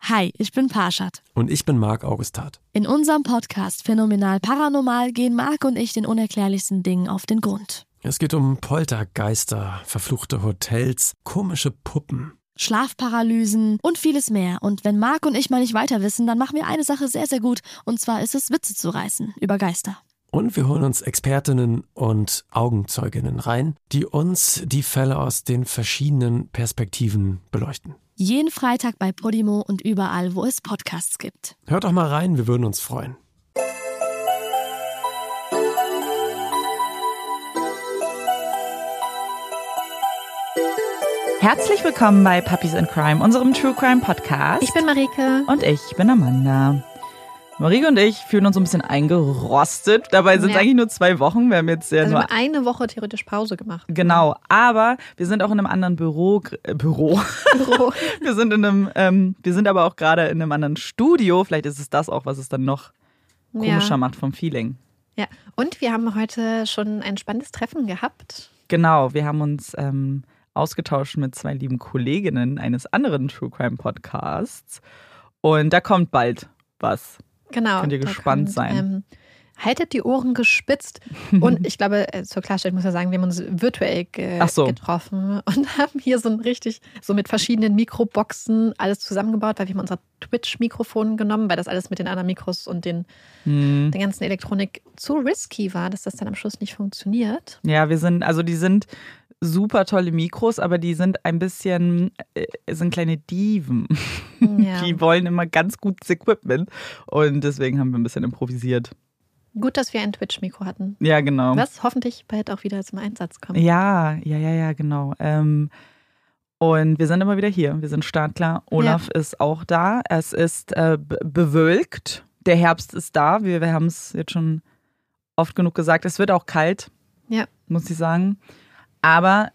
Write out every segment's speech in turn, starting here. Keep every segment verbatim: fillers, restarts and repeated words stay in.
Hi, ich bin Parshad. Und ich bin Marc Augustat. In unserem Podcast Phänomenal Paranormal gehen Marc und ich den unerklärlichsten Dingen auf den Grund. Es geht um Poltergeister, verfluchte Hotels, komische Puppen, Schlafparalysen und vieles mehr. Und wenn Marc und ich mal nicht weiter wissen, dann machen wir eine Sache sehr, sehr gut. Und zwar ist es, Witze zu reißen über Geister. Und wir holen uns Expertinnen und Augenzeuginnen rein, die uns die Fälle aus den verschiedenen Perspektiven beleuchten. Jeden Freitag bei Podimo und überall, wo es Podcasts gibt. Hört doch mal rein, wir würden uns freuen. Herzlich willkommen bei Puppies in Crime, unserem True Crime Podcast. Ich bin Marike. Und ich bin Amanda. Marike und ich fühlen uns ein bisschen eingerostet. Dabei sind es ja. eigentlich nur zwei Wochen. Wir haben jetzt ja also nur wir haben eine Woche theoretisch Pause gemacht. Genau, aber wir sind auch in einem anderen Büro. Äh, Büro. Büro. wir sind in einem. Ähm, wir sind aber auch gerade in einem anderen Studio. Vielleicht ist es das auch, was es dann noch komischer ja. macht vom Feeling. Ja. Und wir haben heute schon ein spannendes Treffen gehabt. Genau, wir haben uns ähm, ausgetauscht mit zwei lieben Kolleginnen eines anderen True Crime Podcasts. Und da kommt bald was. Genau. Könnt ihr gespannt kommt, sein. Ähm, haltet die Ohren gespitzt. Und ich glaube, zur Klarstellung muss ich sagen, wir haben uns virtuell ge- so. getroffen und haben hier so ein richtig, so mit verschiedenen Mikroboxen alles zusammengebaut, weil wir haben unser Twitch-Mikrofon genommen, weil das alles mit den anderen Mikros und den, hm. der ganzen Elektronik zu risky war, dass das dann am Schluss nicht funktioniert. Ja, wir sind, also die sind super tolle Mikros, aber die sind ein bisschen, äh, sind kleine Dieven. Ja. Die wollen immer ganz gutes Equipment und deswegen haben wir ein bisschen improvisiert. Gut, dass wir ein Twitch-Mikro hatten. Ja, genau. Was hoffentlich bald auch wieder zum Einsatz kommt. Ja, ja, ja, ja, genau. Ähm, und wir sind immer wieder hier. Wir sind startklar. Olaf ja. ist auch da. Es ist äh, b- bewölkt. Der Herbst ist da. Wir, wir haben es jetzt schon oft genug gesagt. Es wird auch kalt, ja. muss ich sagen. Aber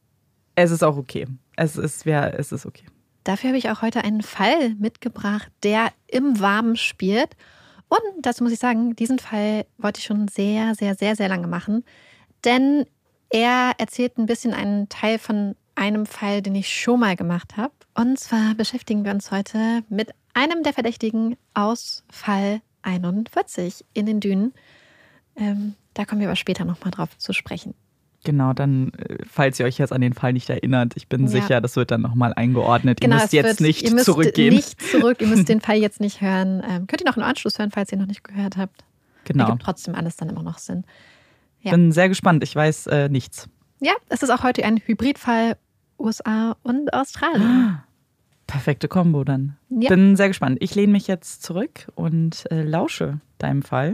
es ist auch okay. Es ist, ja, es ist okay. Dafür habe ich auch heute einen Fall mitgebracht, der im Warmen spielt. Und dazu muss ich sagen, diesen Fall wollte ich schon sehr, sehr, sehr, sehr lange machen. Denn er erzählt ein bisschen einen Teil von einem Fall, den ich schon mal gemacht habe. Und zwar beschäftigen wir uns heute mit einem der Verdächtigen aus Fall einundvierzig in den Dünen. Ähm, da kommen wir aber später nochmal drauf zu sprechen. Genau, dann, falls ihr euch jetzt an den Fall nicht erinnert, ich bin ja. sicher, das wird dann nochmal eingeordnet. Genau, ihr müsst jetzt wird, nicht ihr müsst zurückgehen. Nicht zurück, ihr müsst den Fall jetzt nicht hören. Ähm, könnt ihr noch im Anschluss hören, falls ihr noch nicht gehört habt. Genau. Ergibt trotzdem alles dann immer noch Sinn. Ja. Bin sehr gespannt, ich weiß äh, nichts. Ja, es ist auch heute ein Hybridfall U S A und Australien. Perfekte Kombo dann. Ja. Bin sehr gespannt. Ich lehne mich jetzt zurück und äh, lausche deinem Fall.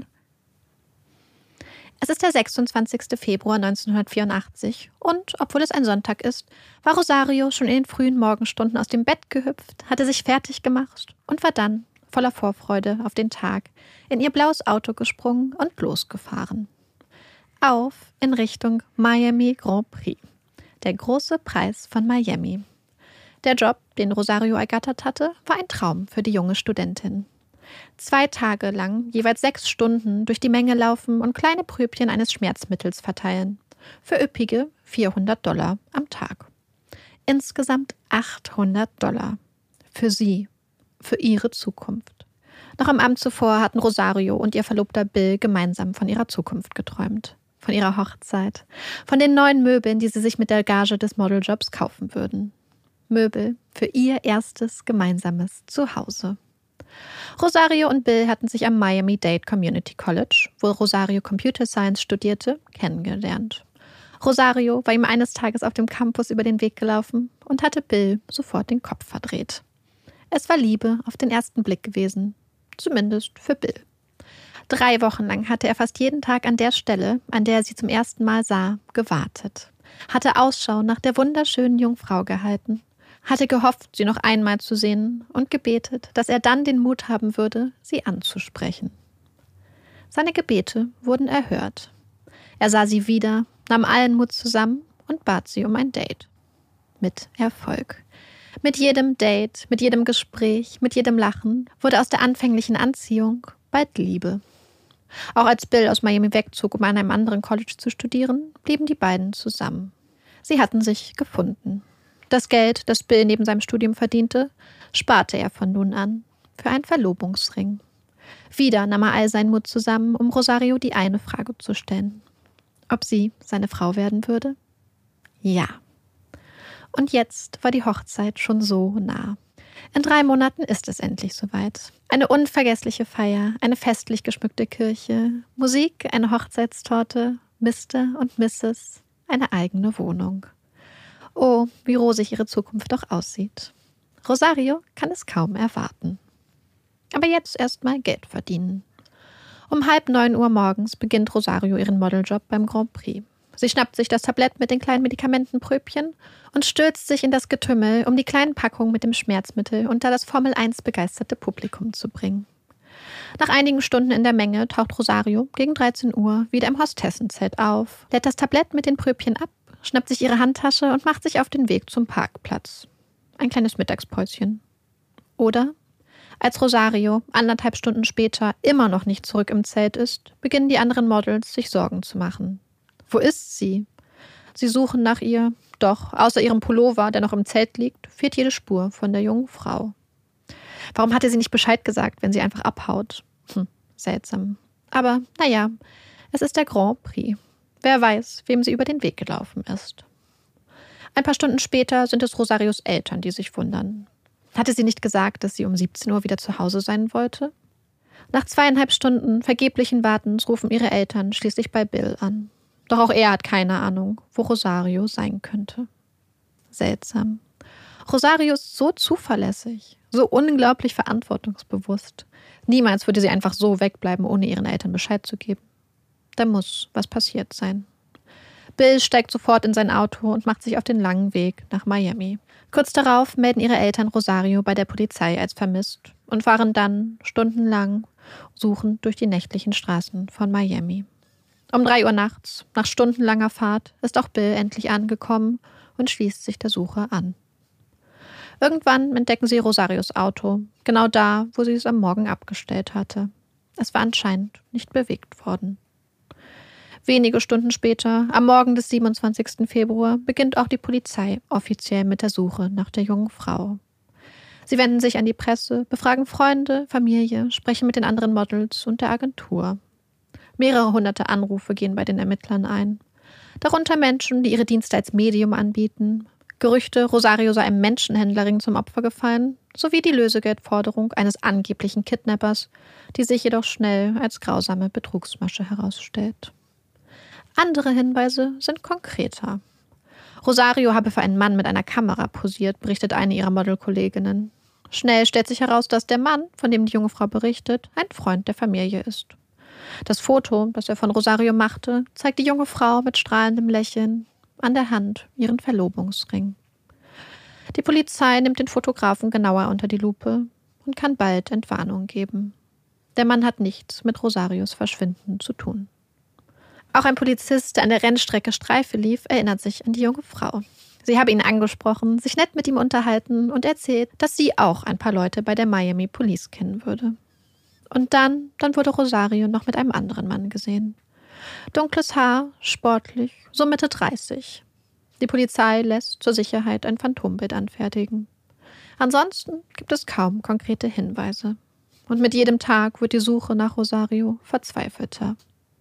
Es ist der sechsundzwanzigster Februar neunzehnhundertvierundachtzig und, obwohl es ein Sonntag ist, war Rosario schon in den frühen Morgenstunden aus dem Bett gehüpft, hatte sich fertig gemacht und war dann, voller Vorfreude auf den Tag, in ihr blaues Auto gesprungen und losgefahren. Auf in Richtung Miami Grand Prix, der große Preis von Miami. Der Job, den Rosario ergattert hatte, war ein Traum für die junge Studentin. Zwei Tage lang, jeweils sechs Stunden, durch die Menge laufen und kleine Pröbchen eines Schmerzmittels verteilen. Für üppige vierhundert Dollar am Tag. Insgesamt achthundert Dollar. Für sie, für ihre Zukunft. Noch am Abend zuvor hatten Rosario und ihr Verlobter Bill gemeinsam von ihrer Zukunft geträumt. Von ihrer Hochzeit. Von den neuen Möbeln, die sie sich mit der Gage des Modeljobs kaufen würden. Möbel für ihr erstes gemeinsames Zuhause. Rosario und Bill hatten sich am Miami-Dade Community College, wo Rosario Computer Science studierte, kennengelernt. Rosario war ihm eines Tages auf dem Campus über den Weg gelaufen und hatte Bill sofort den Kopf verdreht. Es war Liebe auf den ersten Blick gewesen, zumindest für Bill. Drei Wochen lang hatte er fast jeden Tag an der Stelle, an der er sie zum ersten Mal sah, gewartet. Hatte Ausschau nach der wunderschönen Jungfrau gehalten. Hatte gehofft, sie noch einmal zu sehen und gebetet, dass er dann den Mut haben würde, sie anzusprechen. Seine Gebete wurden erhört. Er sah sie wieder, nahm allen Mut zusammen und bat sie um ein Date. Mit Erfolg. Mit jedem Date, mit jedem Gespräch, mit jedem Lachen wurde aus der anfänglichen Anziehung bald Liebe. Auch als Bill aus Miami wegzog, um an einem anderen College zu studieren, blieben die beiden zusammen. Sie hatten sich gefunden. Das Geld, das Bill neben seinem Studium verdiente, sparte er von nun an für einen Verlobungsring. Wieder nahm er all seinen Mut zusammen, um Rosario die eine Frage zu stellen. Ob sie seine Frau werden würde? Ja. Und jetzt war die Hochzeit schon so nah. In drei Monaten ist es endlich soweit. Eine unvergessliche Feier, eine festlich geschmückte Kirche, Musik, eine Hochzeitstorte, Mister und Misses, eine eigene Wohnung. Oh, wie rosig ihre Zukunft doch aussieht. Rosario kann es kaum erwarten. Aber jetzt erstmal Geld verdienen. Um halb neun Uhr morgens beginnt Rosario ihren Modeljob beim Grand Prix. Sie schnappt sich das Tablett mit den kleinen Medikamentenpröbchen und stürzt sich in das Getümmel, um die kleinen Packungen mit dem Schmerzmittel unter das Formel eins begeisterte Publikum zu bringen. Nach einigen Stunden in der Menge taucht Rosario gegen dreizehn Uhr wieder im Hostessenzelt auf, lädt das Tablett mit den Pröbchen ab, schnappt sich ihre Handtasche und macht sich auf den Weg zum Parkplatz. Ein kleines Mittagspäuschen. Oder, als Rosario anderthalb Stunden später immer noch nicht zurück im Zelt ist, beginnen die anderen Models sich Sorgen zu machen. Wo ist sie? Sie suchen nach ihr, doch außer ihrem Pullover, der noch im Zelt liegt, fehlt jede Spur von der jungen Frau. Warum hatte sie nicht Bescheid gesagt, wenn sie einfach abhaut? Hm, seltsam. Aber naja, es ist der Grand Prix. Wer weiß, wem sie über den Weg gelaufen ist. Ein paar Stunden später sind es Rosarios Eltern, die sich wundern. Hatte sie nicht gesagt, dass sie um siebzehn Uhr wieder zu Hause sein wollte? Nach zweieinhalb Stunden vergeblichen Wartens rufen ihre Eltern schließlich bei Bill an. Doch auch er hat keine Ahnung, wo Rosario sein könnte. Seltsam. Rosario ist so zuverlässig, so unglaublich verantwortungsbewusst. Niemals würde sie einfach so wegbleiben, ohne ihren Eltern Bescheid zu geben. Da muss was passiert sein. Bill steigt sofort in sein Auto und macht sich auf den langen Weg nach Miami. Kurz darauf melden ihre Eltern Rosario bei der Polizei als vermisst und fahren dann stundenlang suchend durch die nächtlichen Straßen von Miami. Um drei Uhr nachts, nach stundenlanger Fahrt, ist auch Bill endlich angekommen und schließt sich der Suche an. Irgendwann entdecken sie Rosarios Auto, genau da, wo sie es am Morgen abgestellt hatte. Es war anscheinend nicht bewegt worden. Wenige Stunden später, am Morgen des siebenundzwanzigsten Februar, beginnt auch die Polizei offiziell mit der Suche nach der jungen Frau. Sie wenden sich an die Presse, befragen Freunde, Familie, sprechen mit den anderen Models und der Agentur. Mehrere hunderte Anrufe gehen bei den Ermittlern ein. Darunter Menschen, die ihre Dienste als Medium anbieten, Gerüchte, Rosario sei einem Menschenhändlerring zum Opfer gefallen, sowie die Lösegeldforderung eines angeblichen Kidnappers, die sich jedoch schnell als grausame Betrugsmasche herausstellt. Andere Hinweise sind konkreter. Rosario habe für einen Mann mit einer Kamera posiert, berichtet eine ihrer Modelkolleginnen. Schnell stellt sich heraus, dass der Mann, von dem die junge Frau berichtet, ein Freund der Familie ist. Das Foto, das er von Rosario machte, zeigt die junge Frau mit strahlendem Lächeln, an der Hand ihren Verlobungsring. Die Polizei nimmt den Fotografen genauer unter die Lupe und kann bald Entwarnung geben. Der Mann hat nichts mit Rosarios Verschwinden zu tun. Auch ein Polizist, der an der Rennstrecke Streife lief, erinnert sich an die junge Frau. Sie habe ihn angesprochen, sich nett mit ihm unterhalten und erzählt, dass sie auch ein paar Leute bei der Miami Police kennen würde. Und dann, dann wurde Rosario noch mit einem anderen Mann gesehen. Dunkles Haar, sportlich, so Mitte dreißig. Die Polizei lässt zur Sicherheit ein Phantombild anfertigen. Ansonsten gibt es kaum konkrete Hinweise. Und mit jedem Tag wird die Suche nach Rosario verzweifelter.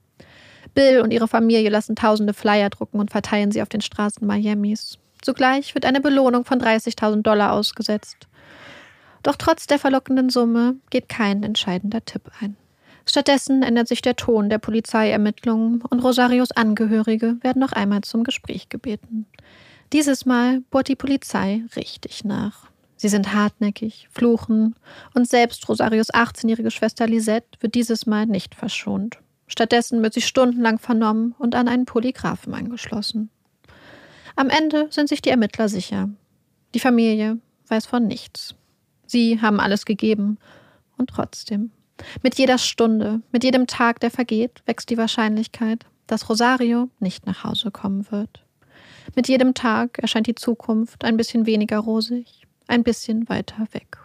Bill und ihre Familie lassen tausende Flyer drucken und verteilen sie auf den Straßen Miamis. Zugleich wird eine Belohnung von dreißigtausend Dollar ausgesetzt. Doch trotz der verlockenden Summe geht kein entscheidender Tipp ein. Stattdessen ändert sich der Ton der Polizeiermittlungen und Rosarios Angehörige werden noch einmal zum Gespräch gebeten. Dieses Mal bohrt die Polizei richtig nach. Sie sind hartnäckig, fluchen und selbst Rosarios achtzehnjährige Schwester Lisette wird dieses Mal nicht verschont. Stattdessen wird sie stundenlang vernommen und an einen Polygraphen angeschlossen. Am Ende sind sich die Ermittler sicher. Die Familie weiß von nichts. Sie haben alles gegeben und trotzdem. Mit jeder Stunde, mit jedem Tag, der vergeht, wächst die Wahrscheinlichkeit, dass Rosario nicht nach Hause kommen wird. Mit jedem Tag erscheint die Zukunft ein bisschen weniger rosig, ein bisschen weiter weg.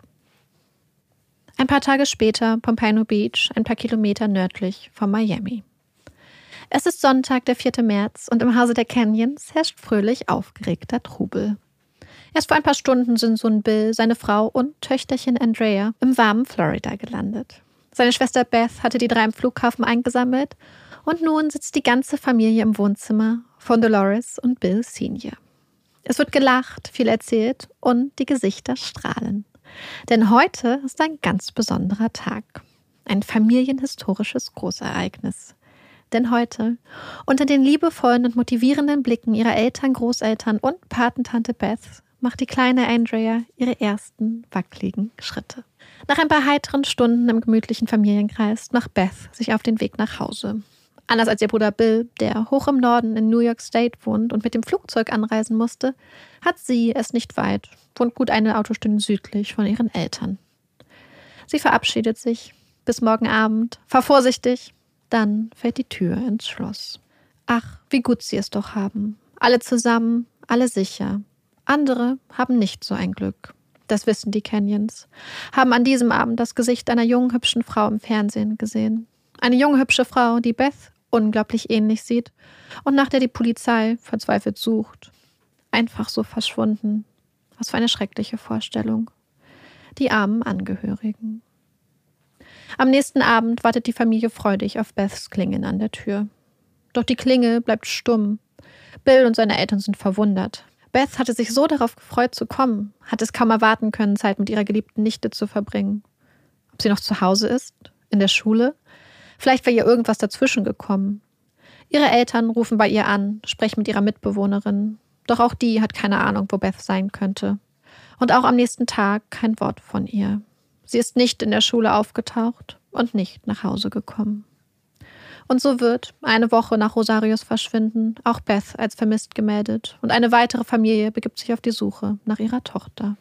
Ein paar Tage später Pompano Beach, ein paar Kilometer nördlich von Miami. Es ist Sonntag, der vierten März, und im Hause der Canyons herrscht fröhlich aufgeregter Trubel. Erst vor ein paar Stunden sind Sohn Bill, seine Frau und Töchterchen Andrea im warmen Florida gelandet. Seine Schwester Beth hatte die drei am Flughafen eingesammelt und nun sitzt die ganze Familie im Wohnzimmer von Dolores und Bill Senior Es wird gelacht, viel erzählt und die Gesichter strahlen. Denn heute ist ein ganz besonderer Tag. Ein familienhistorisches Großereignis. Denn heute, unter den liebevollen und motivierenden Blicken ihrer Eltern, Großeltern und Patentante Beth, macht die kleine Andrea ihre ersten wackeligen Schritte. Nach ein paar heiteren Stunden im gemütlichen Familienkreis macht Beth sich auf den Weg nach Hause. Anders als ihr Bruder Bill, der hoch im Norden in New York State wohnt und mit dem Flugzeug anreisen musste, hat sie es nicht weit, wohnt gut eine Autostunde südlich von ihren Eltern. Sie verabschiedet sich. Bis morgen Abend. Fahr vorsichtig. Dann fällt die Tür ins Schloss. Ach, wie gut sie es doch haben. Alle zusammen, alle sicher. Andere haben nicht so ein Glück. Das wissen die Canyons. Haben an diesem Abend das Gesicht einer jungen, hübschen Frau im Fernsehen gesehen. Eine junge, hübsche Frau, die Beth unglaublich ähnlich sieht und nach der die Polizei verzweifelt sucht. Einfach so verschwunden. Was für eine schreckliche Vorstellung. Die armen Angehörigen. Am nächsten Abend wartet die Familie freudig auf Beths Klingeln an der Tür. Doch die Klingel bleibt stumm. Bill und seine Eltern sind verwundert. Beth hatte sich so darauf gefreut zu kommen, hat es kaum erwarten können, Zeit mit ihrer geliebten Nichte zu verbringen. Ob sie noch zu Hause ist? In der Schule? Vielleicht war ihr irgendwas dazwischen gekommen. Ihre Eltern rufen bei ihr an, sprechen mit ihrer Mitbewohnerin. Doch auch die hat keine Ahnung, wo Beth sein könnte. Und auch am nächsten Tag kein Wort von ihr. Sie ist nicht in der Schule aufgetaucht und nicht nach Hause gekommen. Und so wird, eine Woche nach Rosarios Verschwinden, auch Beth als vermisst gemeldet und eine weitere Familie begibt sich auf die Suche nach ihrer Tochter.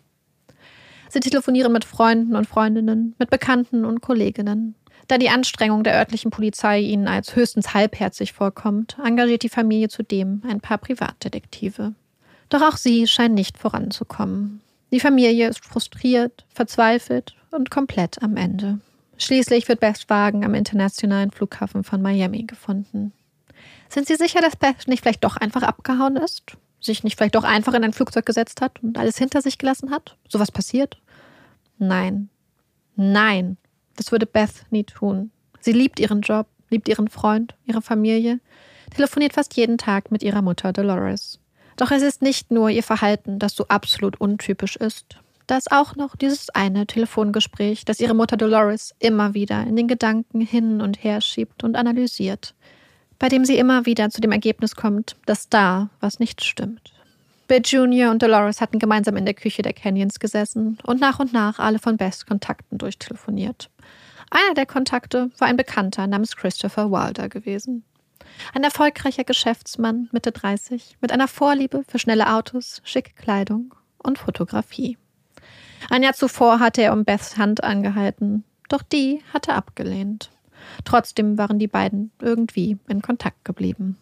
Sie telefonieren mit Freunden und Freundinnen, mit Bekannten und Kolleginnen. Da die Anstrengung der örtlichen Polizei ihnen als höchstens halbherzig vorkommt, engagiert die Familie zudem ein paar Privatdetektive. Doch auch sie scheinen nicht voranzukommen. Die Familie ist frustriert, verzweifelt und komplett am Ende. Schließlich wird Beths Wagen am internationalen Flughafen von Miami gefunden. Sind Sie sicher, dass Beth nicht vielleicht doch einfach abgehauen ist? Sich nicht vielleicht doch einfach in ein Flugzeug gesetzt hat und alles hinter sich gelassen hat? Sowas passiert? Nein. Nein. Das würde Beth nie tun. Sie liebt ihren Job, liebt ihren Freund, ihre Familie, telefoniert fast jeden Tag mit ihrer Mutter Dolores. Doch es ist nicht nur ihr Verhalten, das so absolut untypisch ist. Da ist auch noch dieses eine Telefongespräch, das ihre Mutter Dolores immer wieder in den Gedanken hin und her schiebt und analysiert, bei dem sie immer wieder zu dem Ergebnis kommt, dass da was nicht stimmt. Bill Junior und Dolores hatten gemeinsam in der Küche der Canyons gesessen und nach und nach alle von Beths Kontakten durchtelefoniert. Einer der Kontakte war ein Bekannter namens Christopher Wilder gewesen. Ein erfolgreicher Geschäftsmann, Mitte dreißig, mit einer Vorliebe für schnelle Autos, schicke Kleidung und Fotografie. Ein Jahr zuvor hatte er um Beths Hand angehalten, doch die hatte abgelehnt. Trotzdem waren die beiden irgendwie in Kontakt geblieben.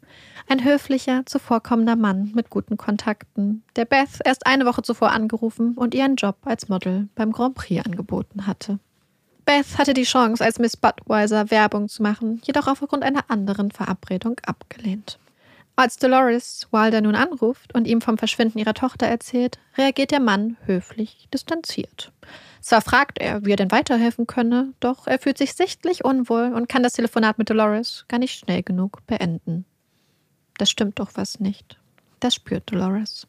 Ein höflicher, zuvorkommender Mann mit guten Kontakten, der Beth erst eine Woche zuvor angerufen und ihr einen Job als Model beim Grand Prix angeboten hatte. Beth hatte die Chance, als Miss Budweiser Werbung zu machen, jedoch aufgrund einer anderen Verabredung abgelehnt. Als Dolores Wilder nun anruft und ihm vom Verschwinden ihrer Tochter erzählt, reagiert der Mann höflich distanziert. Zwar fragt er, wie er denn weiterhelfen könne, doch er fühlt sich sichtlich unwohl und kann das Telefonat mit Dolores gar nicht schnell genug beenden. Das stimmt doch was nicht. Das spürt Dolores.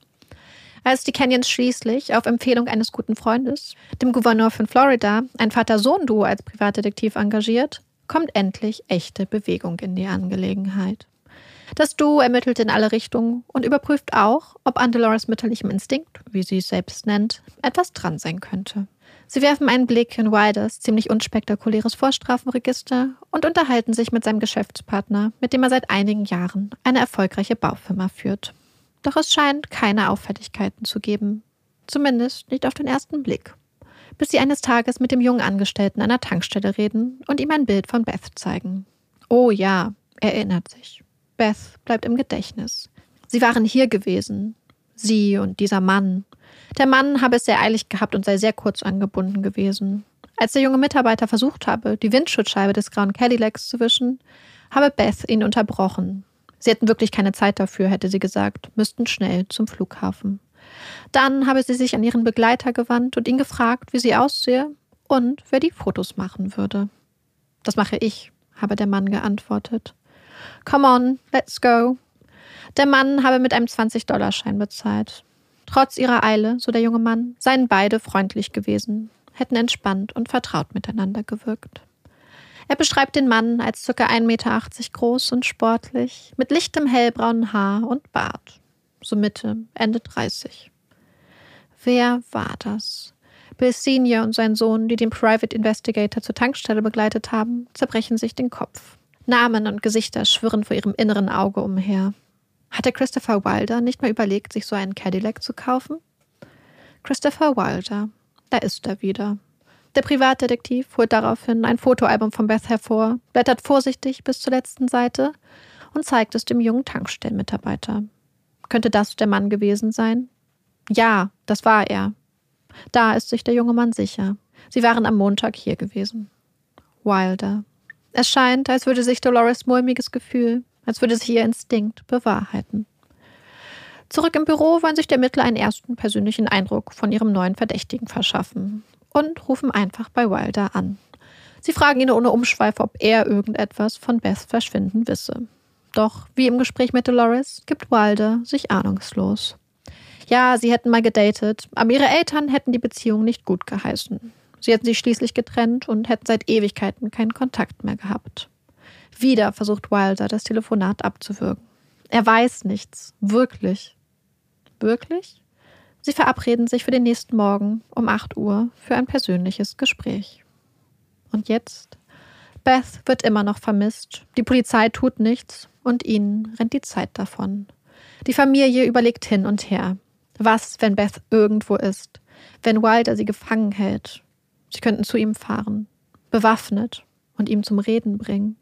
Als die Canyons schließlich auf Empfehlung eines guten Freundes, dem Gouverneur von Florida, ein Vater-Sohn-Duo als Privatdetektiv engagiert, kommt endlich echte Bewegung in die Angelegenheit. Das Duo ermittelt in alle Richtungen und überprüft auch, ob an Dolores mütterlichem Instinkt, wie sie es selbst nennt, etwas dran sein könnte. Sie werfen einen Blick in Wilders ziemlich unspektakuläres Vorstrafenregister und unterhalten sich mit seinem Geschäftspartner, mit dem er seit einigen Jahren eine erfolgreiche Baufirma führt. Doch es scheint keine Auffälligkeiten zu geben. Zumindest nicht auf den ersten Blick. Bis sie eines Tages mit dem jungen Angestellten an einer Tankstelle reden und ihm ein Bild von Beth zeigen. Oh ja, er erinnert sich. Beth bleibt im Gedächtnis. Sie waren hier gewesen. Sie und dieser Mann. Der Mann habe es sehr eilig gehabt und sei sehr kurz angebunden gewesen. Als der junge Mitarbeiter versucht habe, die Windschutzscheibe des grauen Cadillacs zu wischen, habe Beth ihn unterbrochen. Sie hätten wirklich keine Zeit dafür, hätte sie gesagt, müssten schnell zum Flughafen. Dann habe sie sich an ihren Begleiter gewandt und ihn gefragt, wie sie aussehe und wer die Fotos machen würde. Das mache ich, habe der Mann geantwortet. Come on, let's go. Der Mann habe mit einem zwanzig-Dollar-Schein bezahlt. Trotz ihrer Eile, so der junge Mann, seien beide freundlich gewesen, hätten entspannt und vertraut miteinander gewirkt. Er beschreibt den Mann als ca. ein Meter achtzig groß und sportlich, mit lichtem hellbraunen Haar und Bart. So Mitte, Ende dreißig. Wer war das? Bill Senior und sein Sohn, die den Private Investigator zur Tankstelle begleitet haben, zerbrechen sich den Kopf. Namen und Gesichter schwirren vor ihrem inneren Auge umher. Hatte Christopher Wilder nicht mal überlegt, sich so einen Cadillac zu kaufen? Christopher Wilder, da ist er wieder. Der Privatdetektiv holt daraufhin ein Fotoalbum von Beth hervor, blättert vorsichtig bis zur letzten Seite und zeigt es dem jungen Tankstellenmitarbeiter. Könnte das der Mann gewesen sein? Ja, das war er. Da ist sich der junge Mann sicher. Sie waren am Montag hier gewesen. Wilder. Es scheint, als würde sich Dolores' mulmiges Gefühl, als würde sich ihr Instinkt bewahrheiten. Zurück im Büro wollen sich die Ermittler einen ersten persönlichen Eindruck von ihrem neuen Verdächtigen verschaffen und rufen einfach bei Wilder an. Sie fragen ihn ohne Umschweife, ob er irgendetwas von Beths Verschwinden wisse. Doch, wie im Gespräch mit Dolores, gibt Wilder sich ahnungslos. Ja, sie hätten mal gedatet, aber ihre Eltern hätten die Beziehung nicht gut geheißen. Sie hätten sich schließlich getrennt und hätten seit Ewigkeiten keinen Kontakt mehr gehabt. Wieder versucht Wilder, das Telefonat abzuwürgen. Er weiß nichts. Wirklich. Wirklich? Sie verabreden sich für den nächsten Morgen um acht Uhr für ein persönliches Gespräch. Und jetzt? Beth wird immer noch vermisst. Die Polizei tut nichts und ihnen rennt die Zeit davon. Die Familie überlegt hin und her. Was, wenn Beth irgendwo ist? Wenn Wilder sie gefangen hält? Sie könnten zu ihm fahren, bewaffnet und ihm zum Reden bringen.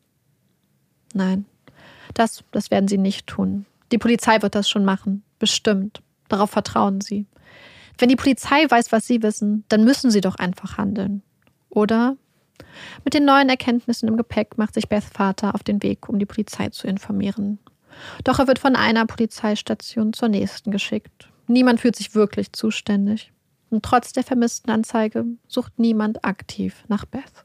Nein, das, das werden sie nicht tun. Die Polizei wird das schon machen, bestimmt. Darauf vertrauen sie. Wenn die Polizei weiß, was sie wissen, dann müssen sie doch einfach handeln. Oder? Mit den neuen Erkenntnissen im Gepäck macht sich Beths Vater auf den Weg, um die Polizei zu informieren. Doch er wird von einer Polizeistation zur nächsten geschickt. Niemand fühlt sich wirklich zuständig. Und trotz der vermissten Anzeige sucht niemand aktiv nach Beth.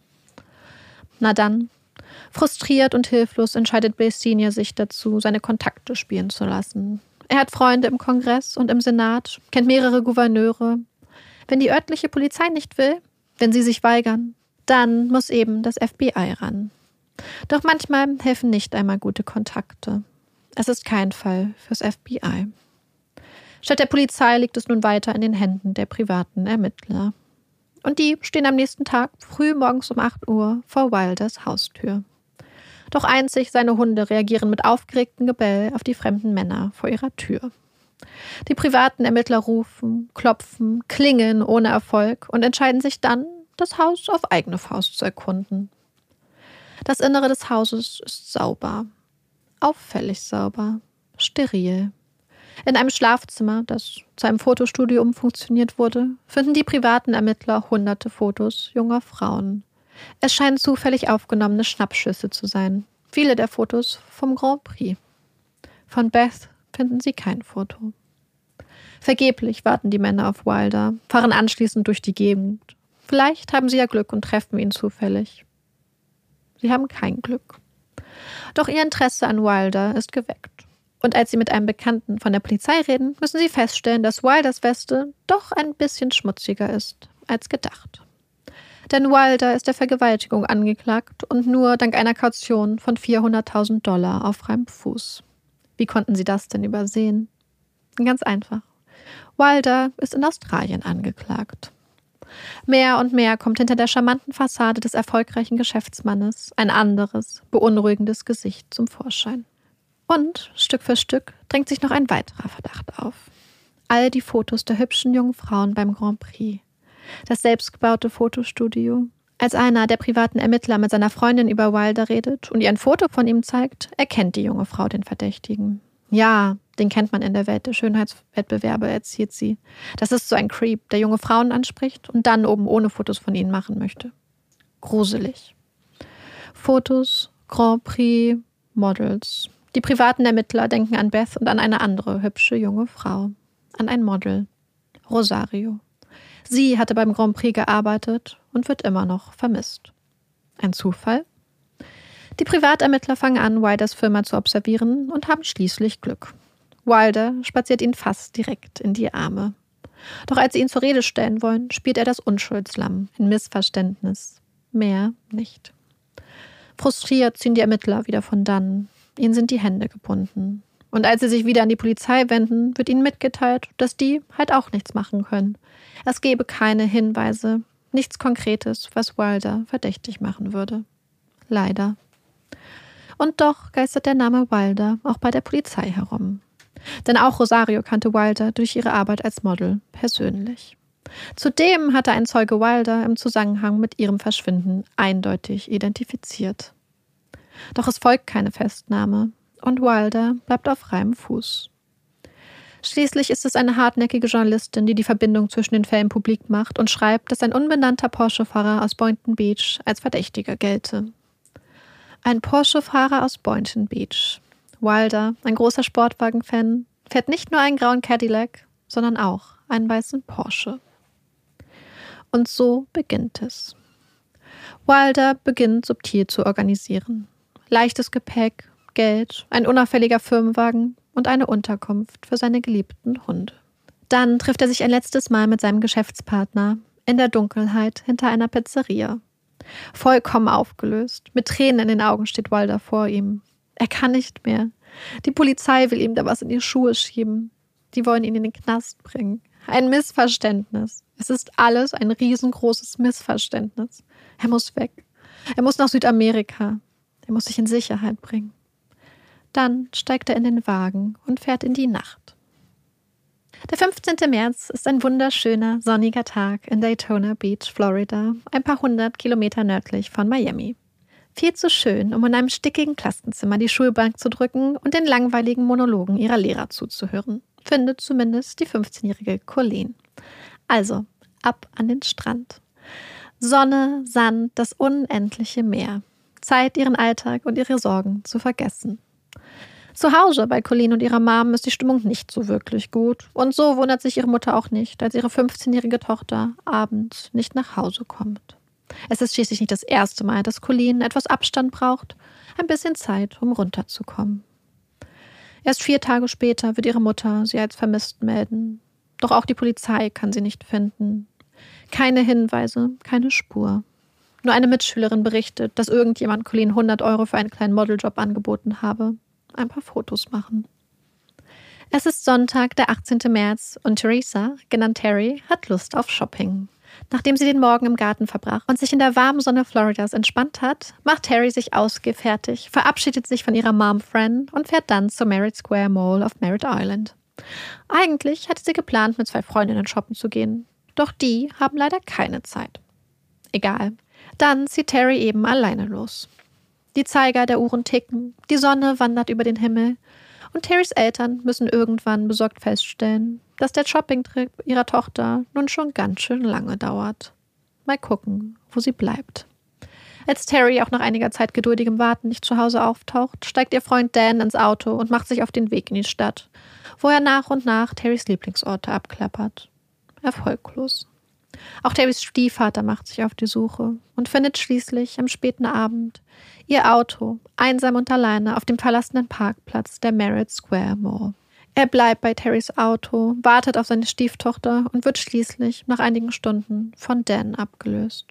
Na dann, frustriert und hilflos entscheidet Bill Senior sich dazu, seine Kontakte spielen zu lassen. Er hat Freunde im Kongress und im Senat, kennt mehrere Gouverneure. Wenn die örtliche Polizei nicht will, wenn sie sich weigern, dann muss eben das F B I ran. Doch manchmal helfen nicht einmal gute Kontakte. Es ist kein Fall fürs F B I. Statt der Polizei liegt es nun weiter in den Händen der privaten Ermittler. Und die stehen am nächsten Tag früh morgens um acht Uhr vor Wilders Haustür. Doch einzig seine Hunde reagieren mit aufgeregtem Gebell auf die fremden Männer vor ihrer Tür. Die privaten Ermittler rufen, klopfen, klingeln ohne Erfolg und entscheiden sich dann, das Haus auf eigene Faust zu erkunden. Das Innere des Hauses ist sauber, auffällig sauber, steril. In einem Schlafzimmer, das zu einem Fotostudio umfunktioniert wurde, finden die privaten Ermittler hunderte Fotos junger Frauen. Es scheinen zufällig aufgenommene Schnappschüsse zu sein. Viele der Fotos vom Grand Prix. Von Beth finden sie kein Foto. Vergeblich warten die Männer auf Wilder, fahren anschließend durch die Gegend. Vielleicht haben sie ja Glück und treffen ihn zufällig. Sie haben kein Glück. Doch ihr Interesse an Wilder ist geweckt. Und als sie mit einem Bekannten von der Polizei reden, müssen sie feststellen, dass Wilders Weste doch ein bisschen schmutziger ist als gedacht. Denn Wilder ist der Vergewaltigung angeklagt und nur dank einer Kaution von vierhunderttausend Dollar auf freiem Fuß. Wie konnten sie das denn übersehen? Ganz einfach. Wilder ist in Australien angeklagt. Mehr und mehr kommt hinter der charmanten Fassade des erfolgreichen Geschäftsmannes ein anderes, beunruhigendes Gesicht zum Vorschein. Und Stück für Stück drängt sich noch ein weiterer Verdacht auf. All die Fotos der hübschen jungen Frauen beim Grand Prix. Das selbstgebaute Fotostudio. Als einer der privaten Ermittler mit seiner Freundin über Wilder redet und ihr ein Foto von ihm zeigt, erkennt die junge Frau den Verdächtigen. Ja, den kennt man in der Welt der Schönheitswettbewerbe, erzählt sie. Das ist so ein Creep, der junge Frauen anspricht und dann oben ohne Fotos von ihnen machen möchte. Gruselig. Fotos, Grand Prix, Models. Die privaten Ermittler denken an Beth und an eine andere hübsche junge Frau. an ein Model, Rosario. Sie hatte beim Grand Prix gearbeitet und wird immer noch vermisst. Ein Zufall? Die Privatermittler fangen an, Wilders Firma zu observieren und haben schließlich Glück. Wilder spaziert ihnen fast direkt in die Arme. Doch als sie ihn zur Rede stellen wollen, spielt er das Unschuldslamm, ein Missverständnis. Mehr nicht. Frustriert ziehen die Ermittler wieder von dannen. Ihnen sind die Hände gebunden. Und als sie sich wieder an die Polizei wenden, wird ihnen mitgeteilt, dass die halt auch nichts machen können. Es gebe keine Hinweise, nichts Konkretes, was Wilder verdächtig machen würde. Leider. Und doch geistert der Name Wilder auch bei der Polizei herum. Denn auch Rosario kannte Wilder durch ihre Arbeit als Model persönlich. Zudem hatte ein Zeuge Wilder im Zusammenhang mit ihrem Verschwinden eindeutig identifiziert. Doch es folgt keine Festnahme und Wilder bleibt auf freiem Fuß. Schließlich ist es eine hartnäckige Journalistin, die die Verbindung zwischen den Fällen publik macht und schreibt, dass ein unbenannter Porsche-Fahrer aus Boynton Beach als Verdächtiger gelte. Ein Porsche-Fahrer aus Boynton Beach. Wilder, ein großer Sportwagen-Fan, fährt nicht nur einen grauen Cadillac, sondern auch einen weißen Porsche. Und so beginnt es. Wilder beginnt subtil zu organisieren. Leichtes Gepäck, Geld, ein unauffälliger Firmenwagen und eine Unterkunft für seine geliebten Hunde. Dann trifft er sich ein letztes Mal mit seinem Geschäftspartner in der Dunkelheit hinter einer Pizzeria. Vollkommen aufgelöst, mit Tränen in den Augen steht Wilder vor ihm. Er kann nicht mehr. Die Polizei will ihm da was in die Schuhe schieben. Die wollen ihn in den Knast bringen. Ein Missverständnis. Es ist alles ein riesengroßes Missverständnis. Er muss weg. Er muss nach Südamerika. Er muss sich in Sicherheit bringen. Dann steigt er in den Wagen und fährt in die Nacht. Der fünfzehnte März ist ein wunderschöner, sonniger Tag in Daytona Beach, Florida, ein paar hundert Kilometer nördlich von Miami. Viel zu schön, um in einem stickigen Klassenzimmer die Schulbank zu drücken und den langweiligen Monologen ihrer Lehrer zuzuhören, findet zumindest die fünfzehnjährige Colleen. Also, ab an den Strand. Sonne, Sand, das unendliche Meer. Zeit, ihren Alltag und ihre Sorgen zu vergessen. Zu Hause bei Colleen und ihrer Mom ist die Stimmung nicht so wirklich gut. Und so wundert sich ihre Mutter auch nicht, als ihre fünfzehnjährige Tochter abends nicht nach Hause kommt. Es ist schließlich nicht das erste Mal, dass Colleen etwas Abstand braucht, ein bisschen Zeit, um runterzukommen. Erst vier Tage später wird ihre Mutter sie als vermisst melden. Doch auch die Polizei kann sie nicht finden. Keine Hinweise, keine Spur. Nur eine Mitschülerin berichtet, dass irgendjemand Colleen hundert Euro für einen kleinen Modeljob angeboten habe. Ein paar Fotos machen. Es ist Sonntag, der achtzehnte März und Teresa, genannt Terry, hat Lust auf Shopping. Nachdem sie den Morgen im Garten verbracht und sich in der warmen Sonne Floridas entspannt hat, macht Terry sich ausgehfertigt, verabschiedet sich von ihrer Mom Fran und fährt dann zur Merritt Square Mall auf Merritt Island. Eigentlich hatte sie geplant, mit zwei Freundinnen shoppen zu gehen, doch die haben leider keine Zeit. Egal. Dann zieht Terry eben alleine los. Die Zeiger der Uhren ticken, die Sonne wandert über den Himmel und Terrys Eltern müssen irgendwann besorgt feststellen, dass der Shoppingtrip ihrer Tochter nun schon ganz schön lange dauert. Mal gucken, wo sie bleibt. Als Terry auch nach einiger Zeit geduldigem Warten nicht zu Hause auftaucht, steigt ihr Freund Dan ins Auto und macht sich auf den Weg in die Stadt, wo er nach und nach Terrys Lieblingsorte abklappert. Erfolglos. Auch Terrys Stiefvater macht sich auf die Suche und findet schließlich am späten Abend ihr Auto, einsam und alleine auf dem verlassenen Parkplatz der Merritt Square Mall. Er bleibt bei Terrys Auto, wartet auf seine Stieftochter und wird schließlich nach einigen Stunden von Dan abgelöst.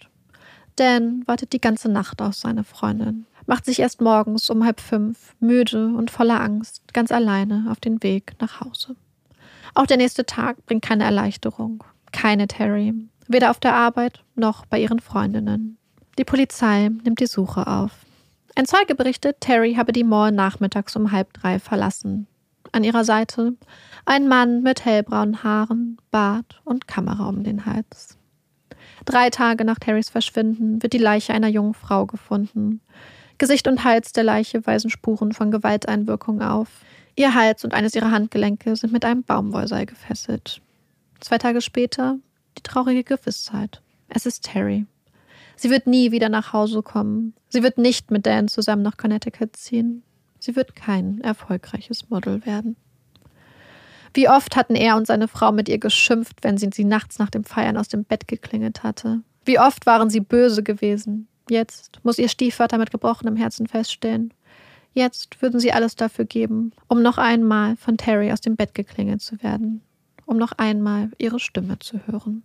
Dan wartet die ganze Nacht auf seine Freundin, macht sich erst morgens um halb fünf, müde und voller Angst, ganz alleine auf den Weg nach Hause. Auch der nächste Tag bringt keine Erleichterung, keine Terry, weder auf der Arbeit noch bei ihren Freundinnen. Die Polizei nimmt die Suche auf. Ein Zeuge berichtet, Terry habe die Mall nachmittags um halb drei verlassen. An ihrer Seite ein Mann mit hellbraunen Haaren, Bart und Kamera um den Hals. Drei Tage nach Terrys Verschwinden wird die Leiche einer jungen Frau gefunden. Gesicht und Hals der Leiche weisen Spuren von Gewalteinwirkung auf. Ihr Hals und eines ihrer Handgelenke sind mit einem Baumwollseil gefesselt. Zwei Tage später die traurige Gewissheit. Es ist Terry. Sie wird nie wieder nach Hause kommen. Sie wird nicht mit Dan zusammen nach Connecticut ziehen. Sie wird kein erfolgreiches Model werden. Wie oft hatten er und seine Frau mit ihr geschimpft, wenn sie sie nachts nach dem Feiern aus dem Bett geklingelt hatte. Wie oft waren sie böse gewesen. Jetzt muss ihr Stiefvater mit gebrochenem Herzen feststellen. Jetzt würden sie alles dafür geben, um noch einmal von Terry aus dem Bett geklingelt zu werden. Um noch einmal ihre Stimme zu hören.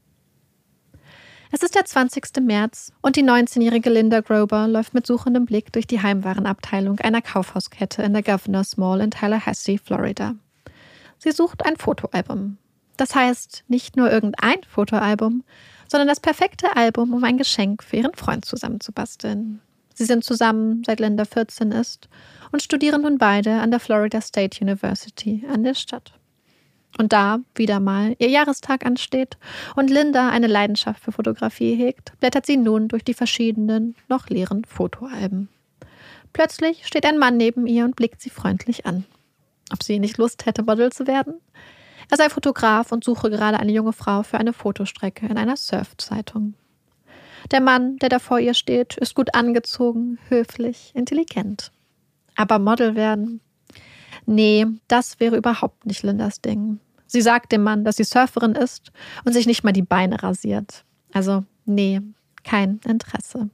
Es ist der zwanzigste März und die neunzehnjährige Linda Grober läuft mit suchendem Blick durch die Heimwarenabteilung einer Kaufhauskette in der Governor's Mall in Tallahassee, Florida. Sie sucht ein Fotoalbum. Das heißt, nicht nur irgendein Fotoalbum, sondern das perfekte Album, um ein Geschenk für ihren Freund zusammenzubasteln. Sie sind zusammen, seit Linda vierzehn ist, und studieren nun beide an der Florida State University an der Stadt. Und da wieder mal ihr Jahrestag ansteht und Linda eine Leidenschaft für Fotografie hegt, blättert sie nun durch die verschiedenen, noch leeren Fotoalben. Plötzlich steht ein Mann neben ihr und blickt sie freundlich an. Ob sie nicht Lust hätte, Model zu werden? Er sei Fotograf und suche gerade eine junge Frau für eine Fotostrecke in einer Surf-Zeitung. Der Mann, der da vor ihr steht, ist gut angezogen, höflich, intelligent. Aber Model werden? Nee, das wäre überhaupt nicht Lindas Ding. Sie sagt dem Mann, dass sie Surferin ist und sich nicht mal die Beine rasiert. Also, nee, kein Interesse.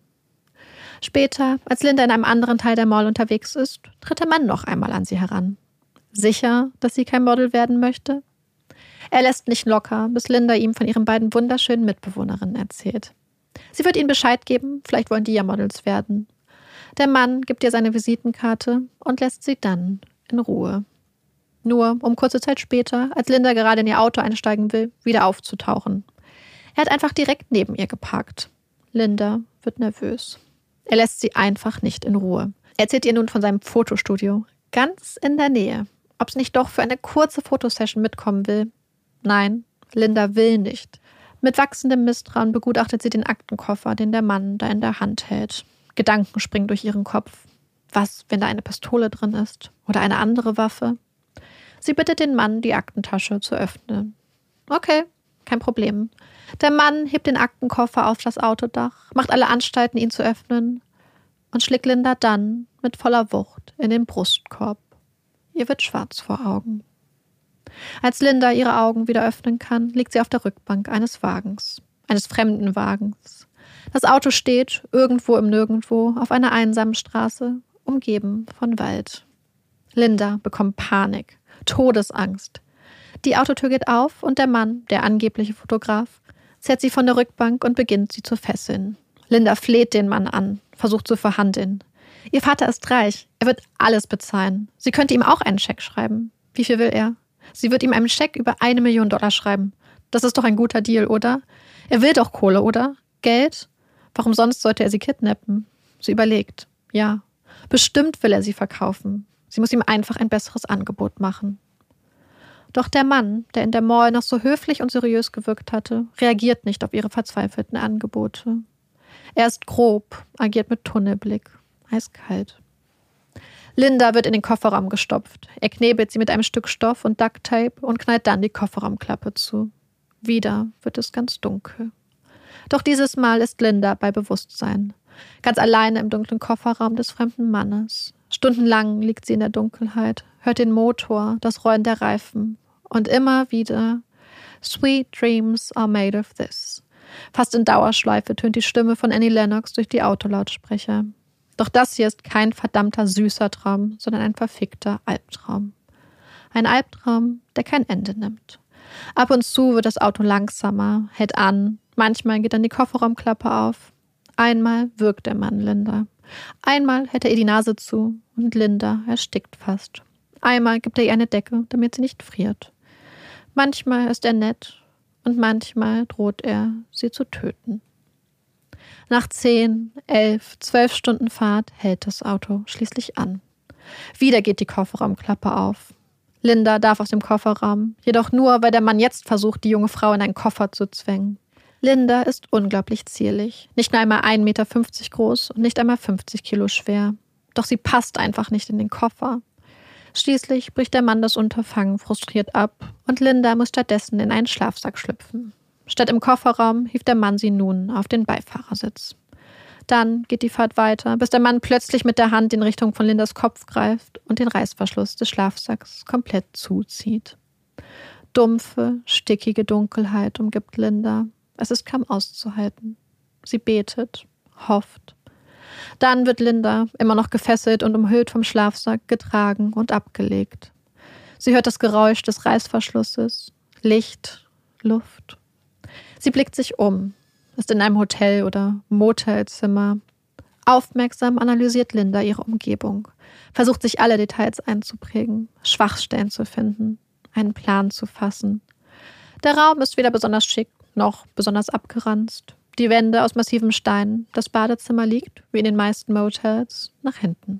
Später, als Linda in einem anderen Teil der Mall unterwegs ist, tritt der Mann noch einmal an sie heran. Sicher, dass sie kein Model werden möchte? Er lässt nicht locker, bis Linda ihm von ihren beiden wunderschönen Mitbewohnerinnen erzählt. Sie wird ihnen Bescheid geben, vielleicht wollen die ja Models werden. Der Mann gibt ihr seine Visitenkarte und lässt sie dann in Ruhe. Nur, um kurze Zeit später, als Linda gerade in ihr Auto einsteigen will, wieder aufzutauchen. Er hat einfach direkt neben ihr geparkt. Linda wird nervös. Er lässt sie einfach nicht in Ruhe. Er erzählt ihr nun von seinem Fotostudio, ganz in der Nähe. Ob sie nicht doch für eine kurze Fotosession mitkommen will? Nein, Linda will nicht. Mit wachsendem Misstrauen begutachtet sie den Aktenkoffer, den der Mann da in der Hand hält. Gedanken springen durch ihren Kopf. Was, wenn da eine Pistole drin ist? Oder eine andere Waffe? Sie bittet den Mann, die Aktentasche zu öffnen. Okay, kein Problem. Der Mann hebt den Aktenkoffer auf das Autodach, macht alle Anstalten, ihn zu öffnen und schlägt Linda dann mit voller Wucht in den Brustkorb. Ihr wird schwarz vor Augen. Als Linda ihre Augen wieder öffnen kann, liegt sie auf der Rückbank eines Wagens, eines fremden Wagens. Das Auto steht irgendwo im Nirgendwo auf einer einsamen Straße, umgeben von Wald. Linda bekommt Panik, Todesangst. Die Autotür geht auf und der Mann, der angebliche Fotograf, zerrt sie von der Rückbank und beginnt, sie zu fesseln. Linda fleht den Mann an, versucht zu verhandeln. Ihr Vater ist reich, er wird alles bezahlen. Sie könnte ihm auch einen Scheck schreiben. Wie viel will er? Sie wird ihm einen Scheck über eine Million Dollar schreiben. Das ist doch ein guter Deal, oder? Er will doch Kohle, oder? Geld? Warum sonst sollte er sie kidnappen? Sie überlegt. Ja, bestimmt will er sie verkaufen. Sie muss ihm einfach ein besseres Angebot machen. Doch der Mann, der in der Mall noch so höflich und seriös gewirkt hatte, reagiert nicht auf ihre verzweifelten Angebote. Er ist grob, agiert mit Tunnelblick, eiskalt. Linda wird in den Kofferraum gestopft. Er knebelt sie mit einem Stück Stoff und Ducktape und knallt dann die Kofferraumklappe zu. Wieder wird es ganz dunkel. Doch dieses Mal ist Linda bei Bewusstsein. Ganz alleine im dunklen Kofferraum des fremden Mannes. Stundenlang liegt sie in der Dunkelheit, hört den Motor, das Rollen der Reifen und immer wieder Sweet dreams are made of this. Fast in Dauerschleife tönt die Stimme von Annie Lennox durch die Autolautsprecher. Doch das hier ist kein verdammter süßer Traum, sondern ein verfickter Albtraum. Ein Albtraum, der kein Ende nimmt. Ab und zu wird das Auto langsamer, hält an, manchmal geht dann die Kofferraumklappe auf. Einmal wirkt der Mann Linda. Einmal hält er ihr die Nase zu und Linda erstickt fast. Einmal gibt er ihr eine Decke, damit sie nicht friert. Manchmal ist er nett und manchmal droht er, sie zu töten. Nach zehn, elf, zwölf Stunden Fahrt hält das Auto schließlich an. Wieder geht die Kofferraumklappe auf. Linda darf aus dem Kofferraum, jedoch nur, weil der Mann jetzt versucht, die junge Frau in einen Koffer zu zwängen. Linda ist unglaublich zierlich, nicht nur einmal ein Meter fünfzig groß und nicht einmal fünfzig Kilo schwer. Doch sie passt einfach nicht in den Koffer. Schließlich bricht der Mann das Unterfangen frustriert ab und Linda muss stattdessen in einen Schlafsack schlüpfen. Statt im Kofferraum hieft der Mann sie nun auf den Beifahrersitz. Dann geht die Fahrt weiter, bis der Mann plötzlich mit der Hand in Richtung von Lindas Kopf greift und den Reißverschluss des Schlafsacks komplett zuzieht. Dumpfe, stickige Dunkelheit umgibt Linda. Es ist kaum auszuhalten. Sie betet, hofft. Dann wird Linda, immer noch gefesselt und umhüllt vom Schlafsack, getragen und abgelegt. Sie hört das Geräusch des Reißverschlusses, Licht, Luft. Sie blickt sich um, ist in einem Hotel- oder Motelzimmer. Aufmerksam analysiert Linda ihre Umgebung, versucht sich alle Details einzuprägen, Schwachstellen zu finden, einen Plan zu fassen. Der Raum ist weder besonders schick noch besonders abgeranzt. Die Wände aus massivem Stein, das Badezimmer liegt, wie in den meisten Motels, nach hinten.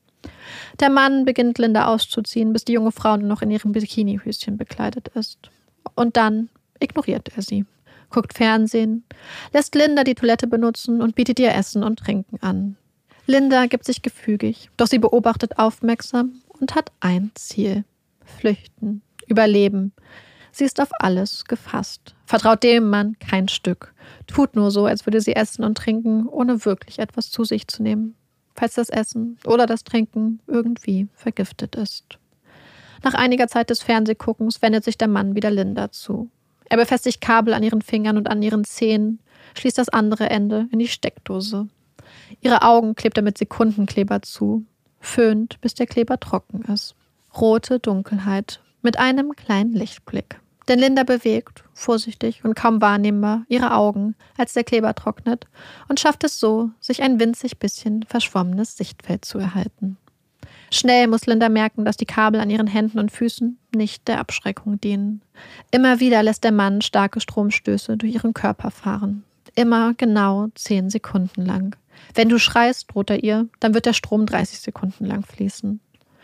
Der Mann beginnt Linda auszuziehen, bis die junge Frau nur noch in ihrem Bikinihöschen bekleidet ist. Und dann ignoriert er sie, guckt Fernsehen, lässt Linda die Toilette benutzen und bietet ihr Essen und Trinken an. Linda gibt sich gefügig, doch sie beobachtet aufmerksam und hat ein Ziel: Flüchten, Überleben. Sie ist auf alles gefasst, vertraut dem Mann kein Stück, tut nur so, als würde sie essen und trinken, ohne wirklich etwas zu sich zu nehmen, falls das Essen oder das Trinken irgendwie vergiftet ist. Nach einiger Zeit des Fernsehguckens wendet sich der Mann wieder Linda zu. Er befestigt Kabel an ihren Fingern und an ihren Zehen, schließt das andere Ende in die Steckdose. Ihre Augen klebt er mit Sekundenkleber zu, föhnt, bis der Kleber trocken ist. Rote Dunkelheit mit einem kleinen Lichtblick. Denn Linda bewegt, vorsichtig und kaum wahrnehmbar, ihre Augen, als der Kleber trocknet, und schafft es so, sich ein winzig bisschen verschwommenes Sichtfeld zu erhalten. Schnell muss Linda merken, dass die Kabel an ihren Händen und Füßen nicht der Abschreckung dienen. Immer wieder lässt der Mann starke Stromstöße durch ihren Körper fahren. Immer genau zehn Sekunden lang. Wenn du schreist, droht er ihr, dann wird der Strom dreißig Sekunden lang fließen.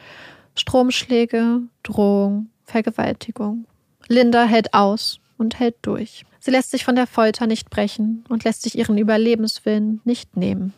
Stromschläge, Drohung, Vergewaltigung. Linda hält aus und hält durch. Sie lässt sich von der Folter nicht brechen und lässt sich ihren Überlebenswillen nicht nehmen.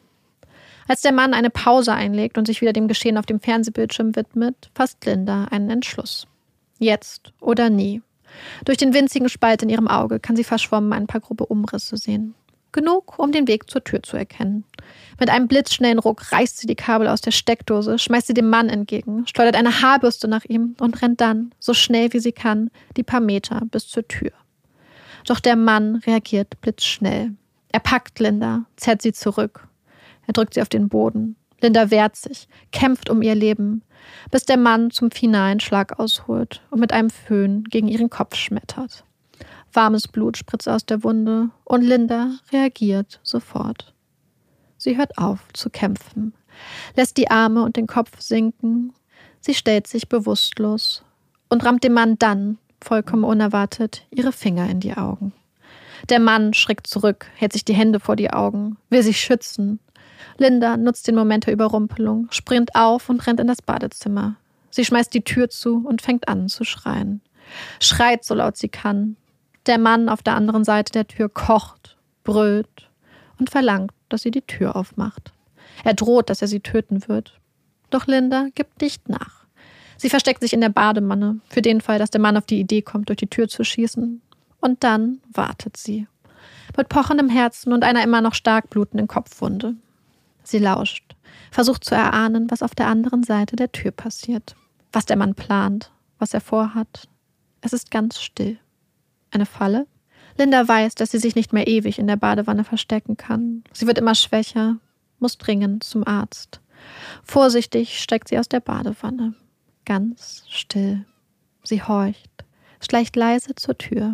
Als der Mann eine Pause einlegt und sich wieder dem Geschehen auf dem Fernsehbildschirm widmet, fasst Linda einen Entschluss. Jetzt oder nie. Durch den winzigen Spalt in ihrem Auge kann sie verschwommen ein paar grobe Umrisse sehen. Genug, um den Weg zur Tür zu erkennen. Mit einem blitzschnellen Ruck reißt sie die Kabel aus der Steckdose, schmeißt sie dem Mann entgegen, schleudert eine Haarbürste nach ihm und rennt dann, so schnell wie sie kann, die paar Meter bis zur Tür. Doch der Mann reagiert blitzschnell. Er packt Linda, zerrt sie zurück. Er drückt sie auf den Boden. Linda wehrt sich, kämpft um ihr Leben, bis der Mann zum finalen Schlag ausholt und mit einem Föhn gegen ihren Kopf schmettert. Warmes Blut spritzt aus der Wunde und Linda reagiert sofort. Sie hört auf zu kämpfen, lässt die Arme und den Kopf sinken. Sie stellt sich bewusstlos und rammt dem Mann dann, vollkommen unerwartet, ihre Finger in die Augen. Der Mann schreckt zurück, hält sich die Hände vor die Augen, will sich schützen. Linda nutzt den Moment der Überrumpelung, springt auf und rennt in das Badezimmer. Sie schmeißt die Tür zu und fängt an zu schreien. Schreit so laut sie kann. Der Mann auf der anderen Seite der Tür kocht, brüllt und verlangt, dass sie die Tür aufmacht. Er droht, dass er sie töten wird. Doch Linda gibt nicht nach. Sie versteckt sich in der Badewanne, für den Fall, dass der Mann auf die Idee kommt, durch die Tür zu schießen. Und dann wartet sie. Mit pochendem Herzen und einer immer noch stark blutenden Kopfwunde. Sie lauscht, versucht zu erahnen, was auf der anderen Seite der Tür passiert. Was der Mann plant, was er vorhat. Es ist ganz still. Eine Falle? Linda weiß, dass sie sich nicht mehr ewig in der Badewanne verstecken kann. Sie wird immer schwächer, muss dringend zum Arzt. Vorsichtig steigt sie aus der Badewanne. Ganz still. Sie horcht, schleicht leise zur Tür.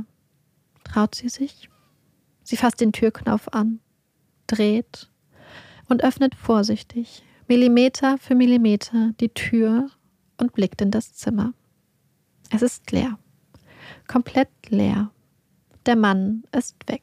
Traut sie sich? Sie fasst den Türknopf an, dreht und öffnet vorsichtig, Millimeter für Millimeter, die Tür und blickt in das Zimmer. Es ist leer. Komplett leer. Der Mann ist weg.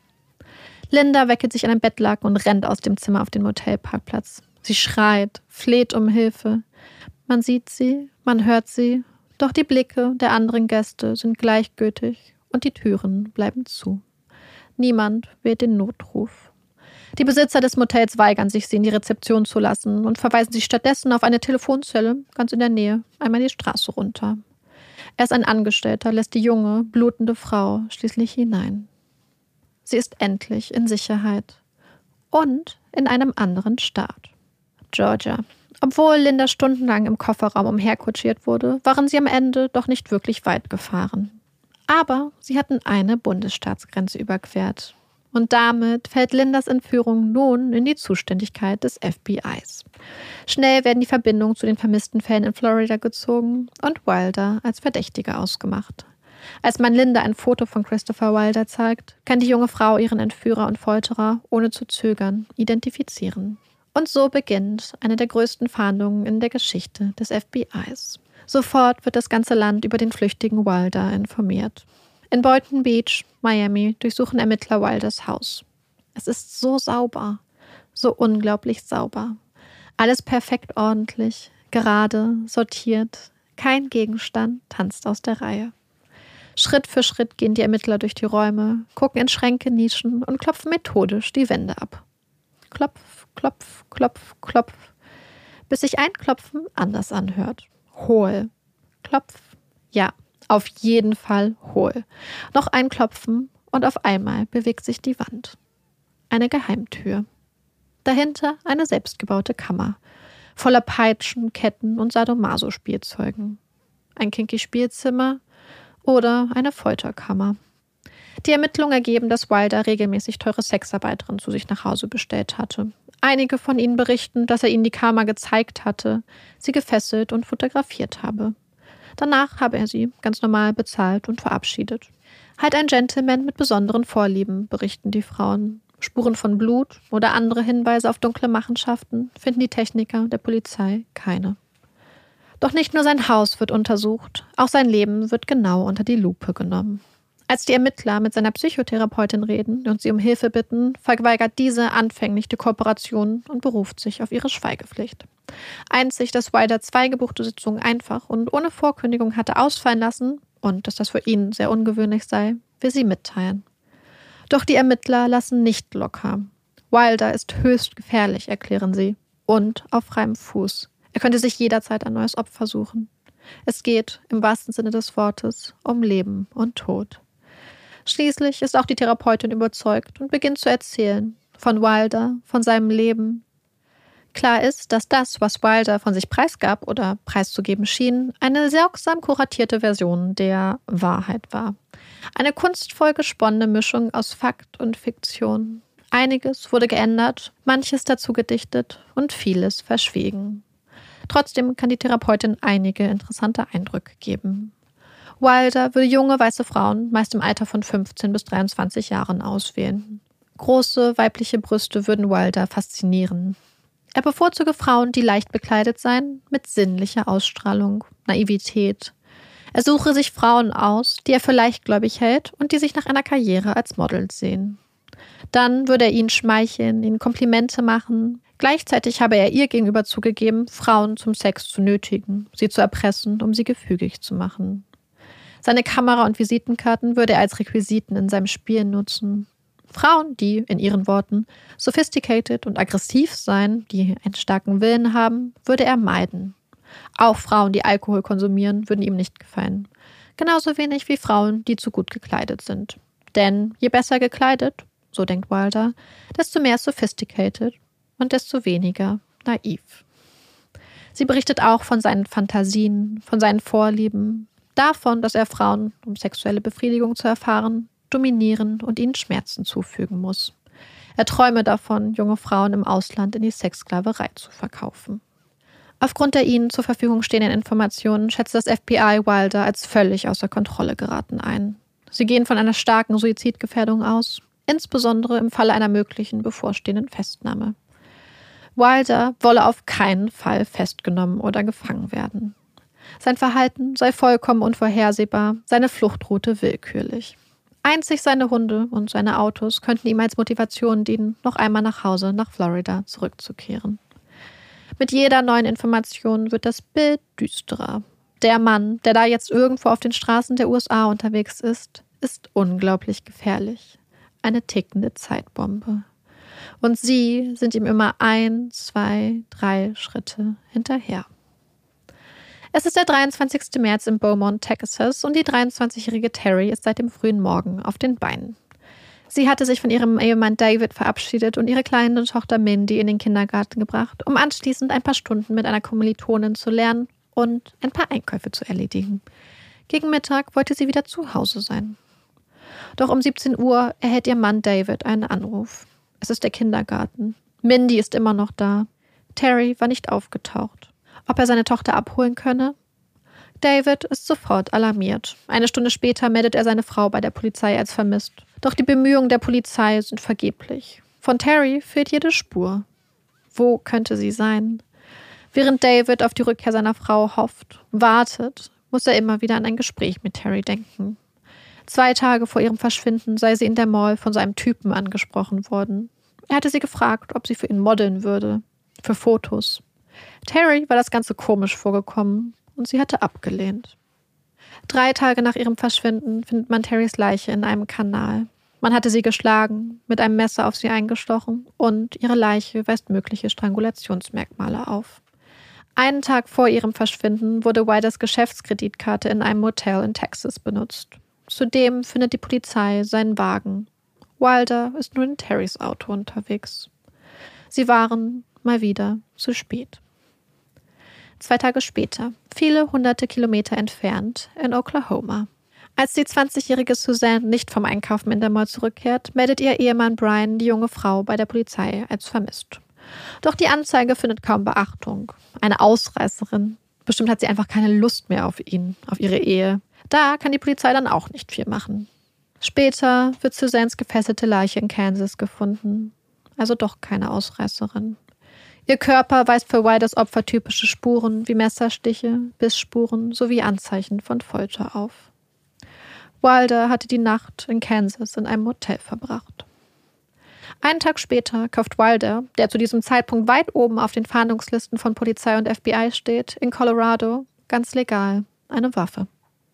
Linda wickelt sich in ein Bettlaken und rennt aus dem Zimmer auf den Motelparkplatz. Sie schreit, fleht um Hilfe. Man sieht sie, man hört sie, doch die Blicke der anderen Gäste sind gleichgültig und die Türen bleiben zu. Niemand wählt den Notruf. Die Besitzer des Motels weigern sich, sie in die Rezeption zu lassen und verweisen sie stattdessen auf eine Telefonzelle ganz in der Nähe, einmal die Straße runter. Erst ein Angestellter lässt die junge, blutende Frau schließlich hinein. Sie ist endlich in Sicherheit und in einem anderen Staat. Georgia. Obwohl Linda stundenlang im Kofferraum umherkutschiert wurde, waren sie am Ende doch nicht wirklich weit gefahren. Aber sie hatten eine Bundesstaatsgrenze überquert. Und damit fällt Lindas Entführung nun in die Zuständigkeit des F B Is. Schnell werden die Verbindungen zu den vermissten Fällen in Florida gezogen und Wilder als Verdächtiger ausgemacht. Als man Linda ein Foto von Christopher Wilder zeigt, kann die junge Frau ihren Entführer und Folterer ohne zu zögern identifizieren. Und so beginnt eine der größten Fahndungen in der Geschichte des F B Is. Sofort wird das ganze Land über den flüchtigen Wilder informiert. In Boynton Beach, Miami, durchsuchen Ermittler Wilders Haus. Es ist so sauber, so unglaublich sauber. Alles perfekt ordentlich, gerade, sortiert. Kein Gegenstand tanzt aus der Reihe. Schritt für Schritt gehen die Ermittler durch die Räume, gucken in Schränke, Nischen und klopfen methodisch die Wände ab. Klopf, klopf, klopf, klopf, bis sich ein Klopfen anders anhört. Hohl. Klopf. Ja, auf jeden Fall hohl. Noch ein Klopfen und auf einmal bewegt sich die Wand. Eine Geheimtür. Dahinter eine selbstgebaute Kammer, voller Peitschen, Ketten und Sadomaso-Spielzeugen. Ein kinky Spielzimmer oder eine Folterkammer. Die Ermittlungen ergeben, dass Wilder regelmäßig teure Sexarbeiterinnen zu sich nach Hause bestellt hatte. Einige von ihnen berichten, dass er ihnen die Kammer gezeigt hatte, sie gefesselt und fotografiert habe. Danach habe er sie ganz normal bezahlt und verabschiedet. Halt ein Gentleman mit besonderen Vorlieben, berichten die Frauen. Spuren von Blut oder andere Hinweise auf dunkle Machenschaften finden die Techniker der Polizei keine. Doch nicht nur sein Haus wird untersucht, auch sein Leben wird genau unter die Lupe genommen. Als die Ermittler mit seiner Psychotherapeutin reden und sie um Hilfe bitten, verweigert diese anfänglich die Kooperation und beruft sich auf ihre Schweigepflicht. Einzig, dass Wilder zwei gebuchte Sitzungen einfach und ohne Vorkündigung hatte ausfallen lassen und dass das für ihn sehr ungewöhnlich sei, will sie mitteilen. Doch die Ermittler lassen nicht locker. Wilder ist höchst gefährlich, erklären sie, und auf freiem Fuß. Er könnte sich jederzeit ein neues Opfer suchen. Es geht, im wahrsten Sinne des Wortes, um Leben und Tod. Schließlich ist auch die Therapeutin überzeugt und beginnt zu erzählen. Von Wilder, von seinem Leben. Klar ist, dass das, was Wilder von sich preisgab oder preiszugeben schien, eine sorgsam kuratierte Version der Wahrheit war. Eine kunstvoll gesponnene Mischung aus Fakt und Fiktion. Einiges wurde geändert, manches dazu gedichtet und vieles verschwiegen. Trotzdem kann die Therapeutin einige interessante Eindrücke geben. Wilder würde junge weiße Frauen, meist im Alter von fünfzehn bis dreiundzwanzig Jahren, auswählen. Große weibliche Brüste würden Wilder faszinieren. Er bevorzuge Frauen, die leicht bekleidet seien, mit sinnlicher Ausstrahlung, Naivität. Er suche sich Frauen aus, die er für leichtgläubig hält und die sich nach einer Karriere als Model sehen. Dann würde er ihnen schmeicheln, ihnen Komplimente machen. Gleichzeitig habe er ihr gegenüber zugegeben, Frauen zum Sex zu nötigen, sie zu erpressen, um sie gefügig zu machen. Seine Kamera und Visitenkarten würde er als Requisiten in seinem Spiel nutzen. Frauen, die, in ihren Worten, sophisticated und aggressiv seien, die einen starken Willen haben, würde er meiden. Auch Frauen, die Alkohol konsumieren, würden ihm nicht gefallen. Genauso wenig wie Frauen, die zu gut gekleidet sind. Denn je besser gekleidet, so denkt Wilder, desto mehr sophisticated und desto weniger naiv. Sie berichtet auch von seinen Fantasien, von seinen Vorlieben, davon, dass er Frauen, um sexuelle Befriedigung zu erfahren, dominieren und ihnen Schmerzen zufügen muss. Er träume davon, junge Frauen im Ausland in die Sexsklaverei zu verkaufen. Aufgrund der ihnen zur Verfügung stehenden Informationen schätzt das F B I Wilder als völlig außer Kontrolle geraten ein. Sie gehen von einer starken Suizidgefährdung aus, insbesondere im Falle einer möglichen bevorstehenden Festnahme. Wilder wolle auf keinen Fall festgenommen oder gefangen werden. Sein Verhalten sei vollkommen unvorhersehbar, seine Fluchtroute willkürlich. Einzig seine Hunde und seine Autos könnten ihm als Motivation dienen, noch einmal nach Hause, nach Florida, zurückzukehren. Mit jeder neuen Information wird das Bild düsterer. Der Mann, der da jetzt irgendwo auf den Straßen der U S A unterwegs ist, ist unglaublich gefährlich. Eine tickende Zeitbombe. Und sie sind ihm immer ein, zwei, drei Schritte hinterher. Es ist der dreiundzwanzigster März in Beaumont, Texas, und die dreiundzwanzigjährige Terry ist seit dem frühen Morgen auf den Beinen. Sie hatte sich von ihrem Ehemann David verabschiedet und ihre kleine Tochter Mindy in den Kindergarten gebracht, um anschließend ein paar Stunden mit einer Kommilitonin zu lernen und ein paar Einkäufe zu erledigen. Gegen Mittag wollte sie wieder zu Hause sein. Doch um siebzehn Uhr erhält ihr Mann David einen Anruf. Es ist der Kindergarten. Mindy ist immer noch da. Terry war nicht aufgetaucht. Ob er seine Tochter abholen könne? David ist sofort alarmiert. Eine Stunde später meldet er seine Frau bei der Polizei als vermisst. Doch die Bemühungen der Polizei sind vergeblich. Von Terry fehlt jede Spur. Wo könnte sie sein? Während David auf die Rückkehr seiner Frau hofft, wartet, muss er immer wieder an ein Gespräch mit Terry denken. Zwei Tage vor ihrem Verschwinden sei sie in der Mall von so einem Typen angesprochen worden. Er hatte sie gefragt, ob sie für ihn modeln würde. Für Fotos. Terry war das Ganze komisch vorgekommen und sie hatte abgelehnt. Drei Tage nach ihrem Verschwinden findet man Terrys Leiche in einem Kanal. Man hatte sie geschlagen, mit einem Messer auf sie eingestochen und ihre Leiche weist mögliche Strangulationsmerkmale auf. Einen Tag vor ihrem Verschwinden wurde Wilders Geschäftskreditkarte in einem Motel in Texas benutzt. Zudem findet die Polizei seinen Wagen. Wilder ist nun in Terrys Auto unterwegs. Sie waren mal wieder zu spät. Zwei Tage später, viele hunderte Kilometer entfernt, in Oklahoma. Als die zwanzigjährige Suzanne nicht vom Einkaufen in der Mall zurückkehrt, meldet ihr Ehemann Brian die junge Frau bei der Polizei als vermisst. Doch die Anzeige findet kaum Beachtung. Eine Ausreißerin. Bestimmt hat sie einfach keine Lust mehr auf ihn, auf ihre Ehe. Da kann die Polizei dann auch nicht viel machen. Später wird Suzannes gefesselte Leiche in Kansas gefunden. Also doch keine Ausreißerin. Ihr Körper weist für Wilders Opfer typische Spuren wie Messerstiche, Bissspuren sowie Anzeichen von Folter auf. Wilder hatte die Nacht in Kansas in einem Motel verbracht. Einen Tag später kauft Wilder, der zu diesem Zeitpunkt weit oben auf den Fahndungslisten von Polizei und F B I steht, in Colorado, ganz legal, eine Waffe.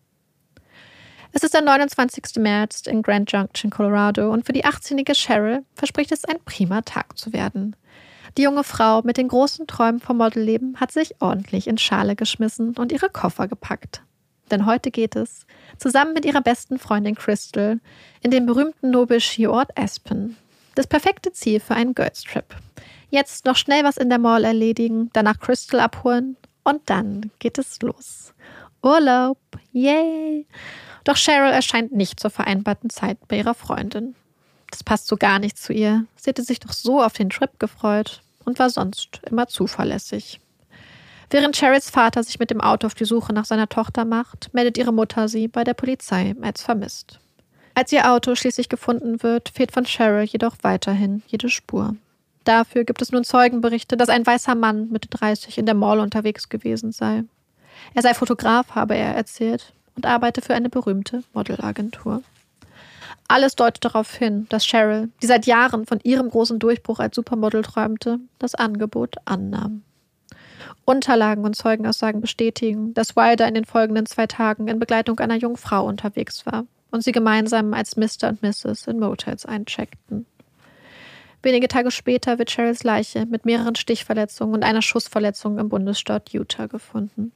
Es ist der neunundzwanzigster März in Grand Junction, Colorado, und für die achtzehnjährige Cheryl verspricht es ein prima Tag zu werden. Die junge Frau mit den großen Träumen vom Modelleben hat sich ordentlich in Schale geschmissen und ihre Koffer gepackt. Denn heute geht es, zusammen mit ihrer besten Freundin Crystal, in den berühmten Nobel-Skiort Aspen. Das perfekte Ziel für einen Girls-Trip. Jetzt noch schnell was in der Mall erledigen, danach Crystal abholen und dann geht es los. Urlaub, yay! Doch Cheryl erscheint nicht zur vereinbarten Zeit bei ihrer Freundin. Das passt so gar nicht zu ihr. Sie hätte sich doch so auf den Trip gefreut und war sonst immer zuverlässig. Während Cheryls Vater sich mit dem Auto auf die Suche nach seiner Tochter macht, meldet ihre Mutter sie bei der Polizei als vermisst. Als ihr Auto schließlich gefunden wird, fehlt von Cheryl jedoch weiterhin jede Spur. Dafür gibt es nun Zeugenberichte, dass ein weißer Mann Mitte dreißig in der Mall unterwegs gewesen sei. Er sei Fotograf, habe er erzählt, und arbeite für eine berühmte Modelagentur. Alles deutet darauf hin, dass Cheryl, die seit Jahren von ihrem großen Durchbruch als Supermodel träumte, das Angebot annahm. Unterlagen und Zeugenaussagen bestätigen, dass Wilder in den folgenden zwei Tagen in Begleitung einer jungen Frau unterwegs war und sie gemeinsam als Mister und Misses in Motels eincheckten. Wenige Tage später wird Cheryls Leiche mit mehreren Stichverletzungen und einer Schussverletzung im Bundesstaat Utah gefunden.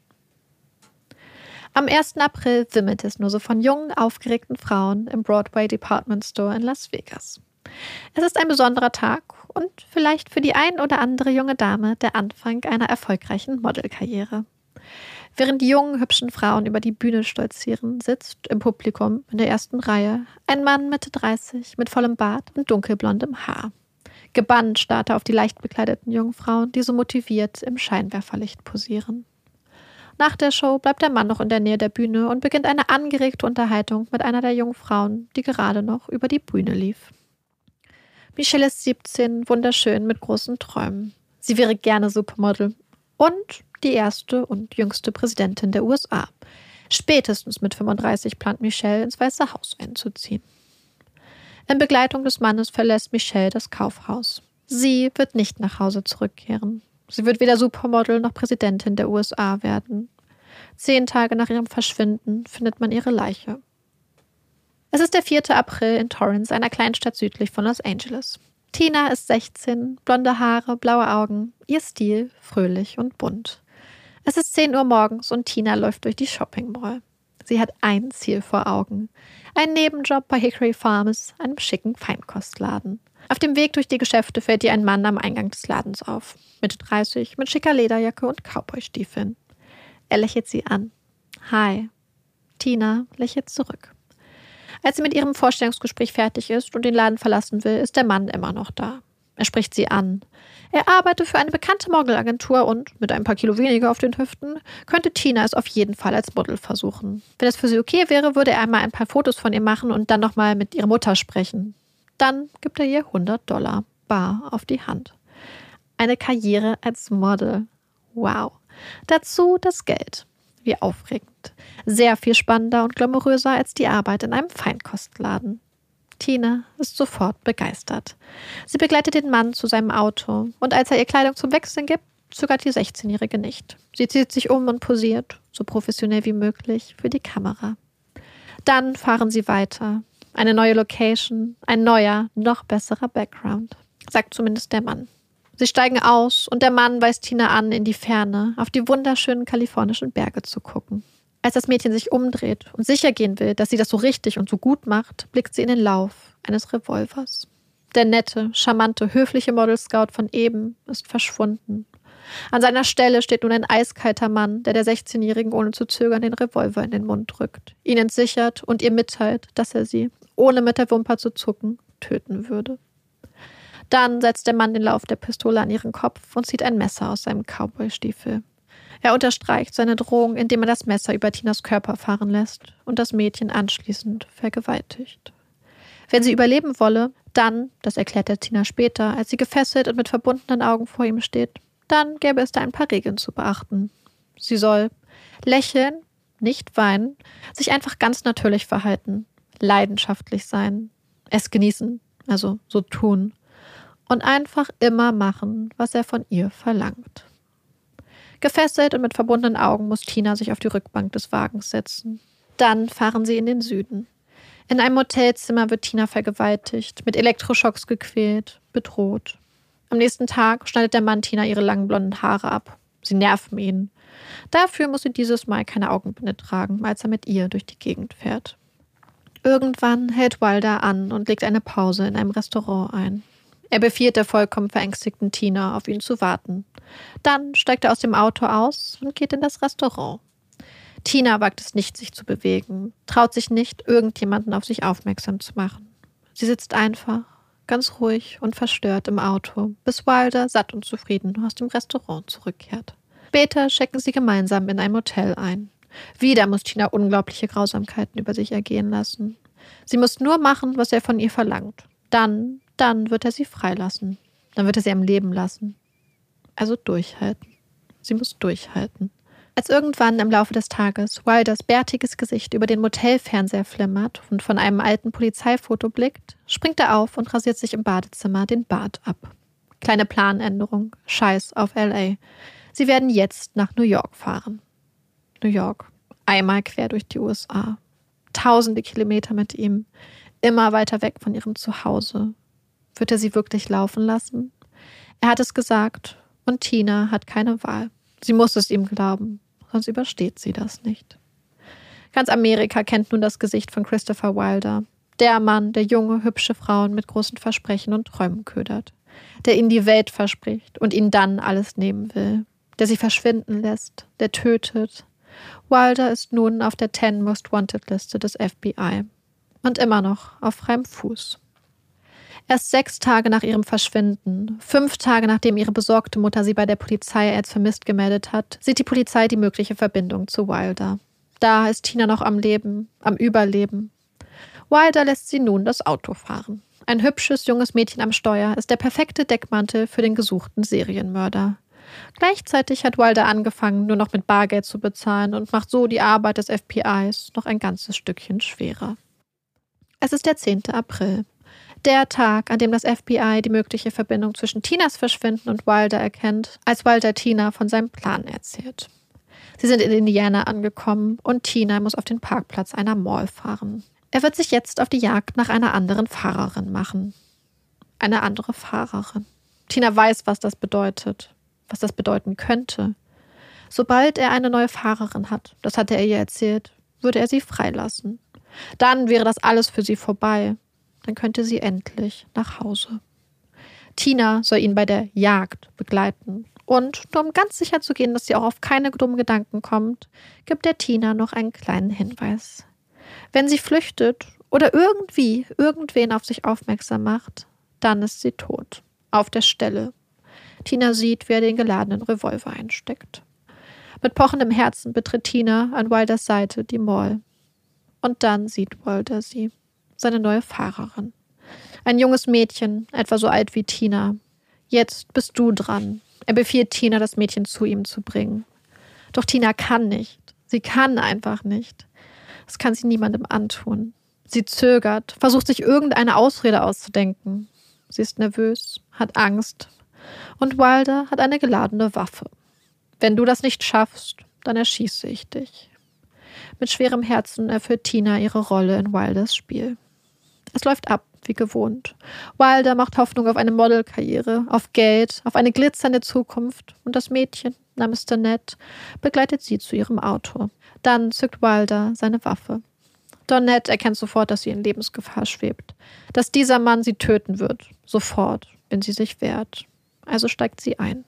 Am ersten April wimmelt es nur so von jungen, aufgeregten Frauen im Broadway Department Store in Las Vegas. Es ist ein besonderer Tag und vielleicht für die ein oder andere junge Dame der Anfang einer erfolgreichen Modelkarriere. Während die jungen, hübschen Frauen über die Bühne stolzieren, sitzt im Publikum in der ersten Reihe ein Mann Mitte dreißig mit vollem Bart und dunkelblondem Haar. Gebannt starrt er auf die leicht bekleideten jungen Frauen, die so motiviert im Scheinwerferlicht posieren. Nach der Show bleibt der Mann noch in der Nähe der Bühne und beginnt eine angeregte Unterhaltung mit einer der jungen Frauen, die gerade noch über die Bühne lief. Michelle ist siebzehn, wunderschön mit großen Träumen. Sie wäre gerne Supermodel und die erste und jüngste Präsidentin der U S A. Spätestens mit fünfunddreißig plant Michelle, ins Weiße Haus einzuziehen. In Begleitung des Mannes verlässt Michelle das Kaufhaus. Sie wird nicht nach Hause zurückkehren. Sie wird weder Supermodel noch Präsidentin der U S A werden. Zehn Tage nach ihrem Verschwinden findet man ihre Leiche. Es ist der vierte April in Torrance, einer Kleinstadt südlich von Los Angeles. Tina ist sechzehn, blonde Haare, blaue Augen, ihr Stil fröhlich und bunt. Es ist zehn Uhr morgens und Tina läuft durch die Shopping Mall. Sie hat ein Ziel vor Augen. Einen Nebenjob bei Hickory Farms, einem schicken Feinkostladen. Auf dem Weg durch die Geschäfte fällt ihr ein Mann am Eingang des Ladens auf. Mitte dreißig, mit schicker Lederjacke und Cowboystiefeln. Er lächelt sie an. Hi. Tina lächelt zurück. Als sie mit ihrem Vorstellungsgespräch fertig ist und den Laden verlassen will, ist der Mann immer noch da. Er spricht sie an. Er arbeitet für eine bekannte Modelagentur und, mit ein paar Kilo weniger auf den Hüften, könnte Tina es auf jeden Fall als Model versuchen. Wenn es für sie okay wäre, würde er einmal ein paar Fotos von ihr machen und dann nochmal mit ihrer Mutter sprechen. Dann gibt er ihr hundert Dollar bar auf die Hand. Eine Karriere als Model. Wow. Dazu das Geld. Wie aufregend. Sehr viel spannender und glamouröser als die Arbeit in einem Feinkostladen. Tina ist sofort begeistert. Sie begleitet den Mann zu seinem Auto und als er ihr Kleidung zum Wechseln gibt, zögert die sechzehnjährige nicht. Sie zieht sich um und posiert, so professionell wie möglich, für die Kamera. Dann fahren sie weiter. Eine neue Location, ein neuer, noch besserer Background, sagt zumindest der Mann. Sie steigen aus und der Mann weist Tina an, in die Ferne, auf die wunderschönen kalifornischen Berge zu gucken. Als das Mädchen sich umdreht und sicher gehen will, dass sie das so richtig und so gut macht, blickt sie in den Lauf eines Revolvers. Der nette, charmante, höfliche Model-Scout von eben ist verschwunden. An seiner Stelle steht nun ein eiskalter Mann, der der sechzehnjährigen ohne zu zögern den Revolver in den Mund drückt, ihnen sichert und ihr mitteilt, dass er sie, ohne mit der Wimper zu zucken, töten würde. Dann setzt der Mann den Lauf der Pistole an ihren Kopf und zieht ein Messer aus seinem Cowboystiefel. Er unterstreicht seine Drohung, indem er das Messer über Tinas Körper fahren lässt und das Mädchen anschließend vergewaltigt. Wenn sie überleben wolle, dann, das erklärt er Tina später, als sie gefesselt und mit verbundenen Augen vor ihm steht, dann gäbe es da ein paar Regeln zu beachten. Sie soll lächeln, nicht weinen, sich einfach ganz natürlich verhalten, leidenschaftlich sein, es genießen, also so tun und einfach immer machen, was er von ihr verlangt. Gefesselt und mit verbundenen Augen muss Tina sich auf die Rückbank des Wagens setzen. Dann fahren sie in den Süden. In einem Hotelzimmer wird Tina vergewaltigt, mit Elektroschocks gequält, bedroht. Am nächsten Tag schneidet der Mann Tina ihre langen blonden Haare ab. Sie nerven ihn. Dafür muss sie dieses Mal keine Augenbinde tragen, als er mit ihr durch die Gegend fährt. Irgendwann hält Wilder an und legt eine Pause in einem Restaurant ein. Er befiehlt der vollkommen verängstigten Tina, auf ihn zu warten. Dann steigt er aus dem Auto aus und geht in das Restaurant. Tina wagt es nicht, sich zu bewegen, traut sich nicht, irgendjemanden auf sich aufmerksam zu machen. Sie sitzt einfach, ganz ruhig und verstört im Auto, bis Wilder satt und zufrieden aus dem Restaurant zurückkehrt. Später checken sie gemeinsam in ein Hotel ein. Wieder muss Tina unglaubliche Grausamkeiten über sich ergehen lassen. Sie muss nur machen, was er von ihr verlangt. Dann, dann wird er sie freilassen. Dann wird er sie am Leben lassen. Also durchhalten. Sie muss durchhalten. Als irgendwann im Laufe des Tages Wilders bärtiges Gesicht über den Motelfernseher flimmert und von einem alten Polizeifoto blickt, springt er auf und rasiert sich im Badezimmer den Bart ab. Kleine Planänderung. Scheiß auf L A. Sie werden jetzt nach New York fahren. New York. Einmal quer durch die U S A. Tausende Kilometer mit ihm. Immer weiter weg von ihrem Zuhause. Wird er sie wirklich laufen lassen? Er hat es gesagt und Tina hat keine Wahl. Sie muss es ihm glauben, sonst übersteht sie das nicht. Ganz Amerika kennt nun das Gesicht von Christopher Wilder. Der Mann, der junge, hübsche Frauen mit großen Versprechen und Träumen ködert. Der ihnen die Welt verspricht und ihnen dann alles nehmen will. Der sie verschwinden lässt, der tötet. Wilder ist nun auf der Ten Most Wanted Liste des F B I. Und immer noch auf freiem Fuß. Erst sechs Tage nach ihrem Verschwinden, fünf Tage nachdem ihre besorgte Mutter sie bei der Polizei als vermisst gemeldet hat, sieht die Polizei die mögliche Verbindung zu Wilder. Da ist Tina noch am Leben, am Überleben. Wilder lässt sie nun das Auto fahren. Ein hübsches, junges Mädchen am Steuer ist der perfekte Deckmantel für den gesuchten Serienmörder. Gleichzeitig hat Wilder angefangen, nur noch mit Bargeld zu bezahlen und macht so die Arbeit des F B Is noch ein ganzes Stückchen schwerer. Es ist der zehnte April. Der Tag, an dem das F B I die mögliche Verbindung zwischen Tinas Verschwinden und Wilder erkennt, als Wilder Tina von seinem Plan erzählt. Sie sind in Indiana angekommen und Tina muss auf den Parkplatz einer Mall fahren. Er wird sich jetzt auf die Jagd nach einer anderen Fahrerin machen. Eine andere Fahrerin. Tina weiß, was das bedeutet, was das bedeuten könnte. Sobald er eine neue Fahrerin hat, das hatte er ihr erzählt, würde er sie freilassen. Dann wäre das alles für sie vorbei. Dann könnte sie endlich nach Hause. Tina soll ihn bei der Jagd begleiten Und nur um ganz sicher zu gehen, dass sie auch auf keine dummen Gedanken kommt, gibt er Tina noch einen kleinen Hinweis. Wenn sie flüchtet oder irgendwie irgendwen auf sich aufmerksam macht, dann ist sie tot. Auf der Stelle. Tina sieht, wie er den geladenen Revolver einsteckt. Mit pochendem Herzen betritt Tina an Wilders Seite die Mall. Und dann sieht Wilder sie, seine neue Fahrerin. Ein junges Mädchen, etwa so alt wie Tina. Jetzt bist du dran. Er befiehlt Tina, das Mädchen zu ihm zu bringen. Doch Tina kann nicht. Sie kann einfach nicht. Das kann sie niemandem antun. Sie zögert, versucht sich irgendeine Ausrede auszudenken. Sie ist nervös, hat Angst. Und Wilder hat eine geladene Waffe. Wenn du das nicht schaffst, dann erschieße ich dich. Mit schwerem Herzen erfüllt Tina ihre Rolle in Wilders Spiel. Es läuft ab, wie gewohnt. Wilder macht Hoffnung auf eine Modelkarriere, auf Geld, auf eine glitzernde Zukunft und das Mädchen namens Donette begleitet sie zu ihrem Auto. Dann zückt Wilder seine Waffe. Donette erkennt sofort, dass sie in Lebensgefahr schwebt, dass dieser Mann sie töten wird, sofort, wenn sie sich wehrt. Also steigt sie ein.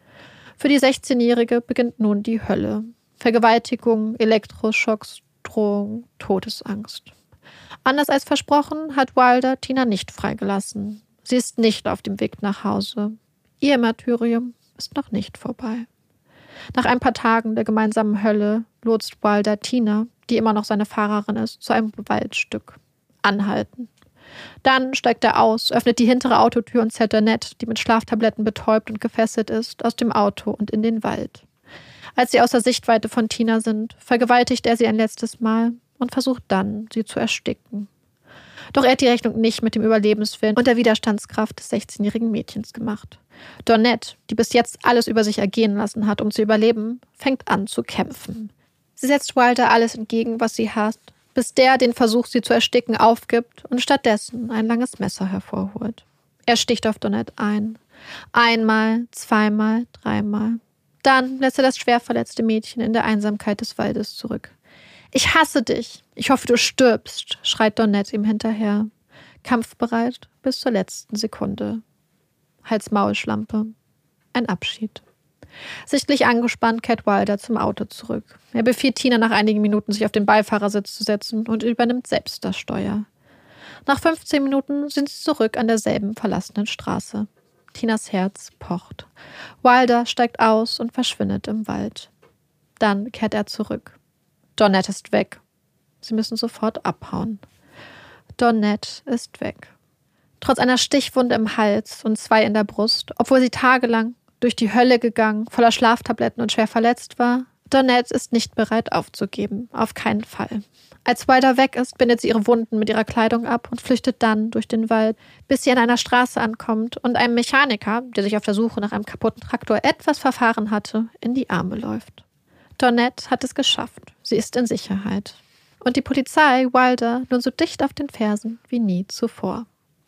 Für die sechzehnjährige beginnt nun die Hölle. Vergewaltigung, Elektroschocks, Drohung, Todesangst. Anders als versprochen hat Wilder Tina nicht freigelassen. Sie ist nicht auf dem Weg nach Hause. Ihr Martyrium ist noch nicht vorbei. Nach ein paar Tagen der gemeinsamen Hölle lotst Wilder Tina, die immer noch seine Fahrerin ist, zu einem Waldstück. Anhalten. Dann steigt er aus, öffnet die hintere Autotür und zerrt Donette, die mit Schlaftabletten betäubt und gefesselt ist, aus dem Auto und in den Wald. Als sie außer Sichtweite von Tina sind, vergewaltigt er sie ein letztes Mal und versucht dann, sie zu ersticken. Doch er hat die Rechnung nicht mit dem Überlebenswillen und der Widerstandskraft des sechzehnjährigen Mädchens gemacht. Donette, die bis jetzt alles über sich ergehen lassen hat, um zu überleben, fängt an zu kämpfen. Sie setzt Wilder alles entgegen, was sie hasst, bis der den Versuch, sie zu ersticken, aufgibt und stattdessen ein langes Messer hervorholt. Er sticht auf Donette ein. Einmal, zweimal, dreimal. Dann lässt er das schwer verletzte Mädchen in der Einsamkeit des Waldes zurück. »Ich hasse dich. Ich hoffe, du stirbst«, schreit Donette ihm hinterher. Kampfbereit bis zur letzten Sekunde. Hals-Maul-Schlampe. Ein Abschied. Sichtlich angespannt kehrt Wilder zum Auto zurück. Er befiehlt Tina nach einigen Minuten, sich auf den Beifahrersitz zu setzen und übernimmt selbst das Steuer. Nach fünfzehn Minuten sind sie zurück an derselben verlassenen Straße. Tinas Herz pocht. Wilder steigt aus und verschwindet im Wald. Dann kehrt er zurück. Donette ist weg. Sie müssen sofort abhauen. Donette ist weg. Trotz einer Stichwunde im Hals und zwei in der Brust, obwohl sie tagelang durch die Hölle gegangen, voller Schlaftabletten und schwer verletzt war, Donette ist nicht bereit aufzugeben. Auf keinen Fall. Als Wilder weg ist, bindet sie ihre Wunden mit ihrer Kleidung ab und flüchtet dann durch den Wald, bis sie an einer Straße ankommt und einem Mechaniker, der sich auf der Suche nach einem kaputten Traktor etwas verfahren hatte, in die Arme läuft. Donette hat es geschafft. Sie ist in Sicherheit. Und die Polizei Wilder nun so dicht auf den Fersen wie nie zuvor.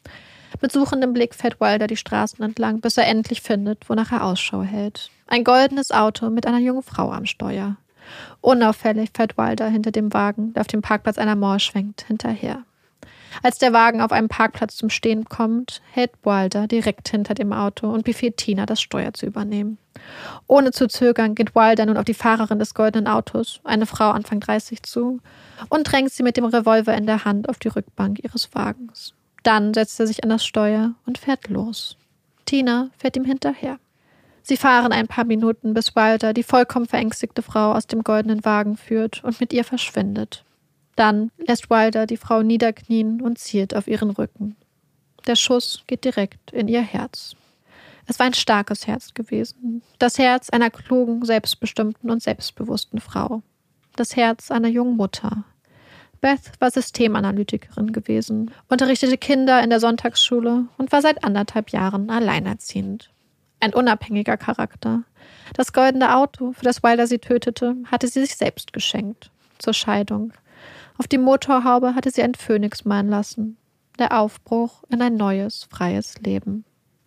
Mit suchendem Blick fährt Wilder die Straßen entlang, bis er endlich findet, wonach er Ausschau hält. Ein goldenes Auto mit einer jungen Frau am Steuer. Unauffällig fährt Wilder hinter dem Wagen, der auf dem Parkplatz einer Mall schwenkt, hinterher. Als der Wagen auf einem Parkplatz zum Stehen kommt, hält Wilder direkt hinter dem Auto und befiehlt Tina, das Steuer zu übernehmen. Ohne zu zögern geht Wilder nun auf die Fahrerin des goldenen Autos, eine Frau Anfang dreißig, zu und drängt sie mit dem Revolver in der Hand auf die Rückbank ihres Wagens. Dann setzt er sich an das Steuer und fährt los. Tina fährt ihm hinterher. Sie fahren ein paar Minuten, bis Wilder die vollkommen verängstigte Frau aus dem goldenen Wagen führt und mit ihr verschwindet. Dann lässt Wilder die Frau niederknien und zielt auf ihren Rücken. Der Schuss geht direkt in ihr Herz. Es war ein starkes Herz gewesen. Das Herz einer klugen, selbstbestimmten und selbstbewussten Frau. Das Herz einer jungen Mutter. Beth war Systemanalytikerin gewesen, unterrichtete Kinder in der Sonntagsschule und war seit anderthalb Jahren alleinerziehend. Ein unabhängiger Charakter. Das goldene Auto, für das Wilder sie tötete, hatte sie sich selbst geschenkt. Zur Scheidung. Auf die Motorhaube hatte sie einen Phönix malen lassen. Der Aufbruch in ein neues, freies Leben.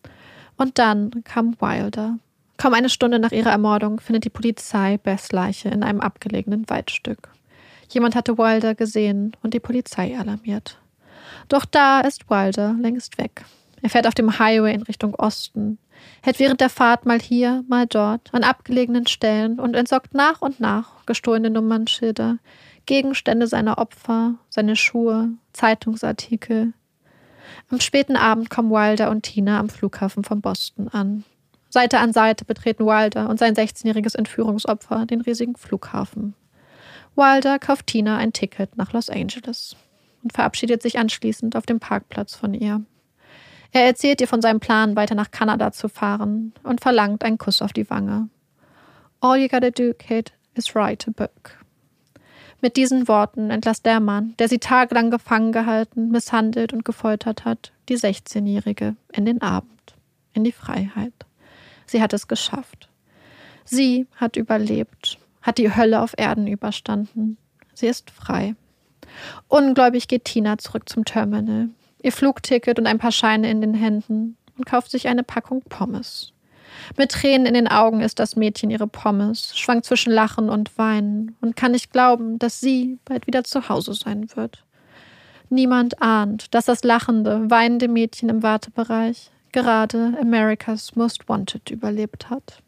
Und dann kam Wilder. Kaum eine Stunde nach ihrer Ermordung findet die Polizei Beths Leiche in einem abgelegenen Waldstück. Jemand hatte Wilder gesehen und die Polizei alarmiert. Doch da ist Wilder längst weg. Er fährt auf dem Highway in Richtung Osten. hält während der Fahrt mal hier, mal dort, an abgelegenen Stellen und entsorgt nach und nach gestohlene Nummernschilder, Gegenstände seiner Opfer, seine Schuhe, Zeitungsartikel. Am späten Abend kommen Wilder und Tina am Flughafen von Boston an. Seite an Seite betreten Wilder und sein sechzehnjähriges Entführungsopfer den riesigen Flughafen. Wilder kauft Tina ein Ticket nach Los Angeles und verabschiedet sich anschließend auf dem Parkplatz von ihr. Er erzählt ihr von seinem Plan, weiter nach Kanada zu fahren und verlangt einen Kuss auf die Wange. All you gotta do, kid, is write a book. Mit diesen Worten entlässt der Mann, der sie tagelang gefangen gehalten, misshandelt und gefoltert hat, die sechzehnjährige in den Abend, in die Freiheit. Sie hat es geschafft. Sie hat überlebt, hat die Hölle auf Erden überstanden. Sie ist frei. Ungläubig geht Tina zurück zum Terminal, ihr Flugticket und ein paar Scheine in den Händen und kauft sich eine Packung Pommes. Mit Tränen in den Augen isst das Mädchen ihre Pommes, schwankt zwischen Lachen und Weinen und kann nicht glauben, dass sie bald wieder zu Hause sein wird. Niemand ahnt, dass das lachende, weinende Mädchen im Wartebereich gerade America's Most Wanted überlebt hat.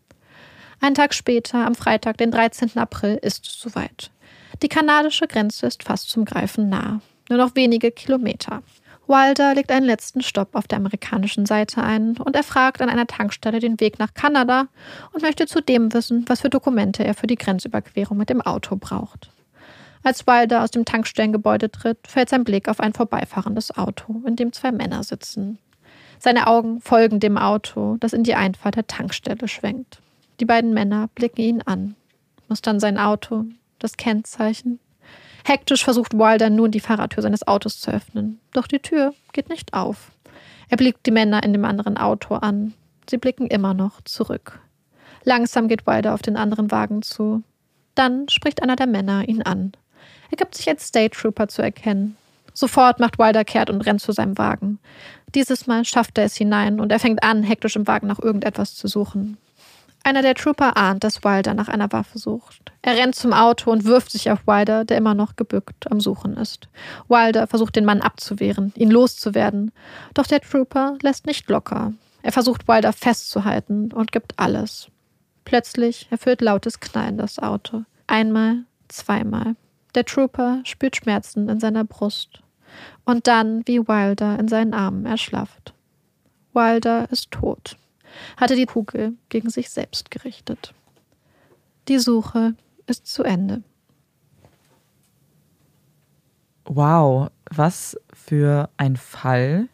Einen Tag später, am Freitag, den dreizehnten April, ist es soweit. Die kanadische Grenze ist fast zum Greifen nah. Nur noch wenige Kilometer. Wilder legt einen letzten Stopp auf der amerikanischen Seite ein und er fragt an einer Tankstelle den Weg nach Kanada und möchte zudem wissen, was für Dokumente er für die Grenzüberquerung mit dem Auto braucht. Als Wilder aus dem Tankstellengebäude tritt, fällt sein Blick auf ein vorbeifahrendes Auto, in dem zwei Männer sitzen. Seine Augen folgen dem Auto, das in die Einfahrt der Tankstelle schwenkt. Die beiden Männer blicken ihn an, mustern sein Auto, das Kennzeichen. Hektisch versucht Wilder nun, die Fahrertür seines Autos zu öffnen. Doch die Tür geht nicht auf. Er blickt die Männer in dem anderen Auto an. Sie blicken immer noch zurück. Langsam geht Wilder auf den anderen Wagen zu. Dann spricht einer der Männer ihn an. Er gibt sich als State Trooper zu erkennen. Sofort macht Wilder kehrt und rennt zu seinem Wagen. Dieses Mal schafft er es hinein und er fängt an, hektisch im Wagen nach irgendetwas zu suchen. Einer der Trooper ahnt, dass Wilder nach einer Waffe sucht. Er rennt zum Auto und wirft sich auf Wilder, der immer noch gebückt am Suchen ist. Wilder versucht, den Mann abzuwehren, ihn loszuwerden. Doch der Trooper lässt nicht locker. Er versucht, Wilder festzuhalten und gibt alles. Plötzlich erfüllt lautes Knallen das Auto. Einmal, zweimal. Der Trooper spürt Schmerzen in seiner Brust. Und dann, wie Wilder in seinen Armen erschlafft. Wilder ist tot. Hatte die Kugel gegen sich selbst gerichtet. Die Suche ist zu Ende. Wow, was für ein Fall.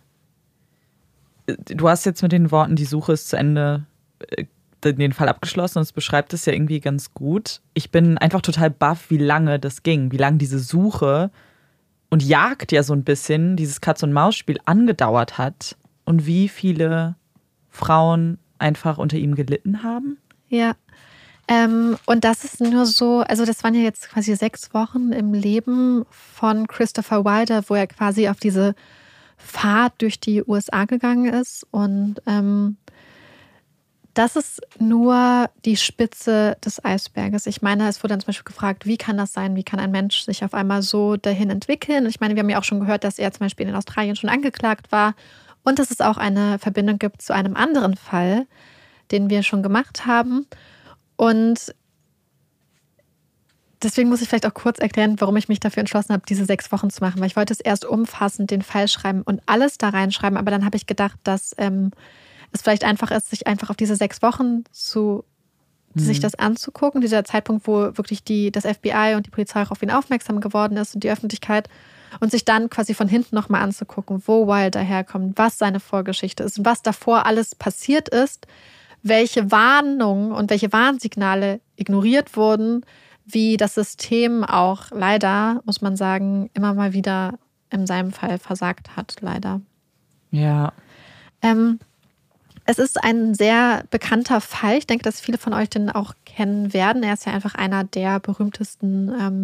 Du hast jetzt mit den Worten, die Suche ist zu Ende, den Fall abgeschlossen und es beschreibt es ja irgendwie ganz gut. Ich bin einfach total baff, wie lange das ging, wie lange diese Suche und Jagd ja so ein bisschen, dieses Katz-und-Maus-Spiel angedauert hat und wie viele Frauen einfach unter ihm gelitten haben. Ja, ähm, und das ist nur so, also das waren ja jetzt quasi sechs Wochen im Leben von Christopher Wilder, wo er quasi auf diese Fahrt durch die U S A gegangen ist und ähm, das ist nur die Spitze des Eisberges. Ich meine, es wurde dann zum Beispiel gefragt, wie kann das sein, wie kann ein Mensch sich auf einmal so dahin entwickeln? Ich meine, wir haben ja auch schon gehört, dass er zum Beispiel in Australien schon angeklagt war und dass es auch eine Verbindung gibt zu einem anderen Fall, den wir schon gemacht haben. Und deswegen muss ich vielleicht auch kurz erklären, warum ich mich dafür entschlossen habe, diese sechs Wochen zu machen. Weil ich wollte es erst umfassend den Fall schreiben und alles da reinschreiben. Aber dann habe ich gedacht, dass ähm, es vielleicht einfach ist, sich einfach auf diese sechs Wochen zu mhm. sich das anzugucken. Dieser Zeitpunkt, wo wirklich die, das F B I und die Polizei auch auf ihn aufmerksam geworden ist und die Öffentlichkeit. Und sich dann quasi von hinten nochmal anzugucken, wo Wilder herkommt, was seine Vorgeschichte ist und was davor alles passiert ist, welche Warnungen und welche Warnsignale ignoriert wurden, wie das System auch leider, muss man sagen, immer mal wieder in seinem Fall versagt hat, leider. Ja. Ähm, es ist ein sehr bekannter Fall. Ich denke, dass viele von euch den auch kennen werden. Er ist ja einfach einer der berühmtesten ähm,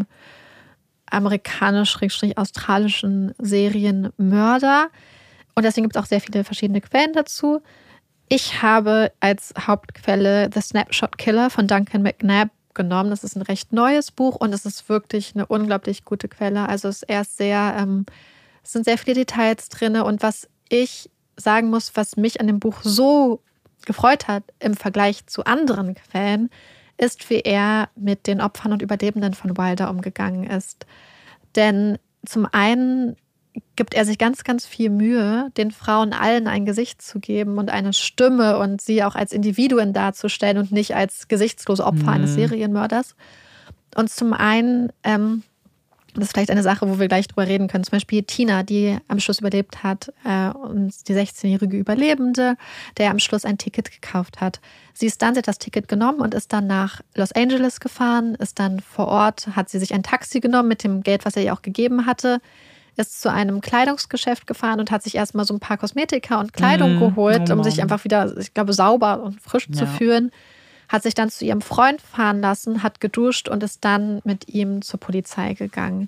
amerikanisch-australischen Serienmörder. Und deswegen gibt es auch sehr viele verschiedene Quellen dazu. Ich habe als Hauptquelle The Snapshot Killer von Duncan McNabb genommen. Das ist ein recht neues Buch und es ist wirklich eine unglaublich gute Quelle. Also es ist erst sehr, ähm, es sind sehr viele Details drin. Und was ich sagen muss, was mich an dem Buch so gefreut hat im Vergleich zu anderen Quellen, ist, wie er mit den Opfern und Überlebenden von Wilder umgegangen ist. Denn zum einen gibt er sich ganz, ganz viel Mühe, den Frauen allen ein Gesicht zu geben und eine Stimme und sie auch als Individuen darzustellen und nicht als gesichtslose Opfer mhm. eines Serienmörders. Und zum einen, ähm, das ist vielleicht eine Sache, wo wir gleich drüber reden können, zum Beispiel Tina, die am Schluss überlebt hat, äh, und die sechzehnjährige Überlebende, der am Schluss ein Ticket gekauft hat. Sie ist dann, sie hat das Ticket genommen und ist dann nach Los Angeles gefahren, ist dann vor Ort, hat sie sich ein Taxi genommen mit dem Geld, was er ihr auch gegeben hatte, ist zu einem Kleidungsgeschäft gefahren und hat sich erstmal so ein paar Kosmetika und Kleidung mmh, geholt, um sich einfach wieder, ich glaube, sauber und frisch ja. zu fühlen. Hat sich dann zu ihrem Freund fahren lassen, hat geduscht und ist dann mit ihm zur Polizei gegangen.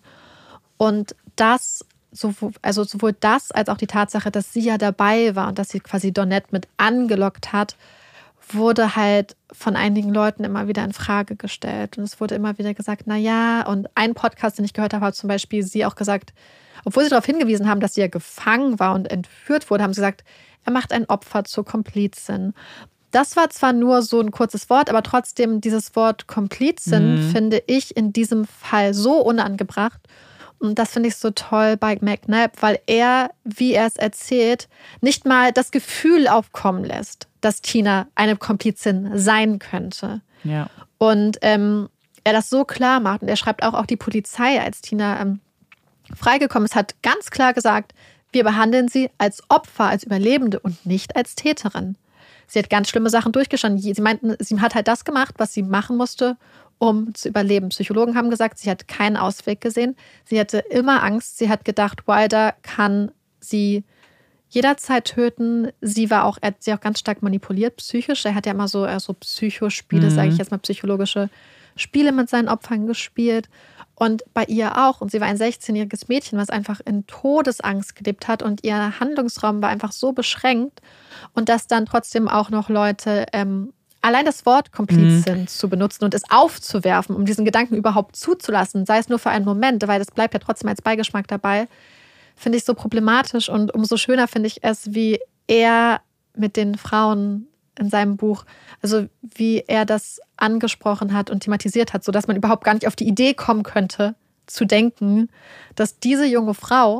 Und das, also sowohl das als auch die Tatsache, dass sie ja dabei war und dass sie quasi Donette mit angelockt hat, wurde halt von einigen Leuten immer wieder in Frage gestellt. Und es wurde immer wieder gesagt, na ja, und ein Podcast, den ich gehört habe, hat zum Beispiel sie auch gesagt, obwohl sie darauf hingewiesen haben, dass sie ja gefangen war und entführt wurde, haben sie gesagt, er macht ein Opfer zur Komplizin. Das war zwar nur so ein kurzes Wort, aber trotzdem dieses Wort Komplizin mhm. finde ich in diesem Fall so unangebracht. Und das finde ich so toll bei McNabb, weil er, wie er es erzählt, nicht mal das Gefühl aufkommen lässt, dass Tina eine Komplizin sein könnte. Ja. Und ähm, er das so klar macht. Und er schreibt auch, auch die Polizei, als Tina ähm, freigekommen ist, hat ganz klar gesagt, wir behandeln sie als Opfer, als Überlebende und nicht als Täterin. Sie hat ganz schlimme Sachen durchgestanden. Sie meinten, sie hat halt das gemacht, was sie machen musste, um zu überleben. Psychologen haben gesagt, sie hat keinen Ausweg gesehen. Sie hatte immer Angst. Sie hat gedacht, Wilder kann sie jederzeit töten. Sie war auch, er hat sie auch ganz stark manipuliert, psychisch. Er hat ja immer so, so Psychospiele, mhm. sage ich jetzt mal, psychologische Spiele mit seinen Opfern gespielt. Und bei ihr auch. Und sie war ein sechzehnjähriges Mädchen, was einfach in Todesangst gelebt hat. Und ihr Handlungsraum war einfach so beschränkt. Und dass dann trotzdem auch noch Leute ähm, allein das Wort Komplizin mhm. zu benutzen und es aufzuwerfen, um diesen Gedanken überhaupt zuzulassen, sei es nur für einen Moment, weil das bleibt ja trotzdem als Beigeschmack dabei, finde ich so problematisch. Und umso schöner finde ich es, wie er mit den Frauen in seinem Buch, also wie er das angesprochen hat und thematisiert hat, sodass man überhaupt gar nicht auf die Idee kommen könnte, zu denken, dass diese junge Frau,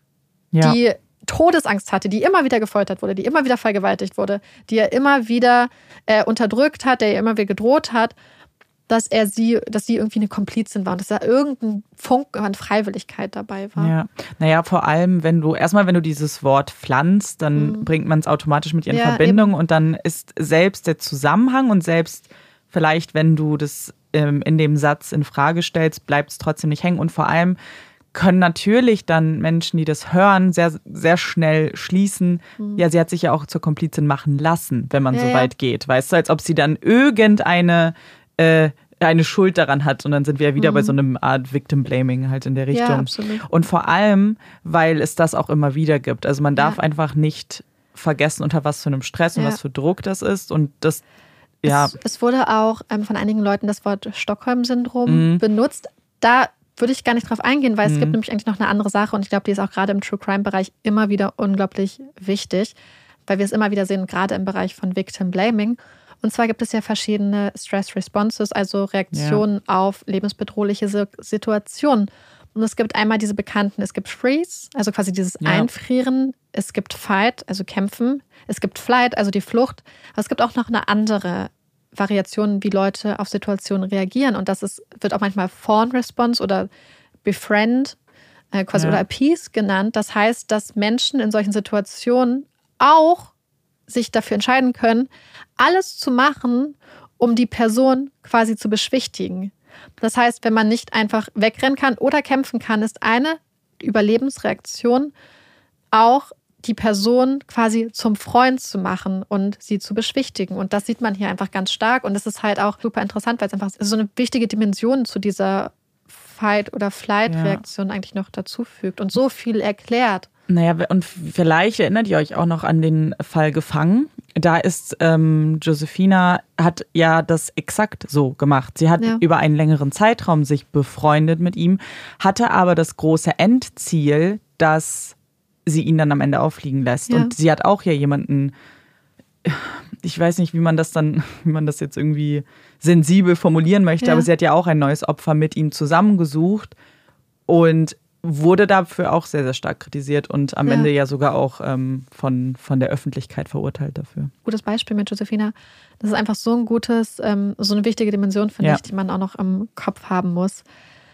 ja. die Todesangst hatte, die immer wieder gefoltert wurde, die immer wieder vergewaltigt wurde, die er immer wieder äh, unterdrückt hat, der ihr immer wieder gedroht hat, dass er sie, dass sie irgendwie eine Komplizin war und dass da irgendein Funken an Freiwilligkeit dabei war. Ja, naja, vor allem, wenn du, erstmal, wenn du dieses Wort pflanzt, dann mhm. bringt man es automatisch mit ihr in ja, Verbindung eben. Und dann ist selbst der Zusammenhang und selbst vielleicht, wenn du das ähm, in dem Satz in Frage stellst, bleibt es trotzdem nicht hängen. Und vor allem können natürlich dann Menschen, die das hören, sehr, sehr schnell schließen, mhm. ja, sie hat sich ja auch zur Komplizin machen lassen, wenn man ja, so weit ja. geht. Weißt du, als ob sie dann irgendeine äh, eine Schuld daran hat. Und dann sind wir ja wieder mhm. bei so einem Art Victim-Blaming halt in der Richtung. Ja, absolut. Und vor allem, weil es das auch immer wieder gibt. Also man darf ja. einfach nicht vergessen, unter was für einem Stress und ja. was für Druck das ist. Und das, ja. Es, es wurde auch ähm, von einigen Leuten das Wort Stockholm-Syndrom mhm. benutzt. Da würde ich gar nicht drauf eingehen, weil mhm. es gibt nämlich eigentlich noch eine andere Sache. Und ich glaube, die ist auch gerade im True-Crime-Bereich immer wieder unglaublich wichtig, weil wir es immer wieder sehen, gerade im Bereich von Victim-Blaming. Und zwar gibt es ja verschiedene Stress-Responses, also Reaktionen ja. auf lebensbedrohliche Situationen. Und es gibt einmal diese bekannten, es gibt Freeze, also quasi dieses ja. Einfrieren. Es gibt Fight, also Kämpfen. Es gibt Flight, also die Flucht. Aber es gibt auch noch eine andere Variation, wie Leute auf Situationen reagieren. Und das ist, wird auch manchmal Fawn-Response oder Befriend äh, quasi ja. oder Appease genannt. Das heißt, dass Menschen in solchen Situationen auch sich dafür entscheiden können, alles zu machen, um die Person quasi zu beschwichtigen. Das heißt, wenn man nicht einfach wegrennen kann oder kämpfen kann, ist eine Überlebensreaktion auch die Person quasi zum Freund zu machen und sie zu beschwichtigen. Und das sieht man hier einfach ganz stark. Und das ist halt auch super interessant, weil es einfach so eine wichtige Dimension zu dieser Fight- oder Flight-Reaktion ja. eigentlich noch dazu fügt und so viel erklärt. Naja, und vielleicht erinnert ihr euch auch noch an den Fall Gefangen. Da ist ähm, Josefina, hat ja das exakt so gemacht. Sie hat ja. über einen längeren Zeitraum sich befreundet mit ihm, hatte aber das große Endziel, dass sie ihn dann am Ende auffliegen lässt. Ja. Und sie hat auch ja jemanden ich weiß nicht, wie man das dann, wie man das jetzt irgendwie sensibel formulieren möchte, Ja. aber sie hat ja auch ein neues Opfer mit ihm zusammengesucht und wurde dafür auch sehr, sehr stark kritisiert und am Ja. Ende ja sogar auch ähm, von, von der Öffentlichkeit verurteilt dafür. Gutes Beispiel mit Josefina. Das ist einfach so ein gutes, ähm, so eine wichtige Dimension, finde Ja. ich, die man auch noch im Kopf haben muss.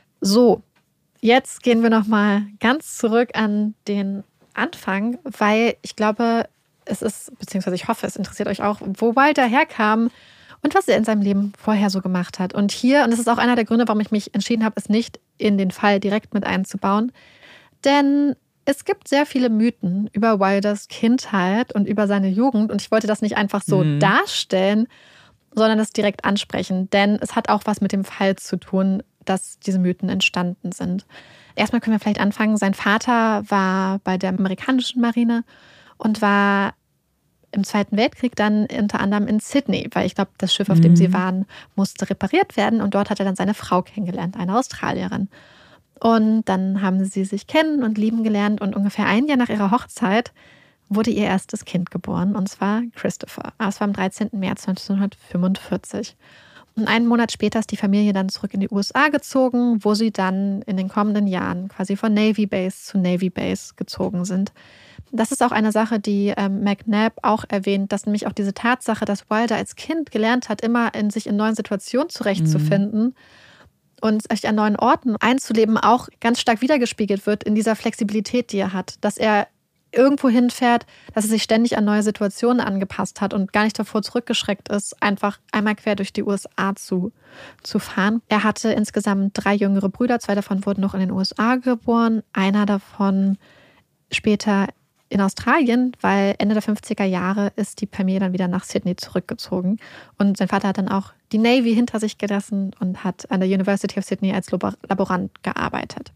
So, jetzt gehen wir nochmal ganz zurück an den Anfang, weil ich glaube, es ist, beziehungsweise ich hoffe, es interessiert euch auch, wo Wilder herkam und was er in seinem Leben vorher so gemacht hat. Und hier, und das ist auch einer der Gründe, warum ich mich entschieden habe, es nicht in den Fall direkt mit einzubauen, denn es gibt sehr viele Mythen über Wilders Kindheit und über seine Jugend und ich wollte das nicht einfach so Mhm. darstellen, sondern das direkt ansprechen, denn es hat auch was mit dem Fall zu tun, dass diese Mythen entstanden sind. Erstmal können wir vielleicht anfangen. Sein Vater war bei der amerikanischen Marine und war im Zweiten Weltkrieg dann unter anderem in Sydney, weil ich glaube, das Schiff, auf dem Mhm. sie waren, musste repariert werden und dort hat er dann seine Frau kennengelernt, eine Australierin. Und dann haben sie sich kennen und lieben gelernt und ungefähr ein Jahr nach ihrer Hochzeit wurde ihr erstes Kind geboren und zwar Christopher. Das war am dreizehnten März neunzehnhundertfünfundvierzig. Und einen Monat später ist die Familie dann zurück in die U S A gezogen, wo sie dann in den kommenden Jahren quasi von Navy Base zu Navy Base gezogen sind. Das ist auch eine Sache, die ähm, McNabb auch erwähnt, dass nämlich auch diese Tatsache, dass Wilder als Kind gelernt hat, immer in sich in neuen Situationen zurechtzufinden mhm. und sich an neuen Orten einzuleben, auch ganz stark wiedergespiegelt wird in dieser Flexibilität, die er hat. Dass er irgendwo hinfährt, dass er sich ständig an neue Situationen angepasst hat und gar nicht davor zurückgeschreckt ist, einfach einmal quer durch die U S A zu, zu fahren. Er hatte insgesamt drei jüngere Brüder, zwei davon wurden noch in den U S A geboren, einer davon später in Australien, weil Ende der fünfziger Jahre ist die Familie dann wieder nach Sydney zurückgezogen. Und sein Vater hat dann auch die Navy hinter sich gelassen und hat an der University of Sydney als Laborant gearbeitet.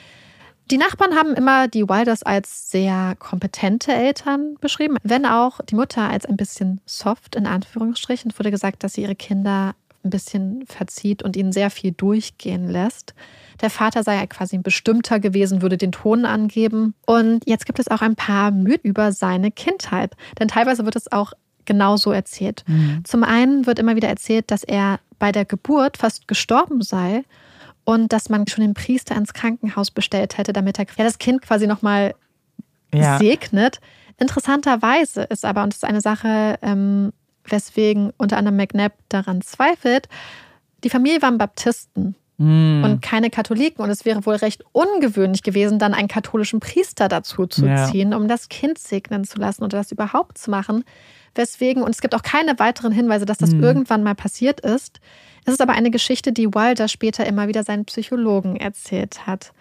Die Nachbarn haben immer die Wilders als sehr kompetente Eltern beschrieben, wenn auch die Mutter als ein bisschen soft, in Anführungsstrichen. Es wurde gesagt, dass sie ihre Kinder ein bisschen verzieht und ihnen sehr viel durchgehen lässt. Der Vater sei ja quasi ein Bestimmter gewesen, würde den Ton angeben. Und jetzt gibt es auch ein paar Mythen über seine Kindheit. Denn teilweise wird es auch genauso erzählt. Mhm. Zum einen wird immer wieder erzählt, dass er bei der Geburt fast gestorben sei und dass man schon den Priester ins Krankenhaus bestellt hätte, damit er ja, das Kind quasi nochmal ja. segnet. Interessanterweise ist aber, und das ist eine Sache, ähm, weswegen unter anderem McNabb daran zweifelt, die Familie waren Baptisten mm. und keine Katholiken. Und es wäre wohl recht ungewöhnlich gewesen, dann einen katholischen Priester dazu zu ja. ziehen, um das Kind segnen zu lassen oder das überhaupt zu machen. Weswegen, und es gibt auch keine weiteren Hinweise, dass das mm. irgendwann mal passiert ist. Es ist aber eine Geschichte, die Wilder später immer wieder seinen Psychologen erzählt hat.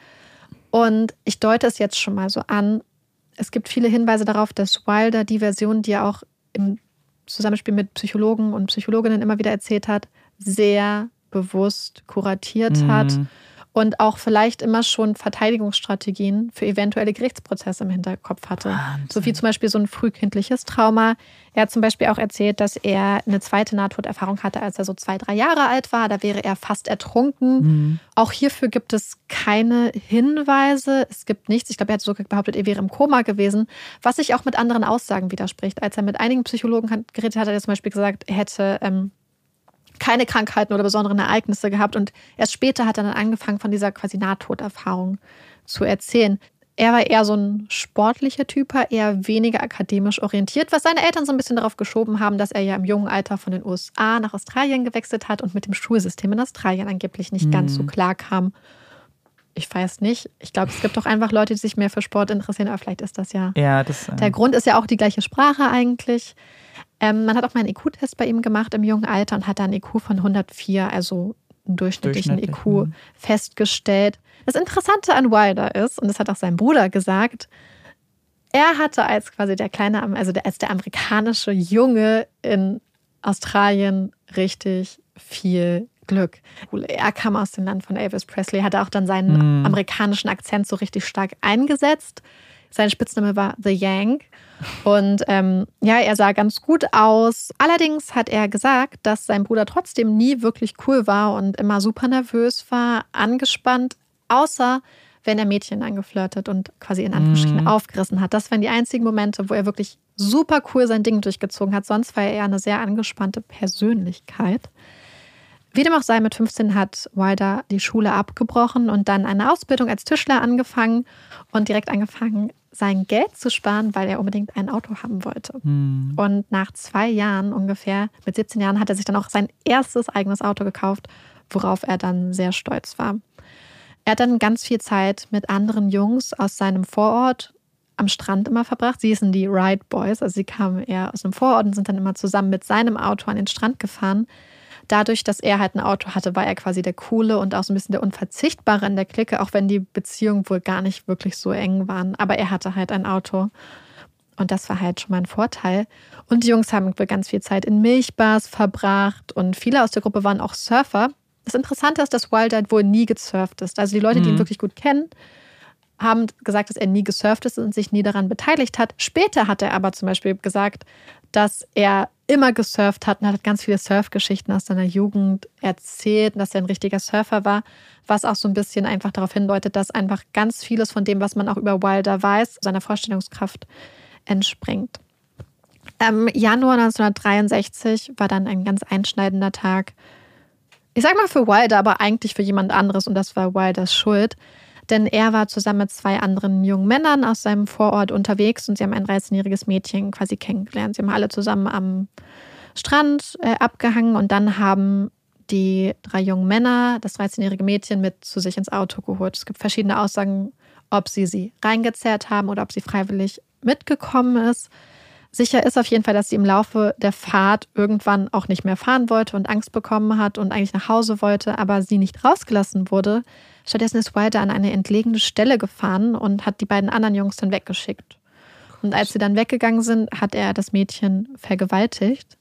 Und ich deute es jetzt schon mal so an. Es gibt viele Hinweise darauf, dass Wilder die Version, die er auch im Zusammenspiel mit Psychologen und Psychologinnen immer wieder erzählt hat, sehr bewusst kuratiert mhm. hat und auch vielleicht immer schon Verteidigungsstrategien für eventuelle Gerichtsprozesse im Hinterkopf hatte. Wahnsinn. So wie zum Beispiel so ein frühkindliches Trauma. Er hat zum Beispiel auch erzählt, dass er eine zweite Nahtoderfahrung hatte, als er so zwei, drei Jahre alt war. Da wäre er fast ertrunken. Mhm. Auch hierfür gibt es keine Hinweise. Es gibt nichts. Ich glaube, er hat sogar behauptet, er wäre im Koma gewesen, was sich auch mit anderen Aussagen widerspricht. Als er mit einigen Psychologen geredet hat, hat er zum Beispiel gesagt, er hätte ähm, keine Krankheiten oder besonderen Ereignisse gehabt. Und erst später hat er dann angefangen, von dieser quasi Nahtoderfahrung zu erzählen. Er war eher so ein sportlicher Typ, eher weniger akademisch orientiert, was seine Eltern so ein bisschen darauf geschoben haben, dass er ja im jungen Alter von den U S A nach Australien gewechselt hat und mit dem Schulsystem in Australien angeblich nicht mhm. ganz so klar kam. Ich weiß nicht. Ich glaube, es gibt doch einfach Leute, die sich mehr für Sport interessieren, aber vielleicht ist das ja... ja das, äh der Grund ist ja auch die gleiche Sprache eigentlich. Ähm, man hat auch mal einen I Q-Test bei ihm gemacht im jungen Alter und hat dann einen I Q von hundertvier, also einen durchschnittlichen Durchschnittlich. I Q, festgestellt. Das Interessante an Wilder ist, und das hat auch sein Bruder gesagt, er hatte als quasi der kleine, also der, als der amerikanische Junge in Australien richtig viel Glück. Er kam aus dem Land von Elvis Presley, hatte auch dann seinen mm. amerikanischen Akzent so richtig stark eingesetzt. Sein Spitzname war The Yank. Und ähm, ja, er sah ganz gut aus. Allerdings hat er gesagt, dass sein Bruder trotzdem nie wirklich cool war und immer super nervös war, angespannt, außer wenn er Mädchen angeflirtet und quasi in Anführungsstrichen mm. aufgerissen hat. Das waren die einzigen Momente, wo er wirklich super cool sein Ding durchgezogen hat. Sonst war er eher eine sehr angespannte Persönlichkeit. Wie dem auch sei, mit fünfzehn hat Wilder die Schule abgebrochen und dann eine Ausbildung als Tischler angefangen und direkt angefangen, sein Geld zu sparen, weil er unbedingt ein Auto haben wollte. Hm. Und nach zwei Jahren ungefähr, mit siebzehn Jahren, hat er sich dann auch sein erstes eigenes Auto gekauft, worauf er dann sehr stolz war. Er hat dann ganz viel Zeit mit anderen Jungs aus seinem Vorort am Strand immer verbracht. Sie hießen die Ride Boys, also sie kamen eher aus dem Vorort und sind dann immer zusammen mit seinem Auto an den Strand gefahren. Dadurch, dass er halt ein Auto hatte, war er quasi der Coole und auch so ein bisschen der Unverzichtbare in der Clique, auch wenn die Beziehungen wohl gar nicht wirklich so eng waren. Aber er hatte halt ein Auto und das war halt schon mal ein Vorteil. Und die Jungs haben ganz viel Zeit in Milchbars verbracht und viele aus der Gruppe waren auch Surfer. Das Interessante ist, dass Wilder wohl nie gesurft ist. Also die Leute, die ihn wirklich gut kennen, haben gesagt, dass er nie gesurft ist und sich nie daran beteiligt hat. Später hat er aber zum Beispiel gesagt, dass er immer gesurft hat und hat ganz viele Surfgeschichten aus seiner Jugend erzählt, dass er ein richtiger Surfer war, was auch so ein bisschen einfach darauf hindeutet, dass einfach ganz vieles von dem, was man auch über Wilder weiß, seiner Vorstellungskraft entspringt. Im Januar neunzehnhundertdreiundsechzig war dann ein ganz einschneidender Tag. Ich sag mal für Wilder, aber eigentlich für jemand anderes und das war Wilders Schuld. Denn er war zusammen mit zwei anderen jungen Männern aus seinem Vorort unterwegs und sie haben ein dreizehnjähriges Mädchen quasi kennengelernt. Sie haben alle zusammen am Strand äh, abgehangen und dann haben die drei jungen Männer das dreizehnjährige Mädchen mit zu sich ins Auto geholt. Es gibt verschiedene Aussagen, ob sie sie reingezerrt haben oder ob sie freiwillig mitgekommen ist. Sicher ist auf jeden Fall, dass sie im Laufe der Fahrt irgendwann auch nicht mehr fahren wollte und Angst bekommen hat und eigentlich nach Hause wollte, aber sie nicht rausgelassen wurde. Stattdessen ist Wilder an eine entlegene Stelle gefahren und hat die beiden anderen Jungs dann weggeschickt. Und als sie dann weggegangen sind, hat er das Mädchen vergewaltigt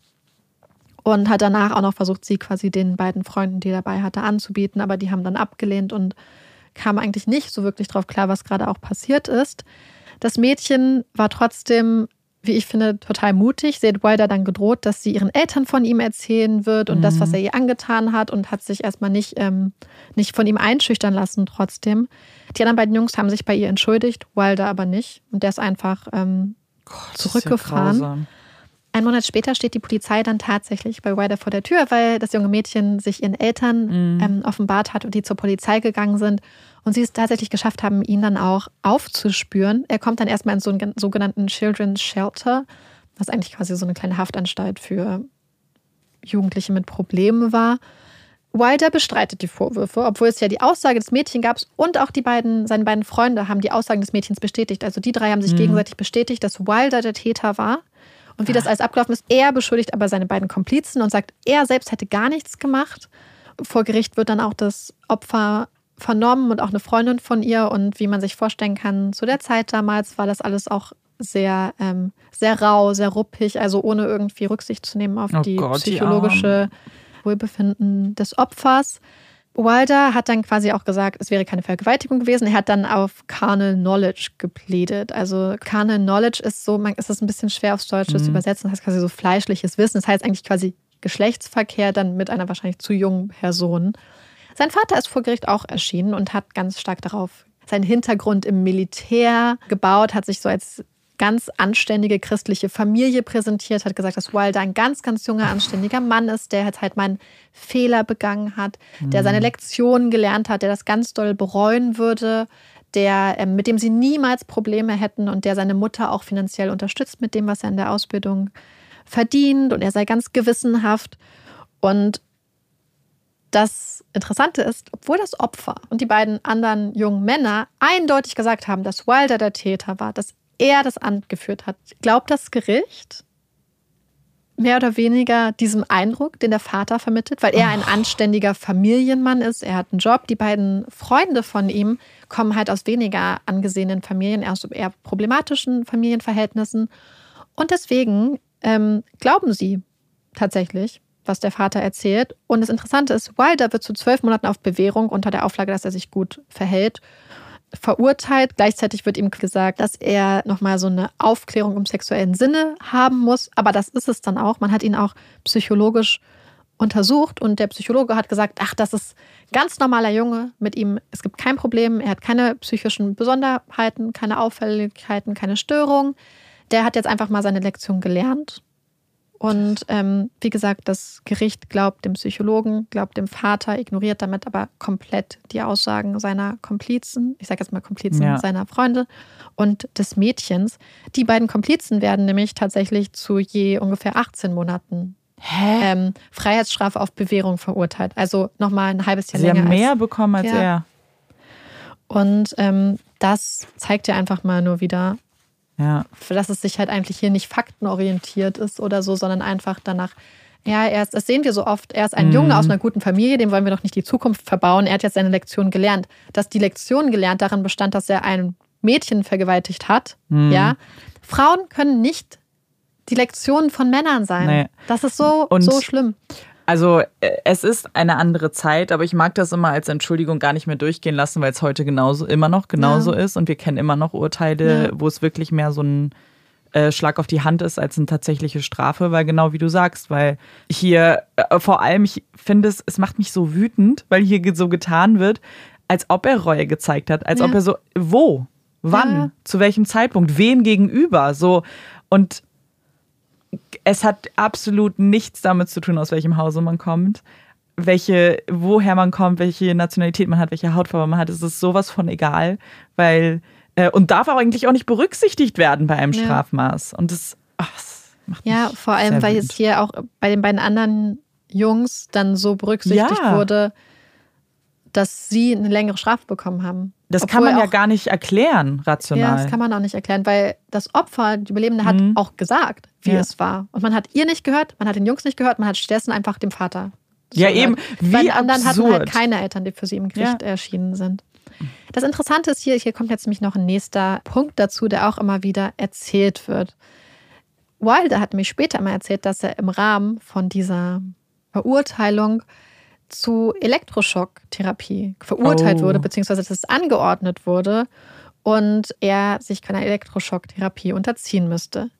und hat danach auch noch versucht, sie quasi den beiden Freunden, die er dabei hatte, anzubieten, aber die haben dann abgelehnt und kamen eigentlich nicht so wirklich drauf klar, was gerade auch passiert ist. Das Mädchen war trotzdem, wie ich finde, total mutig. Sie hat Wilder dann gedroht, dass sie ihren Eltern von ihm erzählen wird und mhm. das, was er ihr angetan hat und hat sich erstmal nicht, ähm, nicht von ihm einschüchtern lassen trotzdem. Die anderen beiden Jungs haben sich bei ihr entschuldigt, Wilder aber nicht. Und der ist einfach ähm, Gott, zurückgefahren. Ist ja grausam. Ein Monat später steht die Polizei dann tatsächlich bei Wilder vor der Tür, weil das junge Mädchen sich ihren Eltern mhm. ähm, offenbart hat und die zur Polizei gegangen sind. Und sie es tatsächlich geschafft haben, ihn dann auch aufzuspüren. Er kommt dann erstmal in so einen sogenannten Children's Shelter, was eigentlich quasi so eine kleine Haftanstalt für Jugendliche mit Problemen war. Wilder bestreitet die Vorwürfe, obwohl es ja die Aussage des Mädchens gab und auch die beiden, seine beiden Freunde haben die Aussagen des Mädchens bestätigt. Also die drei haben sich mhm. gegenseitig bestätigt, dass Wilder der Täter war. Und wie das alles abgelaufen ist, er beschuldigt aber seine beiden Komplizen und sagt, er selbst hätte gar nichts gemacht. Vor Gericht wird dann auch das Opfer vernommen und auch eine Freundin von ihr. Und wie man sich vorstellen kann, zu der Zeit damals war das alles auch sehr, ähm, sehr rau, sehr ruppig, also ohne irgendwie Rücksicht zu nehmen auf oh die Gott, psychologische die Wohlbefinden des Opfers. Wilder hat dann quasi auch gesagt, es wäre keine Vergewaltigung gewesen. Er hat dann auf Carnal Knowledge geplädet. Also Carnal Knowledge ist so, man ist das ein bisschen schwer aufs Deutsche mhm. zu übersetzen. Das heißt quasi so fleischliches Wissen. Das heißt eigentlich quasi Geschlechtsverkehr dann mit einer wahrscheinlich zu jungen Person. Sein Vater ist vor Gericht auch erschienen und hat ganz stark darauf seinen Hintergrund im Militär gebaut, hat sich so als ganz anständige christliche Familie präsentiert, hat gesagt, dass Wilder ein ganz, ganz junger, anständiger Mann ist, der jetzt halt mal einen Fehler begangen hat, der seine Lektionen gelernt hat, der das ganz doll bereuen würde, der, äh, mit dem sie niemals Probleme hätten und der seine Mutter auch finanziell unterstützt mit dem, was er in der Ausbildung verdient und er sei ganz gewissenhaft. Und das Interessante ist, obwohl das Opfer und die beiden anderen jungen Männer eindeutig gesagt haben, dass Wilder der Täter war, dass er das Amt geführt hat, glaubt das Gericht mehr oder weniger diesem Eindruck, den der Vater vermittelt, weil er ein anständiger Familienmann ist, er hat einen Job. Die beiden Freunde von ihm kommen halt aus weniger angesehenen Familien, aus eher problematischen Familienverhältnissen. Und deswegen ähm, glauben sie tatsächlich, was der Vater erzählt. Und das Interessante ist, Wilder wird zu zwölf Monaten auf Bewährung unter der Auflage, dass er sich gut verhält, verurteilt. Gleichzeitig wird ihm gesagt, dass er nochmal so eine Aufklärung im sexuellen Sinne haben muss. Aber das ist es dann auch. Man hat ihn auch psychologisch untersucht und der Psychologe hat gesagt, ach, das ist ein ganz normaler Junge, mit ihm, es gibt kein Problem, er hat keine psychischen Besonderheiten, keine Auffälligkeiten, keine Störung. Der hat jetzt einfach mal seine Lektion gelernt. Und ähm, wie gesagt, das Gericht glaubt dem Psychologen, glaubt dem Vater, ignoriert damit aber komplett die Aussagen seiner Komplizen, ich sage jetzt mal Komplizen, ja. seiner Freunde und des Mädchens. Die beiden Komplizen werden nämlich tatsächlich zu je ungefähr achtzehn Monaten ähm, Freiheitsstrafe auf Bewährung verurteilt. Also nochmal ein halbes Jahr Sie länger. Sie haben mehr als, bekommen als ja. er. Und ähm, das zeigt ja einfach mal nur wieder, ja. dass es sich halt eigentlich hier nicht faktenorientiert ist oder so, sondern einfach danach, ja, er ist, das sehen wir so oft, er ist ein mhm. Junge aus einer guten Familie, dem wollen wir doch nicht die Zukunft verbauen, er hat jetzt seine Lektion gelernt. Dass die Lektion gelernt darin bestand, dass er ein Mädchen vergewaltigt hat, mhm. ja. Frauen können nicht die Lektionen von Männern sein. Nee. Das ist so, Und so schlimm. Also es ist eine andere Zeit, aber ich mag das immer als Entschuldigung gar nicht mehr durchgehen lassen, weil es heute genauso immer noch genauso ja. ist und wir kennen immer noch Urteile, ja. wo es wirklich mehr so ein äh, Schlag auf die Hand ist als eine tatsächliche Strafe, weil genau wie du sagst, weil hier äh, vor allem, ich finde es, es macht mich so wütend, weil hier so getan wird, als ob er Reue gezeigt hat, als ja. ob er so, wo, wann, ja. zu welchem Zeitpunkt, wem gegenüber, so und es hat absolut nichts damit zu tun, aus welchem Hause man kommt, welche, woher man kommt, welche Nationalität man hat, welche Hautfarbe man hat. Es ist sowas von egal, weil äh, und darf auch eigentlich auch nicht berücksichtigt werden bei einem ja. Strafmaß. Und das, ach, das macht mich ja, vor allem, weil es hier auch bei den beiden anderen Jungs dann so berücksichtigt ja. wurde, dass sie eine längere Strafe bekommen haben. Das Obwohl kann man ja gar nicht erklären, rational. Ja, das kann man auch nicht erklären, weil das Opfer, die Überlebende, hat mhm. auch gesagt, wie ja. es war. Und man hat ihr nicht gehört, man hat den Jungs nicht gehört, man hat stattdessen einfach dem Vater Ja, zugehört. eben, wie Bei den anderen absurd. hatten halt keine Eltern, die für sie im Gericht ja. erschienen sind. Das Interessante ist hier, hier kommt jetzt nämlich noch ein nächster Punkt dazu, der auch immer wieder erzählt wird. Wilder hat mich später immer erzählt, dass er im Rahmen von dieser Verurteilung zu Elektroschocktherapie verurteilt oh. wurde, beziehungsweise dass es angeordnet wurde und er sich keiner Elektroschocktherapie unterziehen müsste.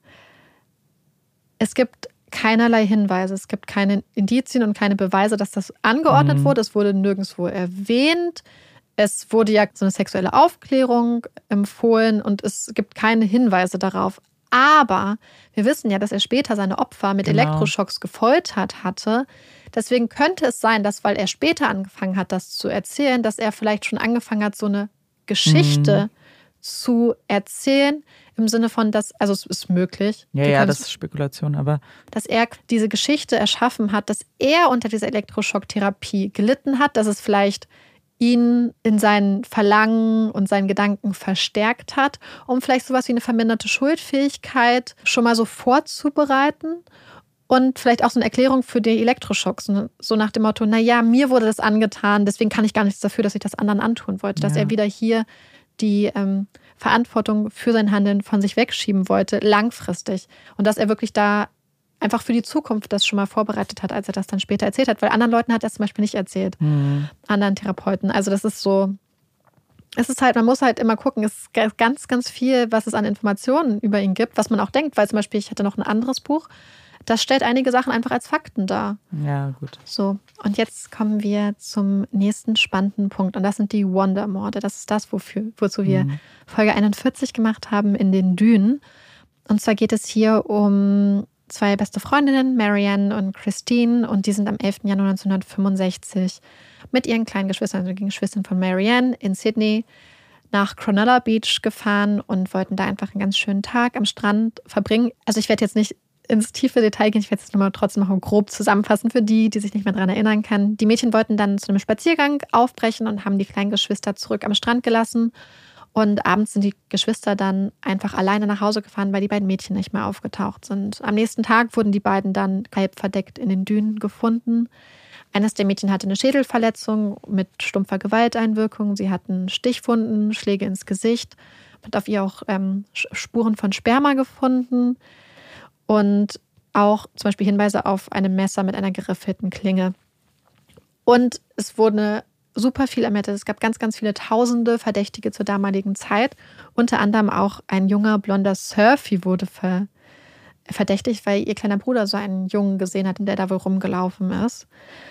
Es gibt keinerlei Hinweise, es gibt keine Indizien und keine Beweise, dass das angeordnet mhm. wurde. Es wurde nirgendwo erwähnt. Es wurde ja so eine sexuelle Aufklärung empfohlen und es gibt keine Hinweise darauf. Aber wir wissen ja, dass er später seine Opfer mit genau. Elektroschocks gefoltert hatte. Deswegen könnte es sein, dass, weil er später angefangen hat, das zu erzählen, dass er vielleicht schon angefangen hat, so eine Geschichte mhm. zu erzählen. Im Sinne von, dass, also es ist möglich. Ja, ja, das ist Spekulation, aber. Dass er diese Geschichte erschaffen hat, dass er unter dieser Elektroschocktherapie gelitten hat, dass es vielleicht ihn in seinen Verlangen und seinen Gedanken verstärkt hat, um vielleicht sowas wie eine verminderte Schuldfähigkeit schon mal so vorzubereiten. Und vielleicht auch so eine Erklärung für die Elektroschocks. So nach dem Motto, naja, mir wurde das angetan, deswegen kann ich gar nichts dafür, dass ich das anderen antun wollte. Ja. Dass er wieder hier die ähm, Verantwortung für sein Handeln von sich wegschieben wollte, langfristig. Und dass er wirklich da einfach für die Zukunft das schon mal vorbereitet hat, als er das dann später erzählt hat. Weil anderen Leuten hat er es zum Beispiel nicht erzählt. Mhm. Anderen Therapeuten. Also das ist so, es ist halt, man muss halt immer gucken, es ist ganz, ganz viel, was es an Informationen über ihn gibt, was man auch denkt. Weil zum Beispiel, ich hatte noch ein anderes Buch, das stellt einige Sachen einfach als Fakten dar. Ja, gut. So, und jetzt kommen wir zum nächsten spannenden Punkt. Und das sind die Wonder-Morde. Das ist das, wofür, wozu wir mhm. Folge einundvierzig gemacht haben in den Dünen. Und zwar geht es hier um zwei beste Freundinnen, Marianne und Christine. Und die sind am elften Januar neunzehnhundertfünfundsechzig mit ihren kleinen Geschwistern, also den Geschwistern von Marianne in Sydney, nach Cronulla Beach gefahren und wollten da einfach einen ganz schönen Tag am Strand verbringen. Also ich werde jetzt nicht ins tiefe Detail gehen. Ich werde es nochmal trotzdem noch grob zusammenfassen für die, die sich nicht mehr daran erinnern kann. Die Mädchen wollten dann zu einem Spaziergang aufbrechen und haben die kleinen Geschwister zurück am Strand gelassen. Und abends sind die Geschwister dann einfach alleine nach Hause gefahren, weil die beiden Mädchen nicht mehr aufgetaucht sind. Am nächsten Tag wurden die beiden dann halb verdeckt in den Dünen gefunden. Eines der Mädchen hatte eine Schädelverletzung mit stumpfer Gewalteinwirkung. Sie hatten Stichwunden, Schläge ins Gesicht. Man hat auf ihr auch ähm, Spuren von Sperma gefunden. Und auch zum Beispiel Hinweise auf einem Messer mit einer geriffelten Klinge. Und es wurde super viel ermittelt. Es gab ganz, ganz viele tausende Verdächtige zur damaligen Zeit. Unter anderem auch ein junger, blonder Surfy wurde ver, verdächtig, weil ihr kleiner Bruder so einen Jungen gesehen hat, der da wohl rumgelaufen ist.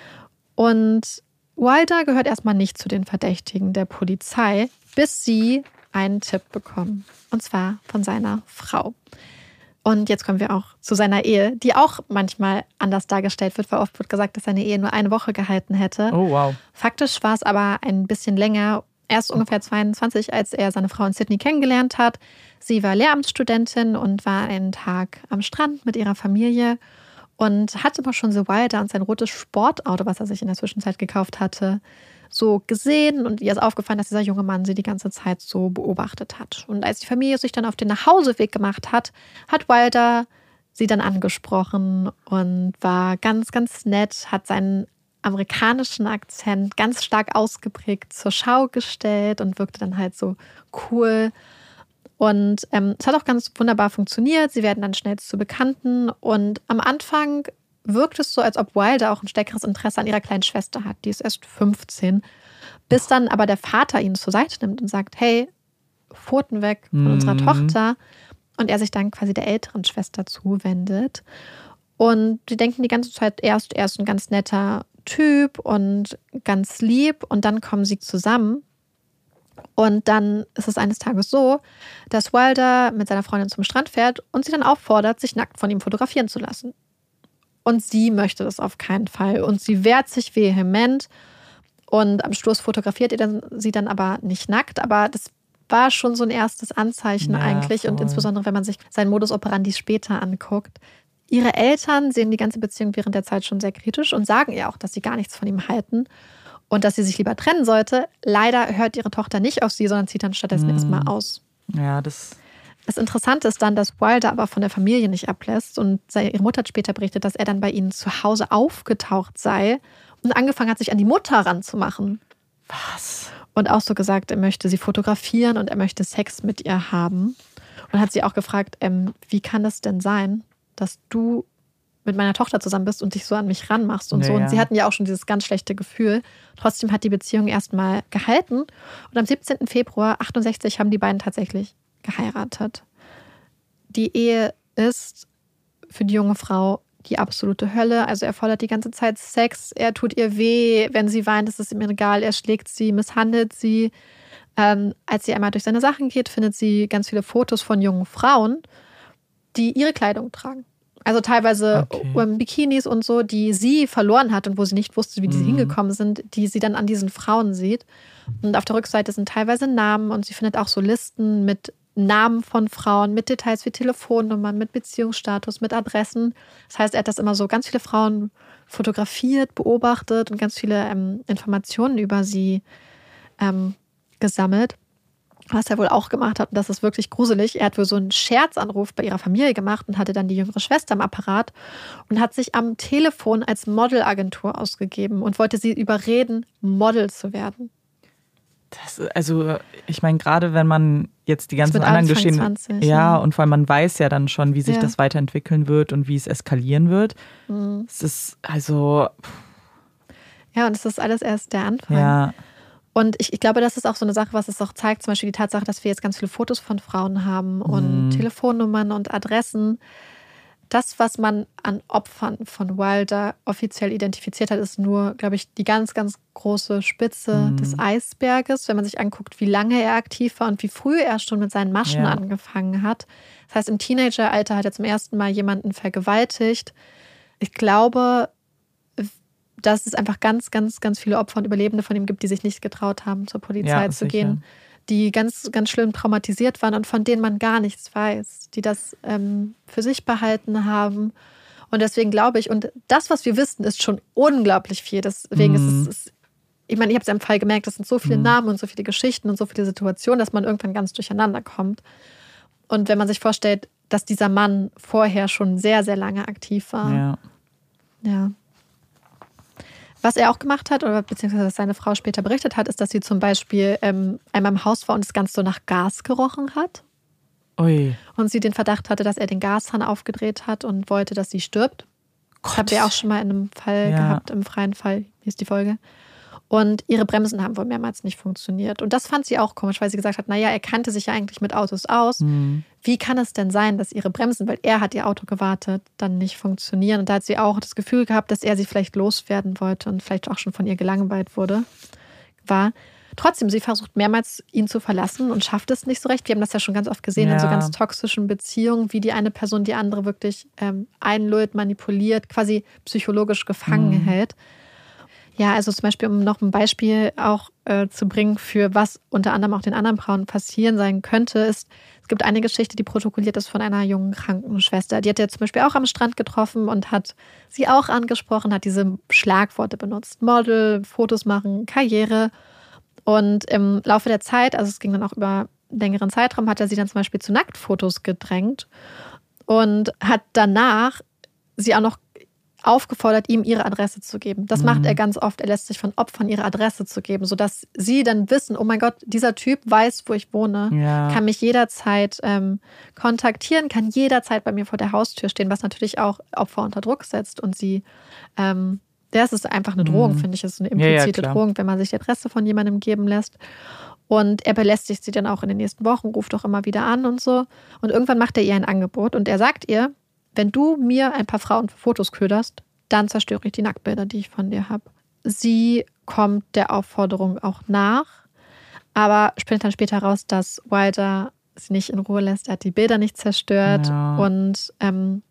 Und Wilder gehört erstmal nicht zu den Verdächtigen der Polizei, bis sie einen Tipp bekommen. Und zwar von seiner Frau. Und jetzt kommen wir auch zu seiner Ehe, die auch manchmal anders dargestellt wird, weil oft wird gesagt, dass seine Ehe nur eine Woche gehalten hätte. Oh, wow. Faktisch war es aber ein bisschen länger. Er ist ungefähr zweiundzwanzig, als er seine Frau in Sydney kennengelernt hat. Sie war Lehramtsstudentin und war einen Tag am Strand mit ihrer Familie und hatte aber schon so Wilder und sein rotes Sportauto, was er sich in der Zwischenzeit gekauft hatte, so gesehen. Und ihr ist aufgefallen, dass dieser junge Mann sie die ganze Zeit so beobachtet hat. Und als die Familie sich dann auf den Nachhauseweg gemacht hat, hat Wilder sie dann angesprochen und war ganz, ganz nett, hat seinen amerikanischen Akzent ganz stark ausgeprägt zur Schau gestellt und wirkte dann halt so cool. Und ähm, es hat auch ganz wunderbar funktioniert. Sie werden dann schnell zu Bekannten. Und am Anfang wirkt es so, als ob Wilder auch ein stärkeres Interesse an ihrer kleinen Schwester hat. Die ist erst fünfzehn. Bis dann aber der Vater ihn zur Seite nimmt und sagt, hey, Pfoten weg von mhm. unserer Tochter. Und er sich dann quasi der älteren Schwester zuwendet. Und die denken die ganze Zeit erst, er ist ein ganz netter Typ und ganz lieb. Und dann kommen sie zusammen. Und dann ist es eines Tages so, dass Wilder mit seiner Freundin zum Strand fährt und sie dann auffordert, sich nackt von ihm fotografieren zu lassen. Und sie möchte das auf keinen Fall. Und sie wehrt sich vehement. Und am Schluss fotografiert ihr dann, sie dann aber nicht nackt. Aber das war schon so ein erstes Anzeichen ja, eigentlich. Voll. Und insbesondere, wenn man sich seinen Modus operandi später anguckt. Ihre Eltern sehen die ganze Beziehung während der Zeit schon sehr kritisch und sagen ihr auch, dass sie gar nichts von ihm halten. Und dass sie sich lieber trennen sollte. Leider hört ihre Tochter nicht auf sie, sondern zieht dann stattdessen mm. erstmal aus. Ja, das... Das Interessante ist dann, dass Wilder aber von der Familie nicht ablässt. Und ihre Mutter hat später berichtet, dass er dann bei ihnen zu Hause aufgetaucht sei und angefangen hat, sich an die Mutter ranzumachen. Was? Und auch so gesagt, er möchte sie fotografieren und er möchte Sex mit ihr haben. Und hat sie auch gefragt, ähm, wie kann das denn sein, dass du mit meiner Tochter zusammen bist und dich so an mich ranmachst und ja, so. Und sie hatten ja auch schon dieses ganz schlechte Gefühl. Trotzdem hat die Beziehung erstmal gehalten. Und am siebzehnten Februar achtundsechzig haben die beiden tatsächlich geheiratet. Die Ehe ist für die junge Frau die absolute Hölle. Also er fordert die ganze Zeit Sex. Er tut ihr weh. Wenn sie weint, ist es ihm egal. Er schlägt sie, misshandelt sie. Ähm, als sie einmal durch seine Sachen geht, findet sie ganz viele Fotos von jungen Frauen, die ihre Kleidung tragen. Also teilweise okay. Bikinis und so, die sie verloren hat und wo sie nicht wusste, wie die mhm. hingekommen sind, die sie dann an diesen Frauen sieht. Und auf der Rückseite sind teilweise Namen und sie findet auch so Listen mit Namen von Frauen, mit Details wie Telefonnummern, mit Beziehungsstatus, mit Adressen. Das heißt, er hat das immer so ganz viele Frauen fotografiert, beobachtet und ganz viele ähm, Informationen über sie ähm, gesammelt. Was er wohl auch gemacht hat, und das ist wirklich gruselig, er hat wohl so einen Scherzanruf bei ihrer Familie gemacht und hatte dann die jüngere Schwester im Apparat und hat sich am Telefon als Modelagentur ausgegeben und wollte sie überreden, Model zu werden. Das, also ich meine, gerade wenn man jetzt die ganzen anderen Geschehen... Ja, ja, und vor allem man weiß ja dann schon, wie sich ja. das weiterentwickeln wird und wie es eskalieren wird. Mhm. Es ist also... Ja, und es ist alles erst der Anfang. Ja. Und ich, ich glaube, das ist auch so eine Sache, was es auch zeigt, zum Beispiel die Tatsache, dass wir jetzt ganz viele Fotos von Frauen haben und mhm. Telefonnummern und Adressen. Das, was man an Opfern von Wilder offiziell identifiziert hat, ist nur, glaube ich, die ganz, ganz große Spitze mhm. des Eisberges, wenn man sich anguckt, wie lange er aktiv war und wie früh er schon mit seinen Maschen ja. angefangen hat. Das heißt, im Teenageralter hat er zum ersten Mal jemanden vergewaltigt. Ich glaube, dass es einfach ganz, ganz, ganz viele Opfer und Überlebende von ihm gibt, die sich nicht getraut haben, zur Polizei ja, zu sicher. gehen, die ganz, ganz schlimm traumatisiert waren und von denen man gar nichts weiß, die das ähm, für sich behalten haben. Und deswegen glaube ich, und das, was wir wissen, ist schon unglaublich viel. Deswegen mhm. ist es, ist, ich meine, ich habe es ja im Fall gemerkt, das sind so viele mhm. Namen und so viele Geschichten und so viele Situationen, dass man irgendwann ganz durcheinander kommt. Und wenn man sich vorstellt, dass dieser Mann vorher schon sehr, sehr lange aktiv war. Ja. Ja. Was er auch gemacht hat, oder beziehungsweise was seine Frau später berichtet hat, ist, dass sie zum Beispiel ähm, einmal im Haus war und es ganz so nach Gas gerochen hat. Ui. Und sie den Verdacht hatte, dass er den Gashahn aufgedreht hat und wollte, dass sie stirbt. Gott. Das habt ihr auch schon mal in einem Fall ja. gehabt, im freien Fall, hier ist die Folge. Und ihre Bremsen haben wohl mehrmals nicht funktioniert. Und das fand sie auch komisch, weil sie gesagt hat, naja, er kannte sich ja eigentlich mit Autos aus. Mhm. Wie kann es denn sein, dass ihre Bremsen, weil er hat ihr Auto gewartet, dann nicht funktionieren? Und da hat sie auch das Gefühl gehabt, dass er sie vielleicht loswerden wollte und vielleicht auch schon von ihr gelangweilt wurde, war. Trotzdem, sie versucht mehrmals, ihn zu verlassen und schafft es nicht so recht. Wir haben das ja schon ganz oft gesehen ja. in so ganz toxischen Beziehungen, wie die eine Person die andere wirklich ähm, einlullt, manipuliert, quasi psychologisch gefangen mhm. hält. Ja, also zum Beispiel, um noch ein Beispiel auch äh, zu bringen, für was unter anderem auch den anderen Frauen passieren sein könnte, ist, es gibt eine Geschichte, die protokolliert ist von einer jungen Krankenschwester. Die hat er zum Beispiel auch am Strand getroffen und hat sie auch angesprochen, hat diese Schlagworte benutzt. Model, Fotos machen, Karriere. Und im Laufe der Zeit, also es ging dann auch über einen längeren Zeitraum, hat er sie dann zum Beispiel zu Nacktfotos gedrängt und hat danach sie auch noch aufgefordert, ihm ihre Adresse zu geben. Das mhm. macht er ganz oft. Er lässt sich von Opfern ihre Adresse zu geben, sodass sie dann wissen, oh mein Gott, dieser Typ weiß, wo ich wohne, ja. kann mich jederzeit ähm, kontaktieren, kann jederzeit bei mir vor der Haustür stehen, was natürlich auch Opfer unter Druck setzt und sie, ähm, das ist einfach eine Drohung, mhm. finde ich. Das ist eine implizite ja, ja, Drohung, wenn man sich die Adresse von jemandem geben lässt. Und er belästigt sie dann auch in den nächsten Wochen, ruft auch immer wieder an und so. Und irgendwann macht er ihr ein Angebot und er sagt ihr, wenn du mir ein paar Frauen für Fotos köderst, dann zerstöre ich die Nacktbilder, die ich von dir habe. Sie kommt der Aufforderung auch nach, aber spinnt dann später raus, dass Wilder sie nicht in Ruhe lässt. Er hat die Bilder nicht zerstört ja. und ähm,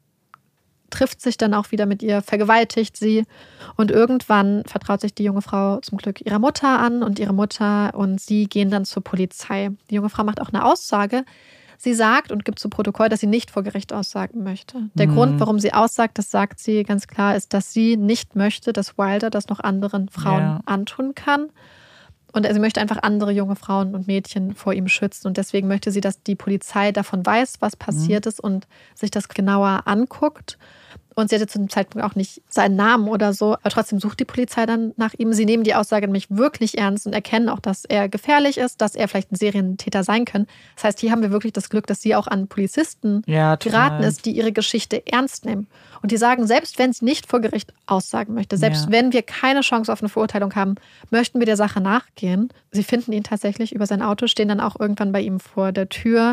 trifft sich dann auch wieder mit ihr, vergewaltigt sie. Und irgendwann vertraut sich die junge Frau zum Glück ihrer Mutter an und ihre Mutter und sie gehen dann zur Polizei. Die junge Frau macht auch eine Aussage. Sie sagt und gibt zu Protokoll, dass sie nicht vor Gericht aussagen möchte. Der mhm. Grund, warum sie aussagt, das sagt sie ganz klar, ist, dass sie nicht möchte, dass Wilder das noch anderen Frauen ja. antun kann. Und sie möchte einfach andere junge Frauen und Mädchen vor ihm schützen. Und deswegen möchte sie, dass die Polizei davon weiß, was passiert mhm. ist und sich das genauer anguckt. Und sie hatte zu dem Zeitpunkt auch nicht seinen Namen oder so. Aber trotzdem sucht die Polizei dann nach ihm. Sie nehmen die Aussage nämlich wirklich ernst und erkennen auch, dass er gefährlich ist, dass er vielleicht ein Serientäter sein kann. Das heißt, hier haben wir wirklich das Glück, dass sie auch an Polizisten ja, geraten ist, die ihre Geschichte ernst nehmen. Und die sagen, selbst wenn sie nicht vor Gericht aussagen möchte, selbst ja. wenn wir keine Chance auf eine Verurteilung haben, möchten wir der Sache nachgehen. Sie finden ihn tatsächlich über sein Auto, stehen dann auch irgendwann bei ihm vor der Tür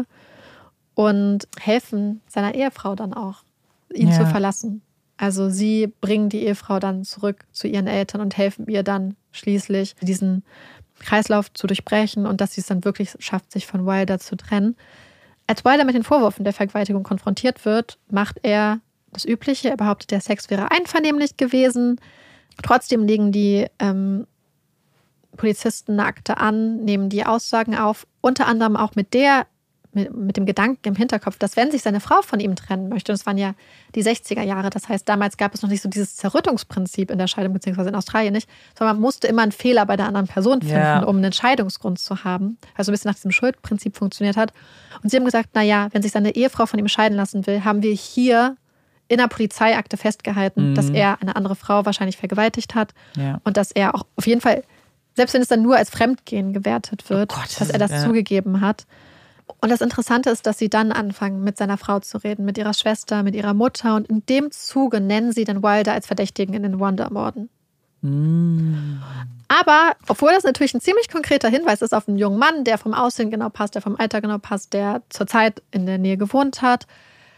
und helfen seiner Ehefrau dann auch, ihn ja. zu verlassen. Also sie bringen die Ehefrau dann zurück zu ihren Eltern und helfen ihr dann schließlich, diesen Kreislauf zu durchbrechen und dass sie es dann wirklich schafft, sich von Wilder zu trennen. Als Wilder mit den Vorwürfen der Vergewaltigung konfrontiert wird, macht er das Übliche. Er behauptet, der Sex wäre einvernehmlich gewesen. Trotzdem legen die ähm, Polizisten eine Akte an, nehmen die Aussagen auf, unter anderem auch mit der Mit, mit dem Gedanken im Hinterkopf, dass wenn sich seine Frau von ihm trennen möchte, das waren ja die sechziger Jahre, das heißt, damals gab es noch nicht so dieses Zerrüttungsprinzip in der Scheidung, beziehungsweise in Australien nicht, sondern man musste immer einen Fehler bei der anderen Person finden, yeah. um einen Scheidungsgrund zu haben. Also ein bisschen nach diesem Schuldprinzip funktioniert hat. Und sie haben gesagt, naja, wenn sich seine Ehefrau von ihm scheiden lassen will, haben wir hier in der Polizeiakte festgehalten, mhm. dass er eine andere Frau wahrscheinlich vergewaltigt hat yeah. und dass er auch auf jeden Fall, selbst wenn es dann nur als Fremdgehen gewertet wird, oh Gott, dass er das ja. zugegeben hat. Und das Interessante ist, dass sie dann anfangen, mit seiner Frau zu reden, mit ihrer Schwester, mit ihrer Mutter. Und in dem Zuge nennen sie dann Wilder als Verdächtigen in den Rwanda-Morden. Mm. Aber, obwohl das natürlich ein ziemlich konkreter Hinweis ist auf einen jungen Mann, der vom Aussehen genau passt, der vom Alter genau passt, der zur Zeit in der Nähe gewohnt hat,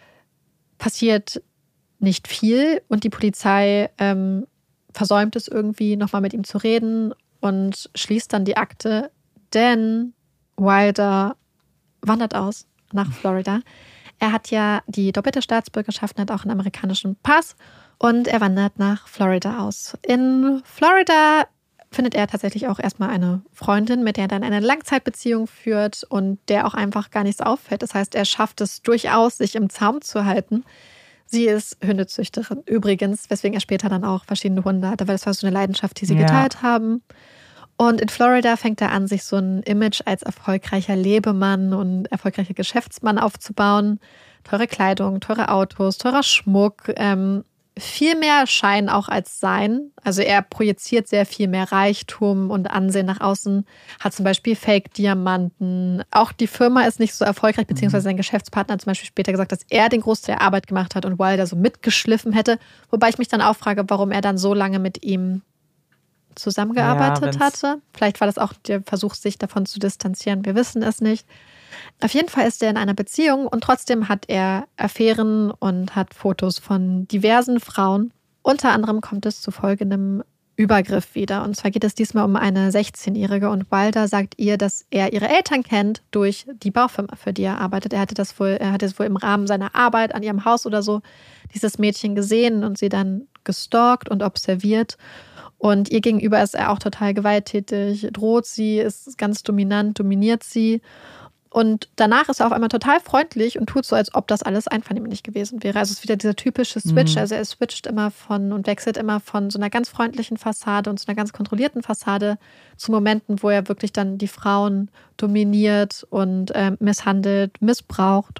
passiert nicht viel. Und die Polizei ähm, versäumt es irgendwie, nochmal mit ihm zu reden und schließt dann die Akte, denn Wilder wandert aus nach Florida. Er hat ja die doppelte Staatsbürgerschaft und hat auch einen amerikanischen Pass und er wandert nach Florida aus. In Florida findet er tatsächlich auch erstmal eine Freundin, mit der er dann eine Langzeitbeziehung führt und der auch einfach gar nichts auffällt. Das heißt, er schafft es durchaus, sich im Zaum zu halten. Sie ist Hundezüchterin übrigens, weswegen er später dann auch verschiedene Hunde hatte, weil das war so eine Leidenschaft, die sie ja. geteilt haben. Und in Florida fängt er an, sich so ein Image als erfolgreicher Lebemann und erfolgreicher Geschäftsmann aufzubauen. Teure Kleidung, teure Autos, teurer Schmuck, ähm, viel mehr Schein auch als Sein. Also er projiziert sehr viel mehr Reichtum und Ansehen nach außen, hat zum Beispiel Fake-Diamanten. Auch die Firma ist nicht so erfolgreich, beziehungsweise sein Geschäftspartner hat zum Beispiel später gesagt, dass er den Großteil der Arbeit gemacht hat und Wilder so mitgeschliffen hätte. Wobei ich mich dann auch frage, warum er dann so lange mit ihm zusammengearbeitet Ja, wenn's- hatte. Vielleicht war das auch der Versuch, sich davon zu distanzieren. Wir wissen es nicht. Auf jeden Fall ist er in einer Beziehung und trotzdem hat er Affären und hat Fotos von diversen Frauen. Unter anderem kommt es zu folgendem Übergriff wieder. Und zwar geht es diesmal um eine sechzehnjährige und Wilder sagt ihr, dass er ihre Eltern kennt durch die Baufirma, für die er arbeitet. Er hatte das wohl, er hatte es wohl im Rahmen seiner Arbeit an ihrem Haus oder so dieses Mädchen gesehen und sie dann gestalkt und observiert. Und ihr gegenüber ist er auch total gewalttätig, droht sie, ist ganz dominant, dominiert sie. Und danach ist er auf einmal total freundlich und tut so, als ob das alles einvernehmlich gewesen wäre. Also es ist wieder dieser typische Switch. Mhm. Also er switcht immer von und wechselt immer von so einer ganz freundlichen Fassade und so einer ganz kontrollierten Fassade zu Momenten, wo er wirklich dann die Frauen dominiert und äh, misshandelt, missbraucht.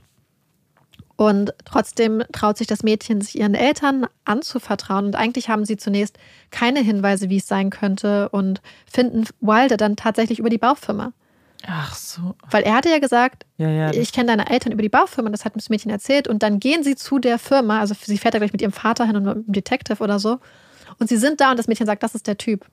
Und trotzdem traut sich das Mädchen, sich ihren Eltern anzuvertrauen. Und eigentlich haben sie zunächst keine Hinweise, wie es sein könnte und finden Wilder dann tatsächlich über die Baufirma. Ach so. Weil er hatte ja gesagt, ja, ja, ich kenne deine Eltern über die Baufirma, das hat das Mädchen erzählt. Und dann gehen sie zu der Firma, also sie fährt ja gleich mit ihrem Vater hin und mit einem Detective oder so. Und sie sind da und das Mädchen sagt, das ist der Typ.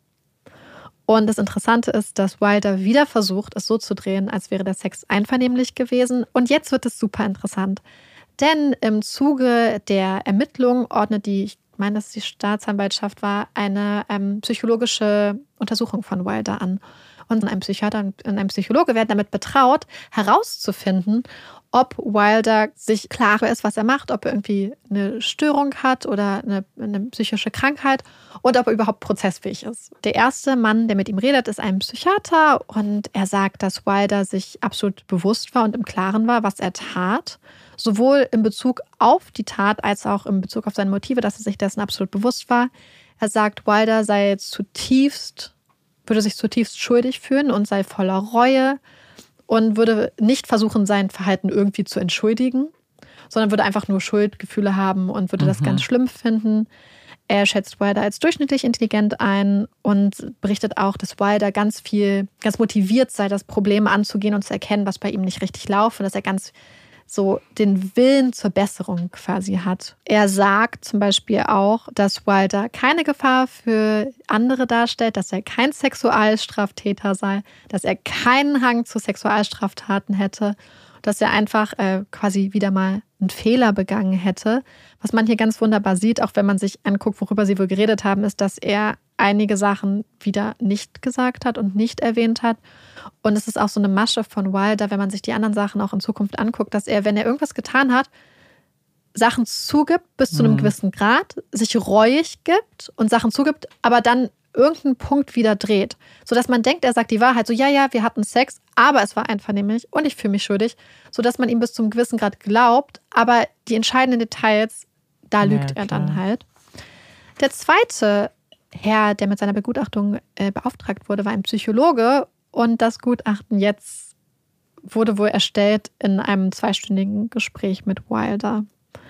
Und das Interessante ist, dass Wilder wieder versucht, es so zu drehen, als wäre der Sex einvernehmlich gewesen. Und jetzt wird es super interessant. Denn im Zuge der Ermittlung ordnet die, ich meine, dass es die Staatsanwaltschaft war, eine ähm, psychologische Untersuchung von Wilder an. Und ein Psychiater und ein Psychologe werden damit betraut, herauszufinden, ob Wilder sich klar ist, was er macht, ob er irgendwie eine Störung hat oder eine, eine psychische Krankheit und ob er überhaupt prozessfähig ist. Der erste Mann, der mit ihm redet, ist ein Psychiater und er sagt, dass Wilder sich absolut bewusst war und im Klaren war, was er tat. Sowohl in Bezug auf die Tat als auch in Bezug auf seine Motive, dass er sich dessen absolut bewusst war. Er sagt, Wilder sei zutiefst, würde sich zutiefst schuldig fühlen und sei voller Reue und würde nicht versuchen, sein Verhalten irgendwie zu entschuldigen, sondern würde einfach nur Schuldgefühle haben und würde mhm. das ganz schlimm finden. Er schätzt Wilder als durchschnittlich intelligent ein und berichtet auch, dass Wilder ganz viel, ganz motiviert sei, das Problem anzugehen und zu erkennen, was bei ihm nicht richtig laufe, dass er ganz so den Willen zur Besserung quasi hat. Er sagt zum Beispiel auch, dass Wilder keine Gefahr für andere darstellt, dass er kein Sexualstraftäter sei, dass er keinen Hang zu Sexualstraftaten hätte, dass er einfach äh, quasi wieder mal einen Fehler begangen hätte. Was man hier ganz wunderbar sieht, auch wenn man sich anguckt, worüber sie wohl geredet haben, ist, dass er einige Sachen wieder nicht gesagt hat und nicht erwähnt hat. Und es ist auch so eine Masche von Wilder, wenn man sich die anderen Sachen auch in Zukunft anguckt, dass er, wenn er irgendwas getan hat, Sachen zugibt bis zu einem mhm. gewissen Grad, sich reuig gibt und Sachen zugibt, aber dann irgendeinen Punkt wieder dreht. Sodass man denkt, er sagt die Wahrheit, so ja, ja, wir hatten Sex, aber es war einvernehmlich und ich fühle mich schuldig. Sodass man ihm bis zu einem gewissen Grad glaubt, aber die entscheidenden Details, da lügt ja, er dann halt. Der zweite Herr, der mit seiner Begutachtung äh, beauftragt wurde, war ein Psychologe. Und das Gutachten jetzt wurde wohl erstellt in einem zweistündigen Gespräch mit Wilder.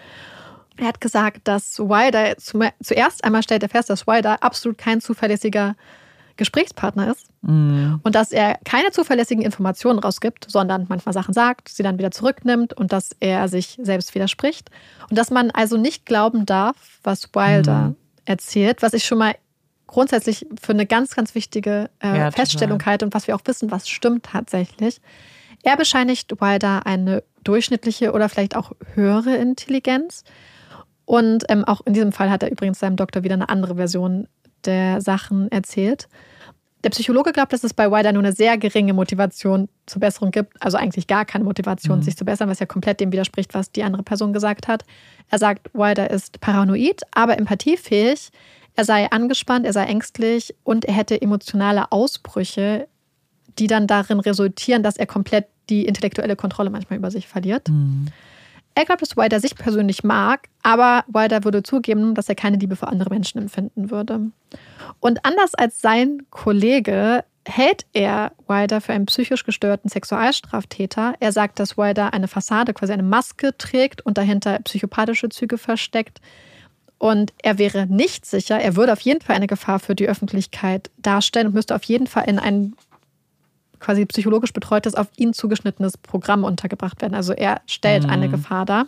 Er hat gesagt, dass Wilder, zuerst einmal stellt er fest, dass Wilder absolut kein zuverlässiger Gesprächspartner ist. Mhm. Und dass er keine zuverlässigen Informationen rausgibt, sondern manchmal Sachen sagt, sie dann wieder zurücknimmt und dass er sich selbst widerspricht. Und dass man also nicht glauben darf, was Wilder mhm. erzählt, was ich schon mal grundsätzlich für eine ganz, ganz wichtige äh, ja, Feststellung halte und was wir auch wissen, was stimmt tatsächlich. Er bescheinigt Wilder eine durchschnittliche oder vielleicht auch höhere Intelligenz. Und ähm, auch in diesem Fall hat er übrigens seinem Doktor wieder eine andere Version der Sachen erzählt. Der Psychologe glaubt, dass es bei Wilder nur eine sehr geringe Motivation zur Besserung gibt. Also eigentlich gar keine Motivation, mhm. sich zu bessern, was ja komplett dem widerspricht, was die andere Person gesagt hat. Er sagt, Wilder ist paranoid, aber empathiefähig. Er sei angespannt, er sei ängstlich und er hätte emotionale Ausbrüche, die dann darin resultieren, dass er komplett die intellektuelle Kontrolle manchmal über sich verliert. Mhm. Er glaubt, dass Wilder sich persönlich mag, aber Wilder würde zugeben, dass er keine Liebe für andere Menschen empfinden würde. Und anders als sein Kollege hält er Wilder für einen psychisch gestörten Sexualstraftäter. Er sagt, dass Wilder eine Fassade, quasi eine Maske trägt und dahinter psychopathische Züge versteckt. Und er wäre nicht sicher, er würde auf jeden Fall eine Gefahr für die Öffentlichkeit darstellen und müsste auf jeden Fall in ein quasi psychologisch betreutes, auf ihn zugeschnittenes Programm untergebracht werden. Also er stellt mhm. eine Gefahr dar.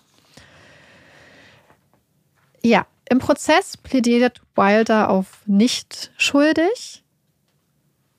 Ja, im Prozess plädiert Wilder auf nicht schuldig.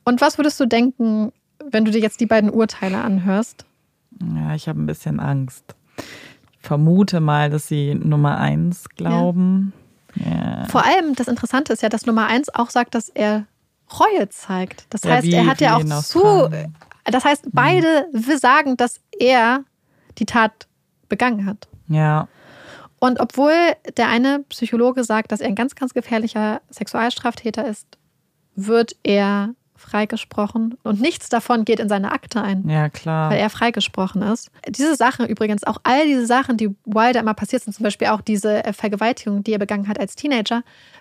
Und was würdest du denken, wenn du dir jetzt die beiden Urteile anhörst? Ja, ich habe ein bisschen Angst. Ich vermute mal, dass sie Nummer eins glauben. Ja. Ja. Vor allem, das Interessante ist ja, dass Nummer eins auch sagt, dass er Reue zeigt. Das ja, heißt, wie, er hat ja auch zu... Das heißt, beide mhm. sagen, dass er die Tat begangen hat. Ja. Und obwohl der eine Psychologe sagt, dass er ein ganz, ganz gefährlicher Sexualstraftäter ist, wird er freigesprochen. Und nichts davon geht in seine Akte ein. Ja, klar. Weil er freigesprochen ist. Diese Sachen übrigens, auch all diese Sachen, die Wilder immer passiert sind, zum Beispiel auch diese Vergewaltigung, die er begangen hat als Teenager,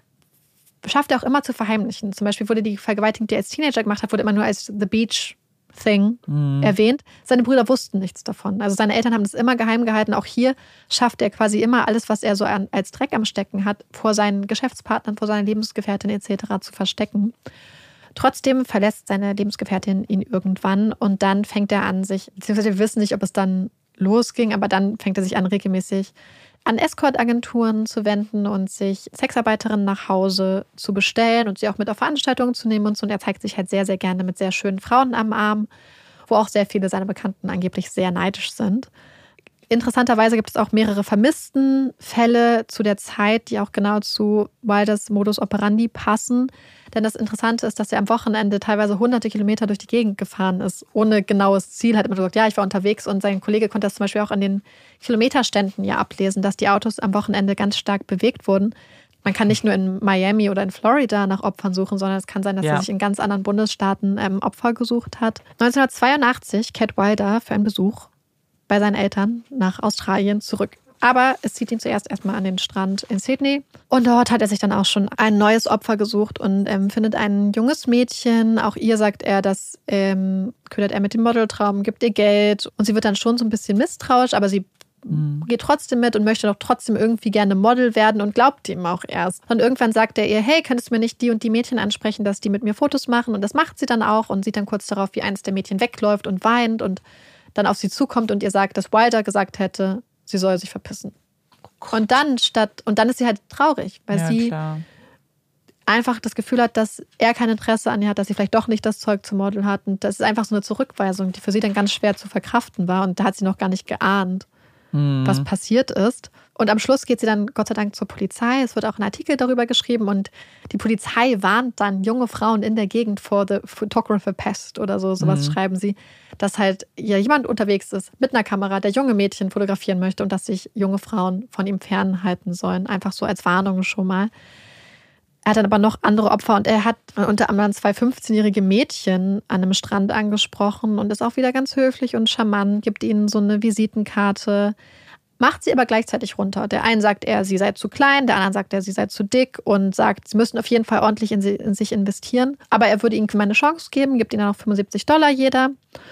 schafft er auch immer zu verheimlichen. Zum Beispiel wurde die Vergewaltigung, die er als Teenager gemacht hat, wurde immer nur als The Beach Thing mhm. erwähnt. Seine Brüder wussten nichts davon. Also seine Eltern haben das immer geheim gehalten. Auch hier schafft er quasi immer alles, was er so an, als Dreck am Stecken hat, vor seinen Geschäftspartnern, vor seiner Lebensgefährtin et cetera zu verstecken. Trotzdem verlässt seine Lebensgefährtin ihn irgendwann und dann fängt er an, sich, beziehungsweise wir wissen nicht, ob es dann losging, aber dann fängt er sich an, regelmäßig an Escort-Agenturen zu wenden und sich Sexarbeiterinnen nach Hause zu bestellen und sie auch mit auf Veranstaltungen zu nehmen und so. Und er zeigt sich halt sehr, sehr gerne mit sehr schönen Frauen am Arm, wo auch sehr viele seiner Bekannten angeblich sehr neidisch sind. Interessanterweise gibt es auch mehrere Vermisstenfälle zu der Zeit, die auch genau zu Wilders Modus operandi passen. Denn das Interessante ist, dass er am Wochenende teilweise hunderte Kilometer durch die Gegend gefahren ist, ohne genaues Ziel. Hat immer gesagt, ja, ich war unterwegs. Und sein Kollege konnte das zum Beispiel auch an den Kilometerständen ja ablesen, dass die Autos am Wochenende ganz stark bewegt wurden. Man kann nicht nur in Miami oder in Florida nach Opfern suchen, sondern es kann sein, dass ja. er sich in ganz anderen Bundesstaaten ähm, Opfer gesucht hat. neunzehnhundertzweiundachtzig kehrt Wilder für einen Besuch bei seinen Eltern nach Australien zurück. Aber es zieht ihn zuerst erstmal an den Strand in Sydney. Und dort hat er sich dann auch schon ein neues Opfer gesucht und ähm, findet ein junges Mädchen. Auch ihr sagt er, das ähm, ködert er mit dem Modeltraum, gibt ihr Geld. Und sie wird dann schon so ein bisschen misstrauisch, aber sie mhm. geht trotzdem mit und möchte doch trotzdem irgendwie gerne Model werden und glaubt ihm auch erst. Und irgendwann sagt er ihr, hey, könntest du mir nicht die und die Mädchen ansprechen, dass die mit mir Fotos machen? Und das macht sie dann auch und sieht dann kurz darauf, wie eines der Mädchen wegläuft und weint und dann auf sie zukommt und ihr sagt, dass Wilder gesagt hätte, sie soll sich verpissen. Und dann statt und dann ist sie halt traurig, weil ja, sie klar. einfach das Gefühl hat, dass er kein Interesse an ihr hat, dass sie vielleicht doch nicht das Zeug zum Model hat. Und das ist einfach so eine Zurückweisung, die für sie dann ganz schwer zu verkraften war. Und da hat sie noch gar nicht geahnt, hm. was passiert ist. Und am Schluss geht sie dann Gott sei Dank zur Polizei. Es wird auch ein Artikel darüber geschrieben und die Polizei warnt dann junge Frauen in der Gegend vor the photographer pest oder so, sowas mhm. schreiben sie, dass halt ja jemand unterwegs ist mit einer Kamera, der junge Mädchen fotografieren möchte und dass sich junge Frauen von ihm fernhalten sollen. Einfach so als Warnung schon mal. Er hat dann aber noch andere Opfer und er hat unter anderem zwei fünfzehnjährige Mädchen an einem Strand angesprochen und ist auch wieder ganz höflich und charmant, gibt ihnen so eine Visitenkarte, macht sie aber gleichzeitig runter. Der eine sagt er, sie sei zu klein, der andere sagt er, sie sei zu dick und sagt, sie müssen auf jeden Fall ordentlich in, sie, in sich investieren. Aber er würde ihnen mal eine Chance geben, gibt ihnen dann auch fünfundsiebzig Dollar jeder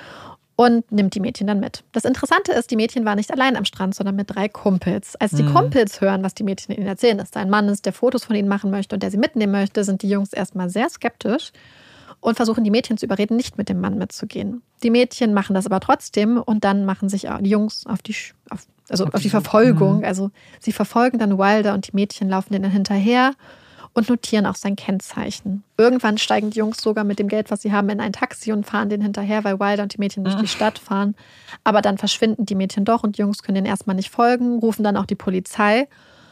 und nimmt die Mädchen dann mit. Das Interessante ist, die Mädchen waren nicht allein am Strand, sondern mit drei Kumpels. Als die mhm. Kumpels hören, was die Mädchen ihnen erzählen, dass da ein Mann ist, der Fotos von ihnen machen möchte und der sie mitnehmen möchte, sind die Jungs erstmal sehr skeptisch und versuchen die Mädchen zu überreden, nicht mit dem Mann mitzugehen. Die Mädchen machen das aber trotzdem und dann machen sich auch die Jungs auf die, auf, also auf die Verfolgung. Mhm. Also sie verfolgen dann Wilder und die Mädchen laufen denen hinterher und notieren auch sein Kennzeichen. Irgendwann steigen die Jungs sogar mit dem Geld, was sie haben, in ein Taxi und fahren denen hinterher, weil Wilder und die Mädchen durch die Stadt fahren. Aber dann verschwinden die Mädchen doch und die Jungs können denen erstmal nicht folgen, rufen dann auch die Polizei.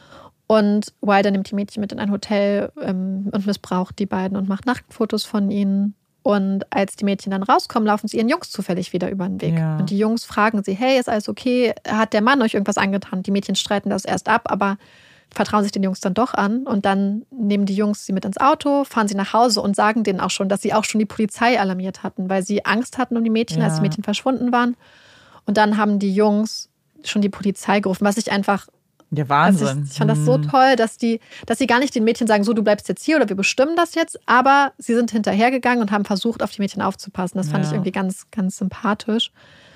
Und Wilder nimmt die Mädchen mit in ein Hotel ähm, und missbraucht die beiden und macht Nacktfotos von ihnen. Und als die Mädchen dann rauskommen, laufen sie ihren Jungs zufällig wieder über den Weg. Ja. Und die Jungs fragen sie, hey, ist alles okay? Hat der Mann euch irgendwas angetan? Die Mädchen streiten das erst ab, aber vertrauen sich den Jungs dann doch an. Und dann nehmen die Jungs sie mit ins Auto, fahren sie nach Hause und sagen denen auch schon, dass sie auch schon die Polizei alarmiert hatten, weil sie Angst hatten um die Mädchen, ja. als die Mädchen verschwunden waren. Und dann haben die Jungs schon die Polizei gerufen, was ich einfach... Ja, Wahnsinn. Also ich, ich fand das so toll, dass die, dass sie gar nicht den Mädchen sagen, so, du bleibst jetzt hier oder wir bestimmen das jetzt, aber sie sind hinterhergegangen und haben versucht, auf die Mädchen aufzupassen. Das fand ja. ich irgendwie ganz, ganz sympathisch.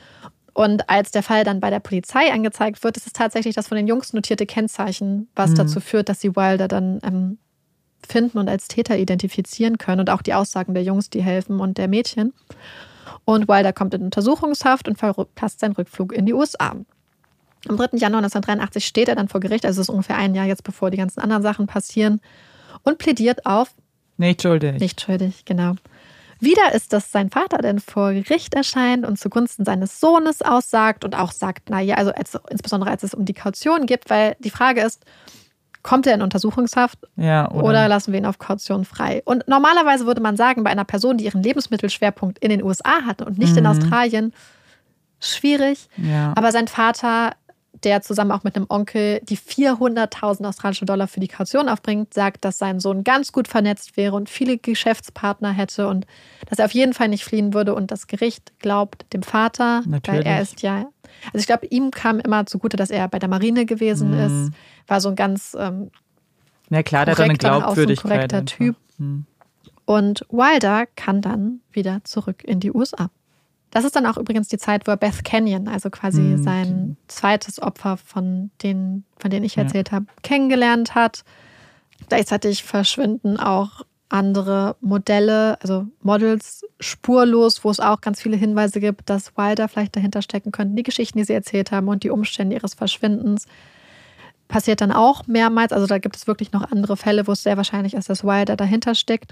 Und als der Fall dann bei der Polizei angezeigt wird, ist es tatsächlich das von den Jungs notierte Kennzeichen, was mhm. dazu führt, dass sie Wilder dann ähm, finden und als Täter identifizieren können und auch die Aussagen der Jungs, die helfen und der Mädchen. Und Wilder kommt in Untersuchungshaft und verpasst seinen Rückflug in die U S A. Am dritten Januar neunzehnhundertdreiundachtzig steht er dann vor Gericht, also es ist ungefähr ein Jahr jetzt, bevor die ganzen anderen Sachen passieren, und plädiert auf Nicht schuldig. Nicht schuldig, genau. Wieder ist das sein Vater, der vor Gericht erscheint und zugunsten seines Sohnes aussagt und auch sagt, naja, also als, insbesondere als es um die Kaution geht, weil die Frage ist, kommt er in Untersuchungshaft ja, oder? oder lassen wir ihn auf Kaution frei? Und normalerweise würde man sagen, bei einer Person, die ihren Lebensmittelschwerpunkt in den U S A hatte und nicht mhm. in Australien, schwierig. Ja. Aber sein Vater, der zusammen auch mit einem Onkel die vierhunderttausend australische Dollar für die Kaution aufbringt, sagt, dass sein Sohn ganz gut vernetzt wäre und viele Geschäftspartner hätte und dass er auf jeden Fall nicht fliehen würde. Und das Gericht glaubt dem Vater, Natürlich. weil er ist ja, also ich glaube, ihm kam immer zugute, dass er bei der Marine gewesen mhm. ist, war so ein ganz ähm, ja, klar, der hat eine Glaubwürdigkeit. So ein korrekter einfach. Typ. Mhm. Und Wilder kann dann wieder zurück in die U S A. Das ist dann auch übrigens die Zeit, wo er Beth Canyon, also quasi mhm. sein zweites Opfer, von denen, von denen ich erzählt ja. habe, kennengelernt hat. Gleichzeitig verschwinden auch andere Modelle, also Models spurlos, wo es auch ganz viele Hinweise gibt, dass Wilder vielleicht dahinter stecken könnte. Die Geschichten, die sie erzählt haben und die Umstände ihres Verschwindens passiert dann auch mehrmals. Also da gibt es wirklich noch andere Fälle, wo es sehr wahrscheinlich ist, dass Wilder dahinter steckt.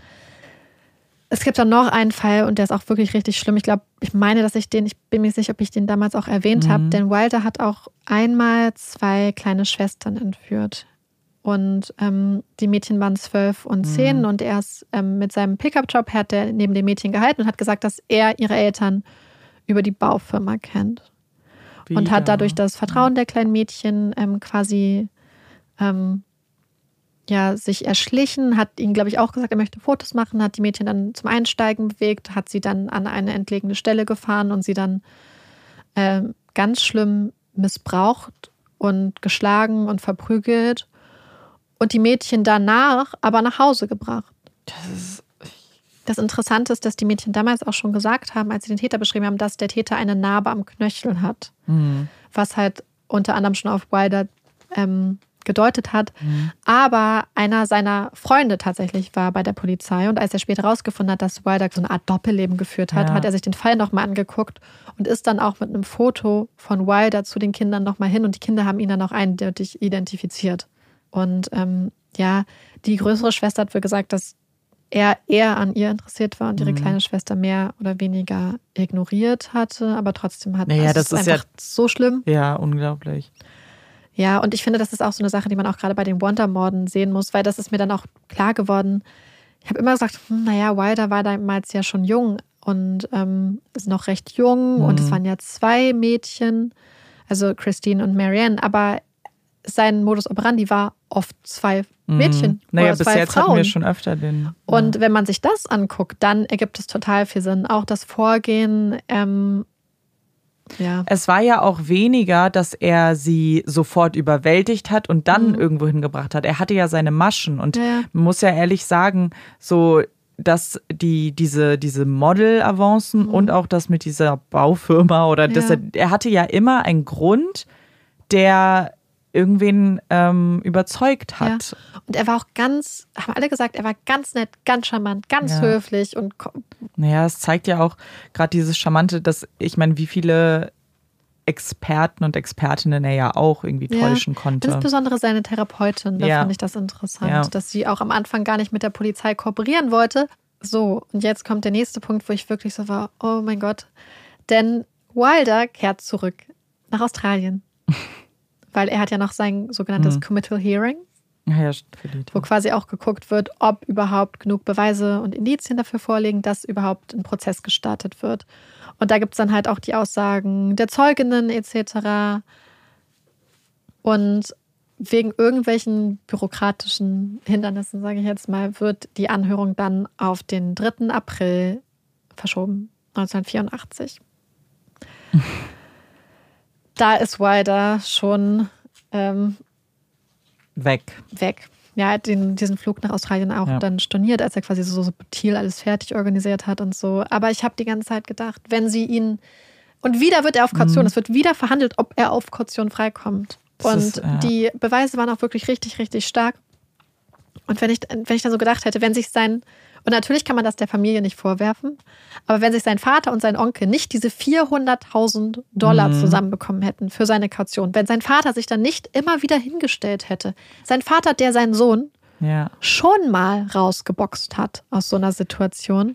Es gibt dann noch einen Fall und der ist auch wirklich richtig schlimm. Ich glaube, ich meine, dass ich den, ich bin mir nicht sicher, ob ich den damals auch erwähnt mhm. habe, denn Wilder hat auch einmal zwei kleine Schwestern entführt. Und ähm, die Mädchen waren zwölf und zehn mhm. und er ist ähm, mit seinem Pickup-Job hat er neben dem Mädchen gehalten und hat gesagt, dass er ihre Eltern über die Baufirma kennt. Wieder. Und hat dadurch das Vertrauen der kleinen Mädchen ähm, quasi ähm, ja, sich erschlichen, hat ihnen, glaube ich, auch gesagt, er möchte Fotos machen, hat die Mädchen dann zum Einsteigen bewegt, hat sie dann an eine entlegene Stelle gefahren und sie dann äh, ganz schlimm missbraucht und geschlagen und verprügelt und die Mädchen danach aber nach Hause gebracht. Das ist Das Interessante ist, dass die Mädchen damals auch schon gesagt haben, als sie den Täter beschrieben haben, dass der Täter eine Narbe am Knöchel hat, mhm. was halt unter anderem schon auf Wilder ähm, gedeutet hat. Mhm. Aber einer seiner Freunde tatsächlich war bei der Polizei und als er später rausgefunden hat, dass Wilder so eine Art Doppelleben geführt hat, ja. hat er sich den Fall nochmal angeguckt und ist dann auch mit einem Foto von Wilder zu den Kindern nochmal hin und die Kinder haben ihn dann auch eindeutig identifiziert. Und ähm, ja, die größere Schwester hat wohl gesagt, dass er eher an ihr interessiert war und ihre mhm. kleine Schwester mehr oder weniger ignoriert hatte, aber trotzdem hat naja, also das es ist einfach ja, so schlimm. Ja, unglaublich. Ja, und ich finde, das ist auch so eine Sache, die man auch gerade bei den Wonder-Morden sehen muss, weil das ist mir dann auch klar geworden. Ich habe immer gesagt, hm, naja, Wilder war damals ja schon jung und ähm, ist noch recht jung mhm. und es waren ja zwei Mädchen, also Christine und Marianne, aber sein Modus operandi war oft zwei Mädchen mhm. Naja, oder bis zwei jetzt Frauen. hatten wir schon öfter den. Ja. Und wenn man sich das anguckt, dann ergibt es total viel Sinn. Auch das Vorgehen, ähm, ja. Es war ja auch weniger, dass er sie sofort überwältigt hat und dann mhm. irgendwo hingebracht hat. Er hatte ja seine Maschen und ja. man muss ja ehrlich sagen, so dass die diese diese Model-Avancen mhm. und auch das mit dieser Baufirma oder ja. das, er hatte ja immer einen Grund, der irgendwen ähm, überzeugt hat. Ja. Und er war auch ganz, haben alle gesagt, er war ganz nett, ganz charmant, ganz ja. höflich. Und naja, es zeigt ja auch gerade dieses Charmante, dass, ich meine, wie viele Experten und Expertinnen er ja auch irgendwie täuschen ja. konnte. Insbesondere seine Therapeutin, da ja. fand ich das interessant, ja. dass sie auch am Anfang gar nicht mit der Polizei kooperieren wollte. So, und jetzt kommt der nächste Punkt, wo ich wirklich so war, oh mein Gott. Denn Wilder kehrt zurück nach Australien. Weil er hat ja noch sein sogenanntes mhm. Committal Hearing, ja, ja, wo quasi auch geguckt wird, ob überhaupt genug Beweise und Indizien dafür vorliegen, dass überhaupt ein Prozess gestartet wird. Und da gibt es dann halt auch die Aussagen der Zeuginnen et cetera. Und wegen irgendwelchen bürokratischen Hindernissen, sage ich jetzt mal, wird die Anhörung dann auf den dritten April verschoben, neunzehnhundertvierundachtzig. Da ist Wilder schon ähm, weg. weg. Ja, er hat den, diesen Flug nach Australien auch ja. dann storniert, als er quasi so subtil alles fertig organisiert hat und so. Aber ich habe die ganze Zeit gedacht, wenn sie ihn... Und wieder wird er auf Kaution. Mhm. Es wird wieder verhandelt, ob er auf Kaution freikommt. Das und ist, ja. die Beweise waren auch wirklich richtig, richtig stark. Und wenn ich, wenn ich dann so gedacht hätte, wenn sich sein... Und natürlich kann man das der Familie nicht vorwerfen, aber wenn sich sein Vater und sein Onkel nicht diese vierhunderttausend Dollar mhm. zusammenbekommen hätten für seine Kaution, wenn sein Vater sich dann nicht immer wieder hingestellt hätte, sein Vater, der seinen Sohn ja. schon mal rausgeboxt hat aus so einer Situation,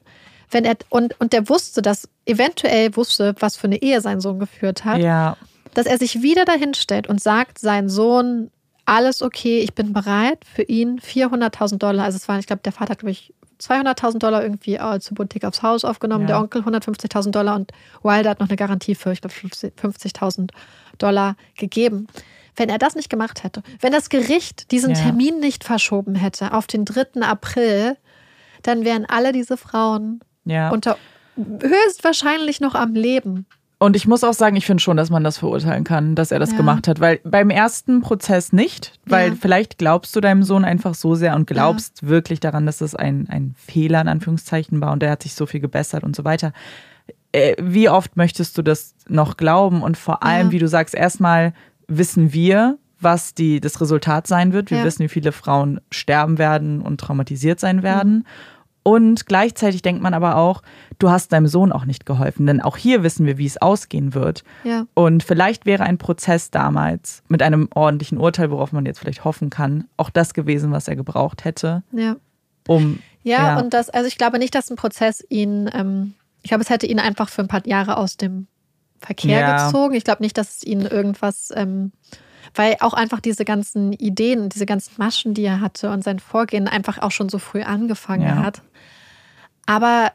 wenn er und, und der wusste, dass eventuell wusste, was für eine Ehe sein Sohn geführt hat, ja. dass er sich wieder dahin stellt und sagt, sein Sohn, alles okay, ich bin bereit für ihn vierhunderttausend Dollar, also es waren, ich glaube, der Vater hat, glaube ich, zweihunderttausend Dollar irgendwie als Hypothek aufs Haus aufgenommen, ja. Der Onkel hundertfünfzigtausend Dollar und Wilder hat noch eine Garantie für, ich glaube, fünfzigtausend Dollar gegeben. Wenn er das nicht gemacht hätte, wenn das Gericht diesen ja. Termin nicht verschoben hätte auf den dritten April, dann wären alle diese Frauen ja. unter höchstwahrscheinlich noch am Leben. Und ich muss auch sagen, ich finde schon, dass man das verurteilen kann, dass er das ja. gemacht hat. Weil beim ersten Prozess nicht, weil ja. vielleicht glaubst du deinem Sohn einfach so sehr und glaubst ja. wirklich daran, dass es ein, ein Fehler in Anführungszeichen war und der hat sich so viel gebessert und so weiter. Äh, wie oft möchtest du das noch glauben? Und vor allem, ja. wie du sagst, erstmal wissen wir, was die, das Resultat sein wird. Wir ja. wissen, wie viele Frauen sterben werden und traumatisiert sein werden. Mhm. Und gleichzeitig denkt man aber auch, du hast deinem Sohn auch nicht geholfen. Denn auch hier wissen wir, wie es ausgehen wird. Ja. Und vielleicht wäre ein Prozess damals mit einem ordentlichen Urteil, worauf man jetzt vielleicht hoffen kann, auch das gewesen, was er gebraucht hätte. Ja, um, ja, ja. und das, also ich glaube nicht, dass ein Prozess ihn, ähm, ich glaube, es hätte ihn einfach für ein paar Jahre aus dem Verkehr ja. gezogen. Ich glaube nicht, dass es ihn irgendwas, ähm, weil auch einfach diese ganzen Ideen, diese ganzen Maschen, die er hatte und sein Vorgehen einfach auch schon so früh angefangen ja. hat. Aber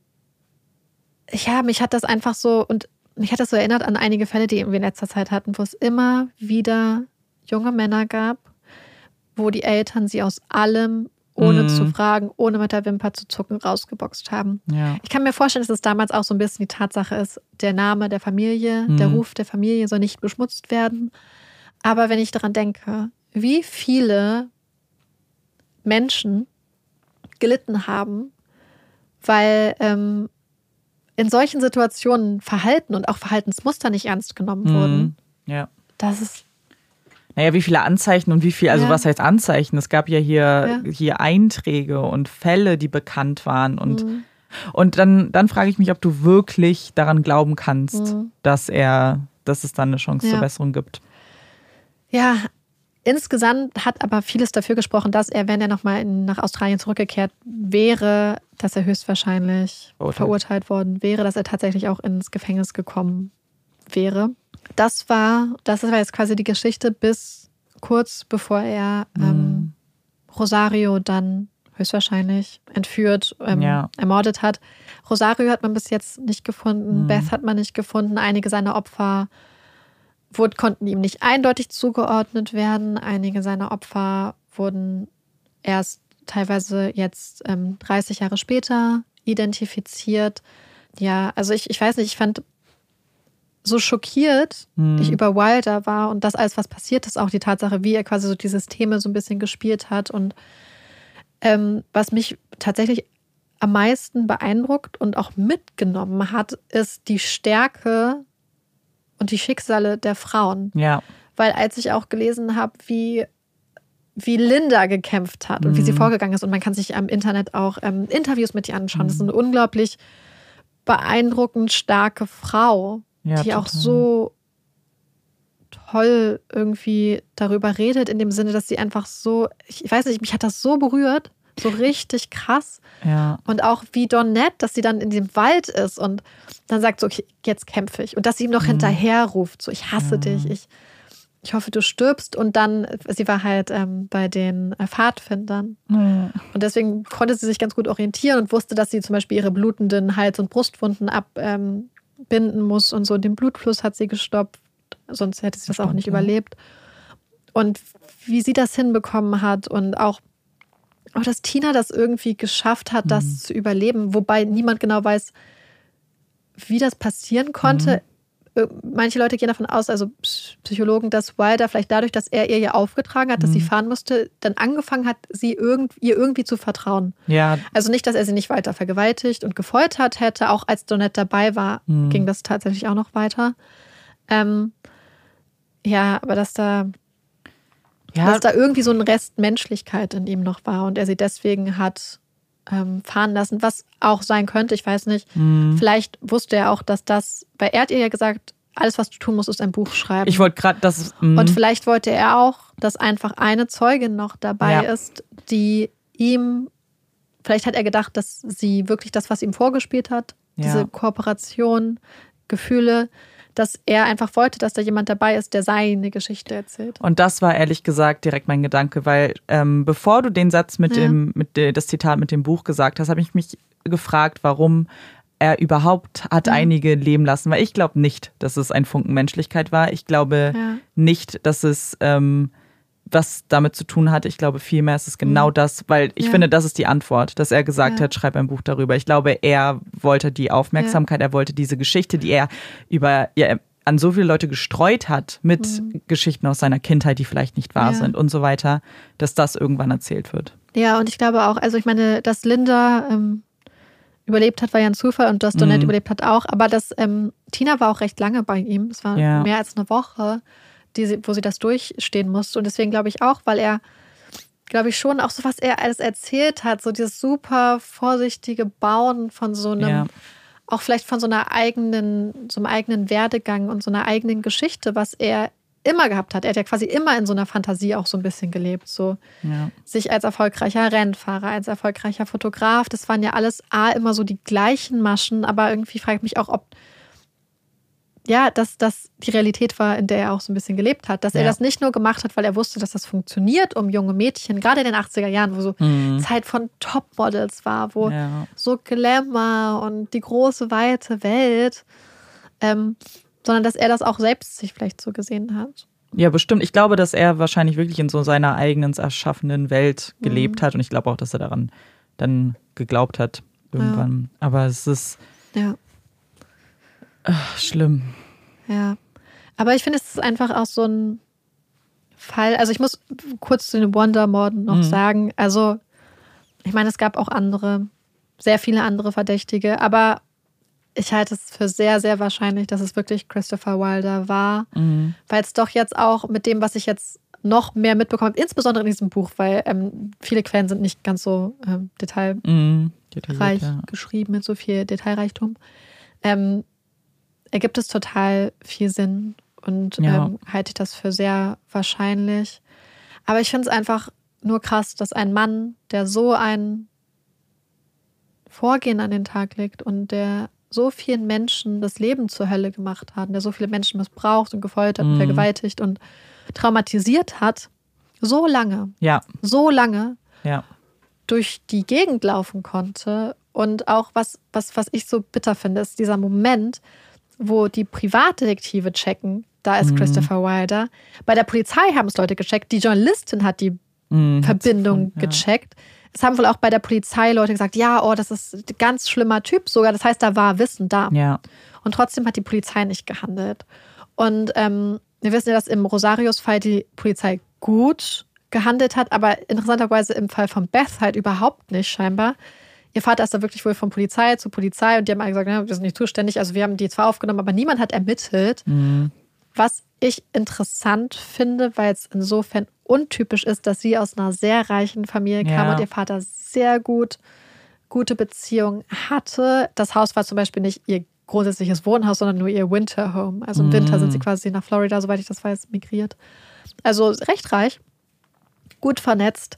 ja, mich hat das einfach so, und mich hat das so erinnert an einige Fälle, die wir in letzter Zeit hatten, wo es immer wieder junge Männer gab, wo die Eltern sie aus allem, ohne mm. zu fragen, ohne mit der Wimper zu zucken, rausgeboxt haben. Ja. Ich kann mir vorstellen, dass es damals auch so ein bisschen die Tatsache ist, der Name der Familie, mm. der Ruf der Familie soll nicht beschmutzt werden. Aber wenn ich daran denke, wie viele Menschen gelitten haben, weil ähm, in solchen Situationen Verhalten und auch Verhaltensmuster nicht ernst genommen mm. wurden. Ja. Das ist Naja, wie viele Anzeichen und wie viel, also ja. was heißt Anzeichen? Es gab ja hier, ja. hier Einträge und Fälle, die bekannt waren. Und, mhm. und dann, dann frage ich mich, ob du wirklich daran glauben kannst, mhm. dass er, dass es dann eine Chance ja. zur Besserung gibt. Ja, insgesamt hat aber vieles dafür gesprochen, dass er, wenn er nochmal nach Australien zurückgekehrt wäre, dass er höchstwahrscheinlich verurteilt. verurteilt worden wäre, dass er tatsächlich auch ins Gefängnis gekommen wäre. Das war, das war jetzt quasi die Geschichte bis kurz bevor er mhm. ähm, Rosario dann höchstwahrscheinlich entführt, ähm, ja. ermordet hat. Rosario hat man bis jetzt nicht gefunden, mhm. Beth hat man nicht gefunden. Einige seiner Opfer wurden, konnten ihm nicht eindeutig zugeordnet werden. Einige seiner Opfer wurden erst teilweise jetzt ähm, dreißig Jahre später identifiziert. Ja, also ich, ich weiß nicht, ich fand so schockiert hm. ich über Wilder war und das alles, was passiert ist, auch die Tatsache, wie er quasi so die Systeme so ein bisschen gespielt hat und ähm, was mich tatsächlich am meisten beeindruckt und auch mitgenommen hat, ist die Stärke und die Schicksale der Frauen. Ja. Weil als ich auch gelesen habe, wie, wie Linda gekämpft hat und mhm. wie sie vorgegangen ist und man kann sich am Internet auch ähm, Interviews mit ihr anschauen, mhm. das ist eine unglaublich beeindruckend starke Frau, ja, die total. Auch so toll irgendwie darüber redet, in dem Sinne, dass sie einfach so, ich weiß nicht, mich hat das so berührt, so richtig krass. Ja. Und auch wie Donette, dass sie dann in dem Wald ist und dann sagt so, okay, jetzt kämpfe ich. Und dass sie ihm noch mhm. hinterher ruft, so ich hasse ja. dich, ich, ich hoffe, du stirbst. Und dann, sie war halt ähm, bei den äh, Pfadfindern. Ja. Und deswegen konnte sie sich ganz gut orientieren und wusste, dass sie zum Beispiel ihre blutenden Hals- und Brustwunden abbinden ähm, muss und so. Den Blutfluss hat sie gestoppt, sonst hätte sie das auch nicht ja. überlebt. Und wie sie das hinbekommen hat und auch Auch dass Tina das irgendwie geschafft hat, das mhm. zu überleben, wobei niemand genau weiß, wie das passieren konnte. Mhm. Manche Leute gehen davon aus, also Psychologen, dass Wilder vielleicht dadurch, dass er ihr ja aufgetragen hat, dass mhm. sie fahren musste, dann angefangen hat, sie irgend, ihr irgendwie zu vertrauen. Ja. Also nicht, dass er sie nicht weiter vergewaltigt und gefoltert hätte. Auch als Donette dabei war, mhm. ging das tatsächlich auch noch weiter. Ähm, ja, aber dass da... Ja. Dass da irgendwie so ein Rest Menschlichkeit in ihm noch war und er sie deswegen hat ähm, fahren lassen, was auch sein könnte, ich weiß nicht. Mhm. Vielleicht wusste er auch, dass das, weil er hat ihr ja gesagt, alles, was du tun musst, ist ein Buch schreiben. Ich wollte gerade das... Mm. Und vielleicht wollte er auch, dass einfach eine Zeugin noch dabei ja. ist, die ihm Vielleicht hat er gedacht, dass sie wirklich das, was ihm vorgespielt hat, ja. diese Kooperation, Gefühle, dass er einfach wollte, dass da jemand dabei ist, der seine Geschichte erzählt. Und das war ehrlich gesagt direkt mein Gedanke, weil ähm, bevor du den Satz mit ja. dem, mit de, das Zitat mit dem Buch gesagt hast, habe ich mich gefragt, warum er überhaupt hat mhm. einige leben lassen. Weil ich glaube nicht, dass es ein Funken Menschlichkeit war. Ich glaube ja. nicht, dass es ähm, was damit zu tun hat. Ich glaube vielmehr ist es genau mhm. das, weil ich ja. finde, das ist die Antwort, dass er gesagt ja. hat, schreib ein Buch darüber. Ich glaube, er wollte die Aufmerksamkeit, ja. er wollte diese Geschichte, die er über ja, an so viele Leute gestreut hat mit mhm. Geschichten aus seiner Kindheit, die vielleicht nicht wahr ja. sind und so weiter, dass das irgendwann erzählt wird. Ja, und ich glaube auch, also ich meine, dass Linda ähm, überlebt hat, war ja ein Zufall und dass Donette mhm. überlebt hat auch, aber dass ähm, Tina war auch recht lange bei ihm. Es war ja. mehr als eine Woche, die sie, wo sie das durchstehen musste. Und deswegen glaube ich auch, weil er, glaube ich schon auch so, was er alles erzählt hat, so dieses super vorsichtige Bauen von so einem, ja. auch vielleicht von so einer eigenen, so einem eigenen Werdegang und so einer eigenen Geschichte, was er immer gehabt hat. Er hat ja quasi immer in so einer Fantasie auch so ein bisschen gelebt. So ja. sich als erfolgreicher Rennfahrer, als erfolgreicher Fotograf, das waren ja alles A, immer so die gleichen Maschen, aber irgendwie frage ich mich auch, ob ja, dass das die Realität war, in der er auch so ein bisschen gelebt hat. Dass ja. er das nicht nur gemacht hat, weil er wusste, dass das funktioniert, um junge Mädchen, gerade in den achtziger Jahren, wo so mhm. Zeit von Topmodels war, wo ja. so Glamour und die große, weite Welt, ähm, sondern dass er das auch selbst sich vielleicht so gesehen hat. Ja, bestimmt. Ich glaube, dass er wahrscheinlich wirklich in so seiner eigenen erschaffenen Welt gelebt mhm. hat und ich glaube auch, dass er daran dann geglaubt hat irgendwann. Ja. Aber es ist... Ja. Ach, schlimm. Ja, aber ich finde, es ist einfach auch so ein Fall, also ich muss kurz zu den Wonder-Morden noch mhm. sagen, also ich meine, es gab auch andere, sehr viele andere Verdächtige, aber ich halte es für sehr, sehr wahrscheinlich, dass es wirklich Christopher Wilder war, mhm. weil es doch jetzt auch mit dem, was ich jetzt noch mehr mitbekommen habe, insbesondere in diesem Buch, weil ähm, viele Quellen sind nicht ganz so ähm, detailreich mhm. Detailliert, ja. geschrieben, mit so viel Detailreichtum, ähm, ergibt es total viel Sinn und ja. ähm, halte ich das für sehr wahrscheinlich. Aber ich finde es einfach nur krass, dass ein Mann, der so ein Vorgehen an den Tag legt und der so vielen Menschen das Leben zur Hölle gemacht hat, der so viele Menschen missbraucht und gefoltert mhm. und vergewaltigt und traumatisiert hat, so lange, ja. so lange ja. durch die Gegend laufen konnte. Und auch was, was, was ich so bitter finde, ist dieser Moment, wo die Privatdetektive checken, da ist mhm. Christopher Wilder. Bei der Polizei haben es Leute gecheckt, die Journalistin hat die mhm, Verbindung ja. gecheckt. Es haben wohl auch bei der Polizei Leute gesagt, ja, oh, das ist ein ganz schlimmer Typ sogar. Das heißt, da war Wissen da. Ja. Und trotzdem hat die Polizei nicht gehandelt. Und ähm, wir wissen ja, dass im Rosarius-Fall die Polizei gut gehandelt hat, aber interessanterweise im Fall von Beth halt überhaupt nicht scheinbar. Ihr Vater ist da wirklich wohl von Polizei zu Polizei und die haben alle gesagt, ja, wir sind nicht zuständig. Also wir haben die zwar aufgenommen, aber niemand hat ermittelt. Mhm. Was ich interessant finde, weil es insofern untypisch ist, dass sie aus einer sehr reichen Familie kam ja. und ihr Vater sehr gut, gute Beziehungen hatte. Das Haus war zum Beispiel nicht ihr grundsätzliches Wohnhaus, sondern nur ihr Winterhome. Also im mhm. Winter sind sie quasi nach Florida, soweit ich das weiß, migriert. Also recht reich, gut vernetzt.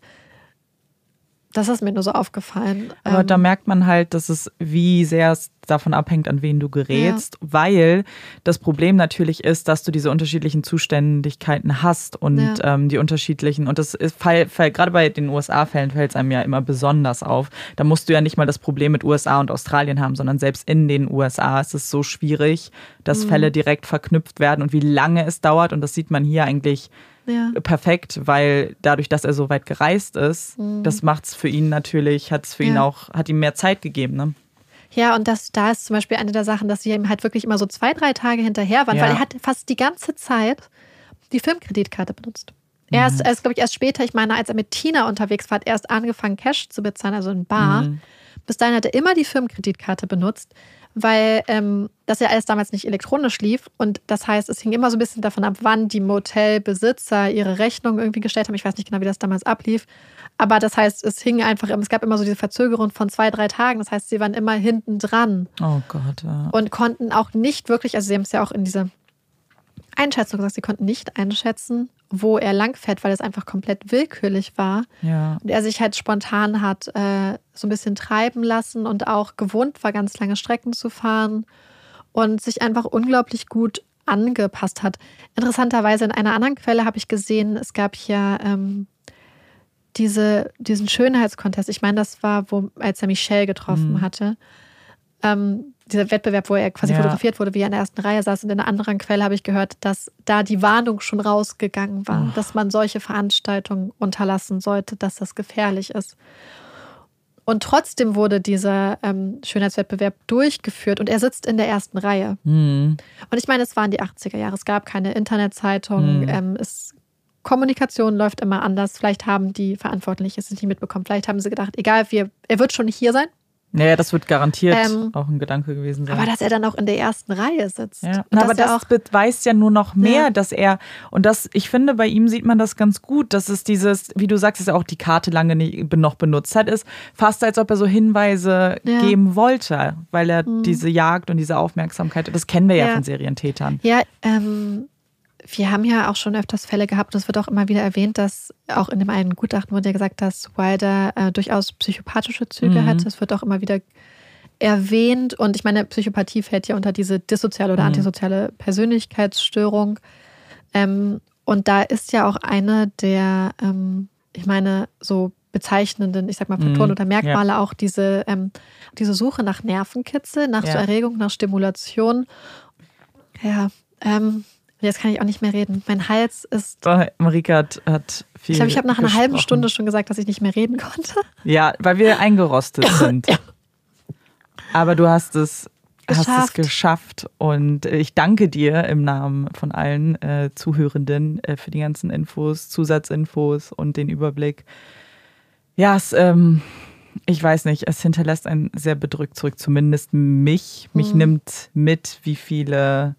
Das ist mir nur so aufgefallen. Aber ähm, da merkt man halt, dass es, wie sehr es davon abhängt, an wen du gerätst, ja. weil das Problem natürlich ist, dass du diese unterschiedlichen Zuständigkeiten hast und ja. ähm, die unterschiedlichen, und das ist, fall, fall, gerade bei den U S A-Fällen fällt es einem ja immer besonders auf. Da musst du ja nicht mal das Problem mit U S A und Australien haben, sondern selbst in den U S A ist es so schwierig, dass mhm. Fälle direkt verknüpft werden und wie lange es dauert, und das sieht man hier eigentlich Ja. perfekt, weil dadurch, dass er so weit gereist ist, mhm. das macht's für ihn natürlich, hat es für ja. ihn auch, hat ihm mehr Zeit gegeben, ne? Ja, und das, da ist zum Beispiel eine der Sachen, dass sie ihm halt wirklich immer so zwei, drei Tage hinterher waren, ja. weil er hat fast die ganze Zeit die Firmenkreditkarte benutzt. Mhm. Er ist, er ist glaube ich, erst später, ich meine, als er mit Tina unterwegs war, hat erst angefangen, Cash zu bezahlen, also in Bar. Mhm. Bis dahin hat er immer die Firmenkreditkarte benutzt, weil ähm, das ja alles damals nicht elektronisch lief. Und das heißt, es hing immer so ein bisschen davon ab, wann die Motelbesitzer ihre Rechnung irgendwie gestellt haben. Ich weiß nicht genau, wie das damals ablief. Aber das heißt, es hing einfach, es gab immer so diese Verzögerung von zwei, drei Tagen. Das heißt, sie waren immer hinten dran. Oh Gott, ja. Und konnten auch nicht wirklich, also sie haben es ja auch in dieser Einschätzung gesagt, sie konnten nicht einschätzen, wo er langfährt, weil es einfach komplett willkürlich war. Ja. Und er sich halt spontan hat äh, so ein bisschen treiben lassen und auch gewohnt war, ganz lange Strecken zu fahren und sich einfach unglaublich gut angepasst hat. Interessanterweise in einer anderen Quelle habe ich gesehen, es gab ja ähm, diese, diesen Schönheitskontest. Ich meine, das war, wo, als er Michelle getroffen mhm. hatte. Ähm, dieser Wettbewerb, wo er quasi ja. fotografiert wurde, wie er in der ersten Reihe saß. Und in einer anderen Quelle habe ich gehört, dass da die Warnung schon rausgegangen war, oh. dass man solche Veranstaltungen unterlassen sollte, dass das gefährlich ist. Und trotzdem wurde dieser ähm, Schönheitswettbewerb durchgeführt und er sitzt in der ersten Reihe. Mhm. Und ich meine, es waren die achtziger Jahre, es gab keine Internetzeitung, mhm. ähm, es, Kommunikation läuft immer anders. Vielleicht haben die Verantwortlichen es nicht mitbekommen. Vielleicht haben sie gedacht, egal, wir, er wird schon hier sein. Naja, das wird garantiert ähm, auch ein Gedanke gewesen sein. Aber dass er dann auch in der ersten Reihe sitzt. Ja. Na, aber das auch, beweist ja nur noch mehr, ja. dass er, und das, ich finde, bei ihm sieht man das ganz gut, dass es dieses, wie du sagst, dass er auch die Karte lange nicht, noch benutzt hat, ist fast, als ob er so Hinweise ja. geben wollte, weil er mhm. diese Jagd und diese Aufmerksamkeit, das kennen wir ja, ja von Serientätern. Ja, ähm, wir haben ja auch schon öfters Fälle gehabt, und es wird auch immer wieder erwähnt, dass auch in dem einen Gutachten wurde ja gesagt, dass Wilder äh, durchaus psychopathische Züge mhm. hat. Das wird auch immer wieder erwähnt. Und ich meine, Psychopathie fällt ja unter diese dissoziale oder mhm. antisoziale Persönlichkeitsstörung. Ähm, und da ist ja auch eine der, ähm, ich meine, so bezeichnenden, ich sag mal, Faktoren mhm. oder Merkmale ja. auch diese, ähm, diese Suche nach Nervenkitzel, nach ja. so Erregung, nach Stimulation. Ja, ähm, jetzt kann ich auch nicht mehr reden. Mein Hals ist... Oh, Marika hat, hat viel Ich glaube, ich habe nach einer gesprochen. halben Stunde schon gesagt, dass ich nicht mehr reden konnte. Ja, weil wir eingerostet sind. Ja. Aber du hast es, geschafft. hast es geschafft. Und ich danke dir im Namen von allen äh, Zuhörenden äh, für die ganzen Infos, Zusatzinfos und den Überblick. Ja, es, ähm, ich weiß nicht, es hinterlässt einen sehr bedrückt zurück, zumindest mich. Mich hm. nimmt mit, wie viele...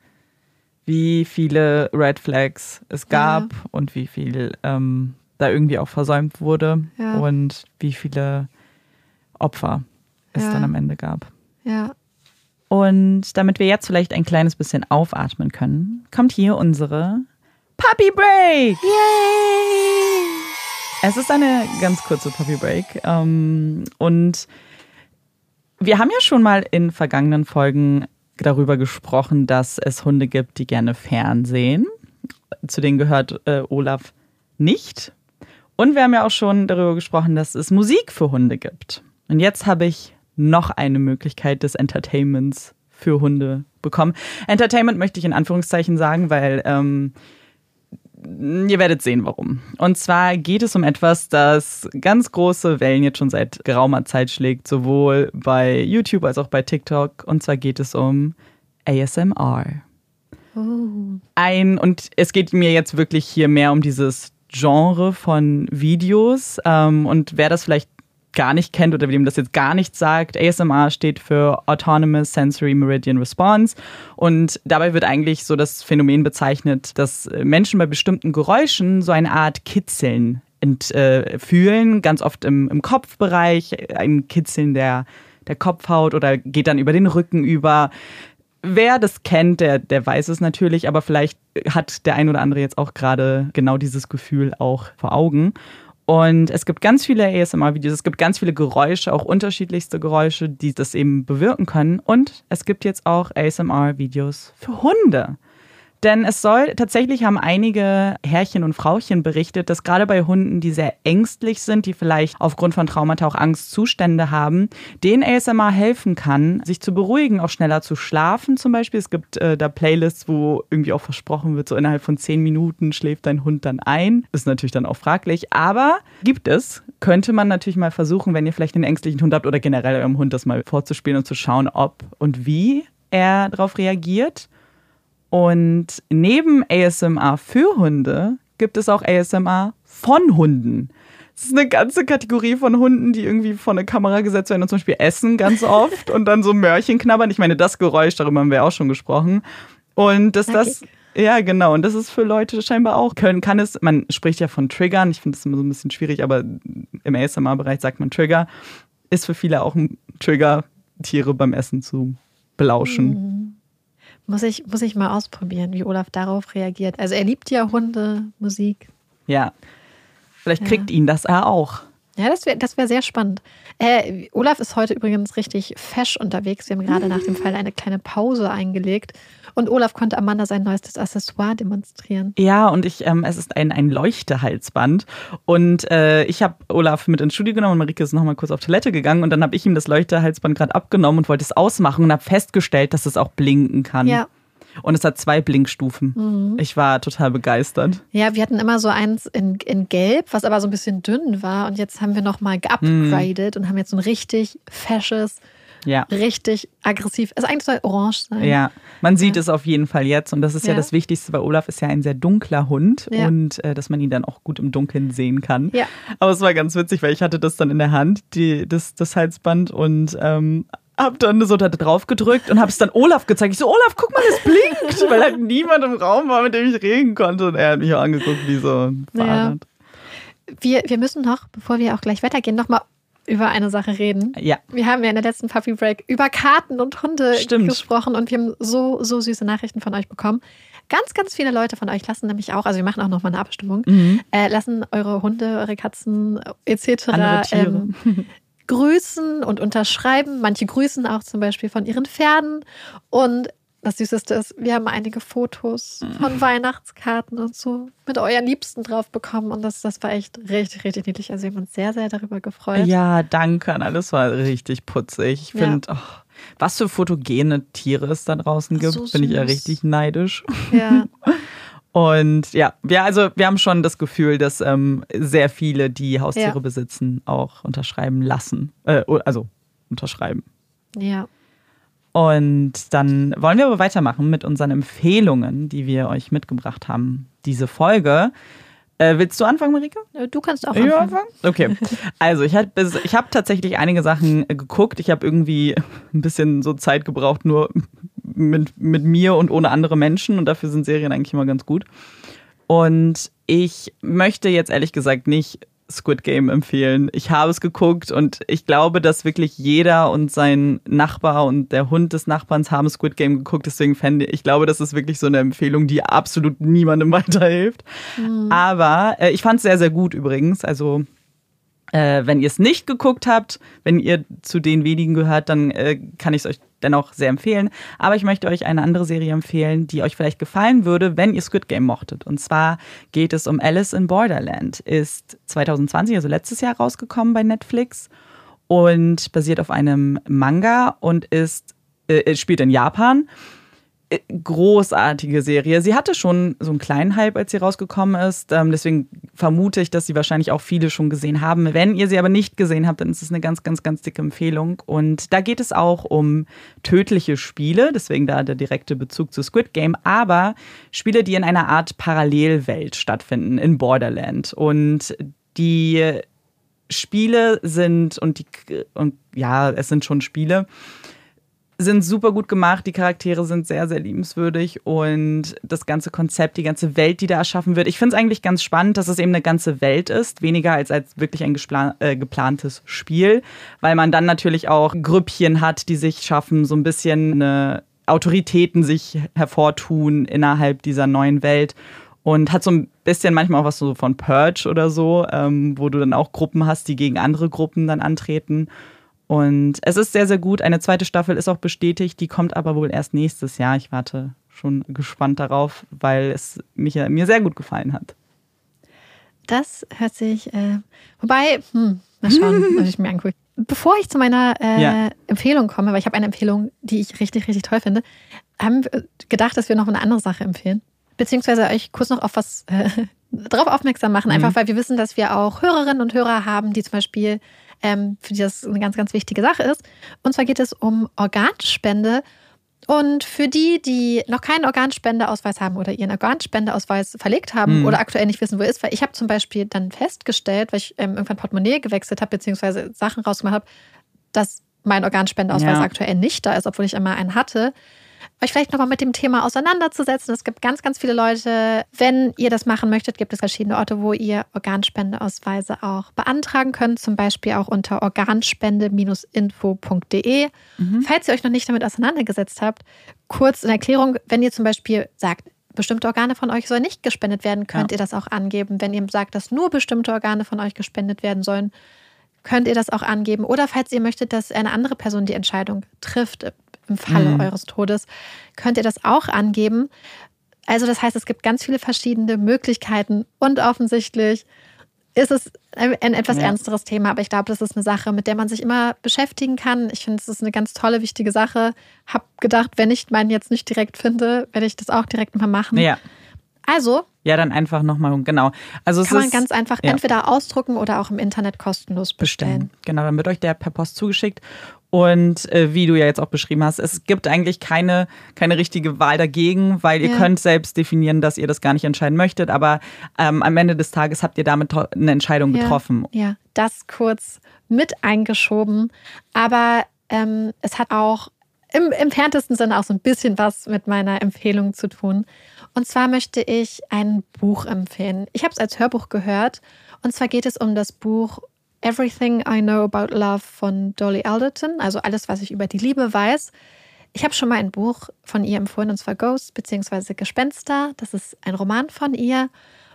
wie viele Red Flags es gab ja. und wie viel ähm, da irgendwie auch versäumt wurde ja. und wie viele Opfer es ja. dann am Ende gab. Ja. Und damit wir jetzt vielleicht ein kleines bisschen aufatmen können, kommt hier unsere Puppy Break! Yay! Es ist eine ganz kurze Puppy Break ähm, und wir haben ja schon mal in vergangenen Folgen darüber gesprochen, dass es Hunde gibt, die gerne fernsehen. Zu denen gehört äh, Olaf nicht. Und wir haben ja auch schon darüber gesprochen, dass es Musik für Hunde gibt. Und jetzt habe ich noch eine Möglichkeit des Entertainments für Hunde bekommen. Entertainment möchte ich in Anführungszeichen sagen, weil ähm, ihr werdet sehen, warum. Und zwar geht es um etwas, das ganz große Wellen jetzt schon seit geraumer Zeit schlägt, sowohl bei YouTube als auch bei TikTok. Und zwar geht es um A S M R. Oh. Ein, und es geht mir jetzt wirklich hier mehr um dieses Genre von Videos. Ähm, und wer das vielleicht gar nicht kennt oder wem das jetzt gar nichts sagt, A S M R steht für Autonomous Sensory Meridian Response und dabei wird eigentlich so das Phänomen bezeichnet, dass Menschen bei bestimmten Geräuschen so eine Art Kitzeln ent, äh, fühlen, ganz oft im, im Kopfbereich, ein Kitzeln der, der Kopfhaut oder geht dann über den Rücken über. Wer das kennt, der, der weiß es natürlich, aber vielleicht hat der ein oder andere jetzt auch gerade genau dieses Gefühl auch vor Augen. Und es gibt ganz viele A S M R-Videos, es gibt ganz viele Geräusche, auch unterschiedlichste Geräusche, die das eben bewirken können. Und es gibt jetzt auch A S M R-Videos für Hunde. Denn es soll, tatsächlich haben einige Herrchen und Frauchen berichtet, dass gerade bei Hunden, die sehr ängstlich sind, die vielleicht aufgrund von Traumata auch Angstzustände haben, denen A S M R helfen kann, sich zu beruhigen, auch schneller zu schlafen zum Beispiel. Es gibt äh, da Playlists, wo irgendwie auch versprochen wird, so innerhalb von zehn Minuten schläft dein Hund dann ein. Ist natürlich dann auch fraglich, aber gibt es. Könnte man natürlich mal versuchen, wenn ihr vielleicht einen ängstlichen Hund habt oder generell eurem Hund das mal vorzuspielen und zu schauen, ob und wie er darauf reagiert. Und neben A S M R für Hunde gibt es auch A S M R von Hunden. Das ist eine ganze Kategorie von Hunden, die irgendwie vor eine Kamera gesetzt werden und zum Beispiel essen ganz oft und dann so Möhrchen knabbern. Ich meine, das Geräusch, darüber haben wir auch schon gesprochen. Und dass das, ja genau, und das ist für Leute scheinbar auch, können, kann es, man spricht ja von Triggern, ich finde das immer so ein bisschen schwierig, aber im A S M R-Bereich sagt man Trigger, ist für viele auch ein Trigger, Tiere beim Essen zu belauschen. Mhm. Muss ich, muss ich mal ausprobieren, wie Olaf darauf reagiert. Also er liebt ja Hunde, Musik. Ja, vielleicht kriegt ja. ihn das er auch. Ja, das wäre das wär sehr spannend. Äh, Olaf ist heute übrigens richtig fesch unterwegs. Wir haben gerade nach dem Fall eine kleine Pause eingelegt. Und Olaf konnte Amanda sein neuestes Accessoire demonstrieren. Ja, und ich, ähm, es ist ein, ein Leuchtehalsband. Und äh, ich habe Olaf mit ins Studio genommen und Marike ist noch mal kurz auf Toilette gegangen. Und dann habe ich ihm das Leuchtehalsband gerade abgenommen und wollte es ausmachen und habe festgestellt, dass es auch blinken kann. Ja. Und es hat zwei Blinkstufen. Mhm. Ich war total begeistert. Ja, wir hatten immer so eins in, in Gelb, was aber so ein bisschen dünn war. Und jetzt haben wir nochmal geupgradet mhm. und haben jetzt so ein richtig fesches, ja. richtig aggressiv. Also eigentlich soll orange sein. Ja, man sieht ja. es auf jeden Fall jetzt. Und das ist ja, ja das Wichtigste, weil Olaf ist ja ein sehr dunkler Hund. Ja. Und äh, dass man ihn dann auch gut im Dunkeln sehen kann. Ja. Aber es war ganz witzig, weil ich hatte das dann in der Hand, die, das, das Halsband. Und ähm, hab dann so da drauf gedrückt und hab's dann Olaf gezeigt. Ich so, Olaf, guck mal, es blinkt. Weil halt niemand im Raum war, mit dem ich reden konnte. Und er hat mich auch angeguckt wie so ein Fahrrad. Ja. Wir, wir müssen noch, bevor wir auch gleich weitergehen, noch mal über eine Sache reden. Ja. Wir haben ja in der letzten Puppy Break über Karten und Hunde Stimmt. gesprochen und wir haben so, so süße Nachrichten von euch bekommen. Ganz, ganz viele Leute von euch lassen nämlich auch, also wir machen auch noch mal eine Abstimmung, mhm. äh, lassen eure Hunde, eure Katzen et cetera andere Tiere. Ähm, grüßen und unterschreiben. Manche grüßen auch zum Beispiel von ihren Pferden. Und das Süßeste ist, wir haben einige Fotos von Weihnachtskarten und so mit euren Liebsten drauf bekommen. Und das, das war echt richtig, richtig niedlich. Also wir haben uns sehr, sehr darüber gefreut. Ja, danke. Alles war richtig putzig. Ich finde, ja. oh, was für fotogene Tiere es da draußen gibt, so bin ich ja richtig neidisch. Ja. Und ja, wir, also, wir haben schon das Gefühl, dass ähm, sehr viele, die Haustiere ja. besitzen, auch unterschreiben lassen. Äh, also unterschreiben. Ja. Und dann wollen wir aber weitermachen mit unseren Empfehlungen, die wir euch mitgebracht haben. Diese Folge. Äh, willst du anfangen, Marike? Du kannst auch anfangen. anfangen? Okay. Also ich habe ich hab tatsächlich einige Sachen geguckt. Ich habe irgendwie ein bisschen so Zeit gebraucht, nur mit, mit mir und ohne andere Menschen. Und dafür sind Serien eigentlich immer ganz gut. Und ich möchte jetzt ehrlich gesagt nicht Squid Game empfehlen. Ich habe es geguckt und ich glaube, dass wirklich jeder und sein Nachbar und der Hund des Nachbarns haben Squid Game geguckt. Deswegen fände ich, ich glaube, das ist wirklich so eine Empfehlung, die absolut niemandem weiterhilft. Mhm. Aber äh, ich fand es sehr, sehr gut übrigens. Also äh, wenn ihr es nicht geguckt habt, wenn ihr zu den wenigen gehört, dann äh, kann ich es euch dennoch sehr empfehlen. Aber ich möchte euch eine andere Serie empfehlen, die euch vielleicht gefallen würde, wenn ihr Squid Game mochtet. Und zwar geht es um Alice in Borderland. Ist zwanzig zwanzig, also letztes Jahr, rausgekommen bei Netflix und basiert auf einem Manga und ist äh, spielt in Japan. Großartige Serie. Sie hatte schon so einen kleinen Hype, als sie rausgekommen ist. Deswegen vermute ich, dass sie wahrscheinlich auch viele schon gesehen haben. Wenn ihr sie aber nicht gesehen habt, dann ist es eine ganz, ganz, ganz dicke Empfehlung. Und da geht es auch um tödliche Spiele. Deswegen da der direkte Bezug zu Squid Game. Aber Spiele, die in einer Art Parallelwelt stattfinden, in Borderland. Und die Spiele sind, und die, und ja, es sind schon Spiele, sind super gut gemacht, die Charaktere sind sehr, sehr liebenswürdig und das ganze Konzept, die ganze Welt, die da erschaffen wird. Ich finde es eigentlich ganz spannend, dass es eben eine ganze Welt ist, weniger als, als wirklich ein gesplan- äh, geplantes Spiel, weil man dann natürlich auch Grüppchen hat, die sich schaffen, so ein bisschen eine Autoritäten sich hervortun innerhalb dieser neuen Welt. Und hat so ein bisschen manchmal auch was so von Purge oder so, ähm, wo du dann auch Gruppen hast, die gegen andere Gruppen dann antreten. Und es ist sehr, sehr gut. Eine zweite Staffel ist auch bestätigt, die kommt aber wohl erst nächstes Jahr. Ich warte schon gespannt darauf, weil es mich, mir sehr gut gefallen hat. Das hört sich, äh, wobei, hm, mal schauen, was ich mir angucke. Bevor ich zu meiner äh, ja. Empfehlung komme, weil ich habe eine Empfehlung, die ich richtig, richtig toll finde, haben wir gedacht, dass wir noch eine andere Sache empfehlen. Beziehungsweise euch kurz noch auf was äh, darauf aufmerksam machen, einfach mhm. weil wir wissen, dass wir auch Hörerinnen und Hörer haben, die zum Beispiel ähm, für die das eine ganz, ganz wichtige Sache ist. Und zwar geht es um Organspende. Und für die, die noch keinen Organspendeausweis haben oder ihren Organspendeausweis verlegt haben mhm. oder aktuell nicht wissen, wo er ist, weil ich habe zum Beispiel dann festgestellt, weil ich ähm, irgendwann Portemonnaie gewechselt habe, beziehungsweise Sachen rausgemacht habe, dass mein Organspendeausweis ja. aktuell nicht da ist, obwohl ich einmal einen hatte. euch vielleicht nochmal mit dem Thema auseinanderzusetzen. Es gibt ganz, ganz viele Leute. Wenn ihr das machen möchtet, gibt es verschiedene Orte, wo ihr Organspendeausweise auch beantragen könnt. Zum Beispiel auch unter organspende Bindestrich info Punkt de. Mhm. Falls ihr euch noch nicht damit auseinandergesetzt habt, kurz in Erklärung, wenn ihr zum Beispiel sagt, bestimmte Organe von euch sollen nicht gespendet werden, könnt ja. ihr das auch angeben. Wenn ihr sagt, dass nur bestimmte Organe von euch gespendet werden sollen, könnt ihr das auch angeben. Oder falls ihr möchtet, dass eine andere Person die Entscheidung trifft im Falle mhm. eures Todes, könnt ihr das auch angeben. Also das heißt, es gibt ganz viele verschiedene Möglichkeiten und offensichtlich ist es ein etwas ja. ernsteres Thema, aber ich glaube, das ist eine Sache, mit der man sich immer beschäftigen kann. Ich finde, es ist eine ganz tolle, wichtige Sache. Hab gedacht, wenn ich meinen jetzt nicht direkt finde, werde ich das auch direkt mal machen. Ja. Also. Ja, dann einfach nochmal, genau. Also es kann man ist, ganz einfach ja. entweder ausdrucken oder auch im Internet kostenlos bestellen. bestellen. Genau, dann wird euch der per Post zugeschickt. Und äh, wie du ja jetzt auch beschrieben hast, es gibt eigentlich keine, keine richtige Wahl dagegen, weil ihr ja. könnt selbst definieren, dass ihr das gar nicht entscheiden möchtet. Aber ähm, am Ende des Tages habt ihr damit to- eine Entscheidung ja. getroffen. Ja, das kurz mit eingeschoben. Aber ähm, es hat auch im entferntesten Sinne auch so ein bisschen was mit meiner Empfehlung zu tun. Und zwar möchte ich ein Buch empfehlen. Ich habe es als Hörbuch gehört. Und zwar geht es um das Buch Everything I Know About Love von Dolly Alderton, also alles, was ich über die Liebe weiß. Ich habe schon mal ein Buch von ihr empfohlen, und zwar Ghost bzw. Gespenster. Das ist ein Roman von ihr.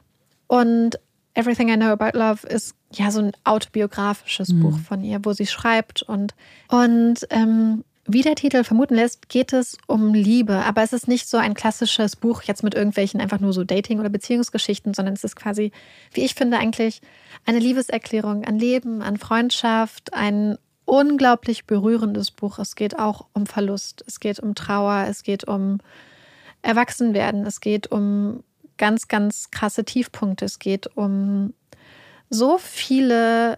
Und Everything I Know About Love ist ja so ein autobiografisches mhm. Buch von ihr, wo sie schreibt. Und, und ähm, wie der Titel vermuten lässt, geht es um Liebe. Aber es ist nicht so ein klassisches Buch jetzt mit irgendwelchen einfach nur so Dating- oder Beziehungsgeschichten, sondern es ist quasi, wie ich finde, eigentlich eine Liebeserklärung an Leben, an Freundschaft, ein unglaublich berührendes Buch. Es geht auch um Verlust, es geht um Trauer, es geht um Erwachsenwerden, es geht um ganz, ganz krasse Tiefpunkte, es geht um so viele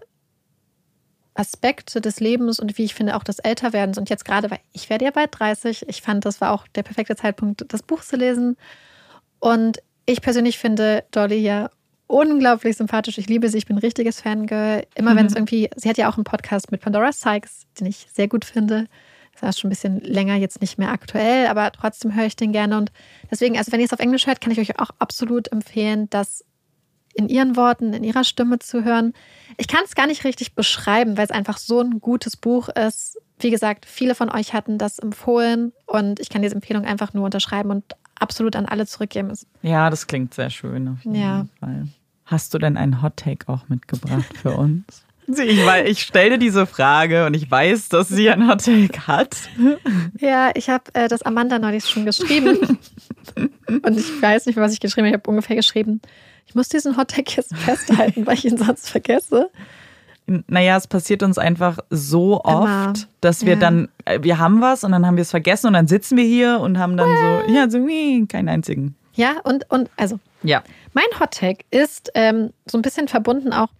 Aspekte des Lebens und wie ich finde auch des Älterwerdens. Und jetzt gerade, weil ich werde ja bald dreißig, ich fand, das war auch der perfekte Zeitpunkt, das Buch zu lesen. Und ich persönlich finde Dolly ja unglaublich sympathisch. Ich liebe sie, ich bin ein richtiges Fangirl. Immer mhm. wenn es irgendwie, sie hat ja auch einen Podcast mit Pandora Sykes, den ich sehr gut finde. Das ist schon ein bisschen länger, jetzt nicht mehr aktuell, aber trotzdem höre ich den gerne. Und deswegen, also wenn ihr es auf Englisch hört, kann ich euch auch absolut empfehlen, das in ihren Worten, in ihrer Stimme zu hören. Ich kann es gar nicht richtig beschreiben, weil es einfach so ein gutes Buch ist. Wie gesagt, viele von euch hatten das empfohlen und ich kann diese Empfehlung einfach nur unterschreiben und absolut an alle zurückgeben. Ja, das klingt sehr schön auf jeden ja. Fall. Hast du denn einen Hot-Take auch mitgebracht für uns? Ich, weil ich stelle dir diese Frage und ich weiß, dass sie einen Hot-Take hat. Ja, ich habe äh, das Amanda neulich schon geschrieben. Und ich weiß nicht mehr, was ich geschrieben habe. Ich habe ungefähr geschrieben, ich muss diesen Hot-Take jetzt festhalten, weil ich ihn sonst vergesse. Naja, es passiert uns einfach so oft, Immer. dass wir ja. dann, wir haben was und dann haben wir es vergessen und dann sitzen wir hier und haben dann so, ja, so wie keinen einzigen. Ja, und, und also, ja. mein Hot-Take ist ähm, so ein bisschen verbunden auch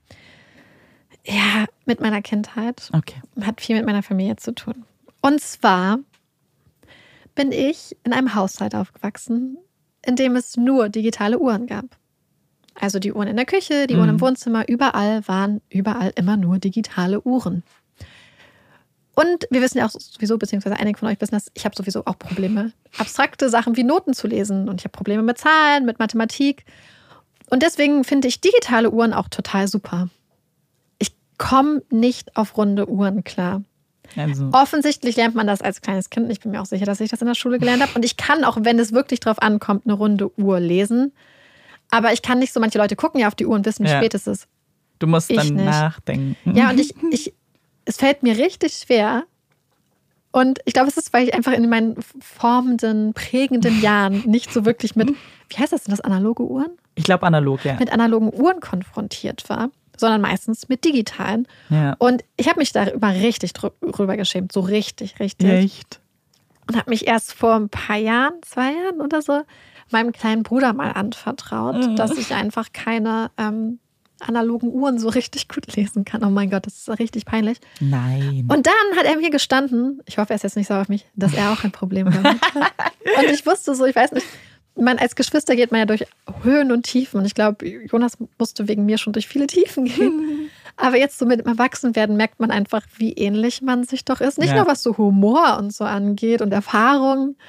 ja, mit meiner Kindheit. Okay. Hat viel mit meiner Familie zu tun. Und zwar bin ich in einem Haushalt aufgewachsen, in dem es nur digitale Uhren gab. Also die Uhren in der Küche, die mhm. Uhren im Wohnzimmer, überall waren überall immer nur digitale Uhren. Und wir wissen ja auch sowieso, beziehungsweise einige von euch wissen das, ich habe sowieso auch Probleme, abstrakte Sachen wie Noten zu lesen. Und ich habe Probleme mit Zahlen, mit Mathematik. Und deswegen finde ich digitale Uhren auch total super. Ich komme nicht auf runde Uhren klar. Also. Offensichtlich lernt man das als kleines Kind. Ich bin mir auch sicher, dass ich das in der Schule gelernt habe. Und ich kann auch, wenn es wirklich drauf ankommt, eine runde Uhr lesen. Aber ich kann nicht so, manche Leute gucken ja auf die Uhr und wissen, wie ja. spät es ist. Du musst ich dann nicht. nachdenken. Ja, und ich, ich, es fällt mir richtig schwer. Und ich glaube, es ist, weil ich einfach in meinen formenden, prägenden Jahren nicht so wirklich mit, wie heißt das denn, das analoge Uhren? Ich glaube analog, ja. Mit analogen Uhren konfrontiert war, sondern meistens mit digitalen. Ja. Und ich habe mich darüber richtig drüber geschämt, so richtig, richtig. Echt? Und habe mich erst vor ein paar Jahren, zwei Jahren oder so, meinem kleinen Bruder mal anvertraut, mhm. dass ich einfach keine ähm, analogen Uhren so richtig gut lesen kann. Oh mein Gott, das ist richtig peinlich. Nein. Und dann hat er mir gestanden, ich hoffe, er ist jetzt nicht sauer auf mich, dass er auch ein Problem damit hat. Und ich wusste so, ich weiß nicht, man, als Geschwister geht man ja durch Höhen und Tiefen. Und ich glaube, Jonas musste wegen mir schon durch viele Tiefen gehen. Aber jetzt so mit dem Erwachsenwerden merkt man einfach, wie ähnlich man sich doch ist. Nicht ja. nur was so Humor und so angeht und Erfahrung.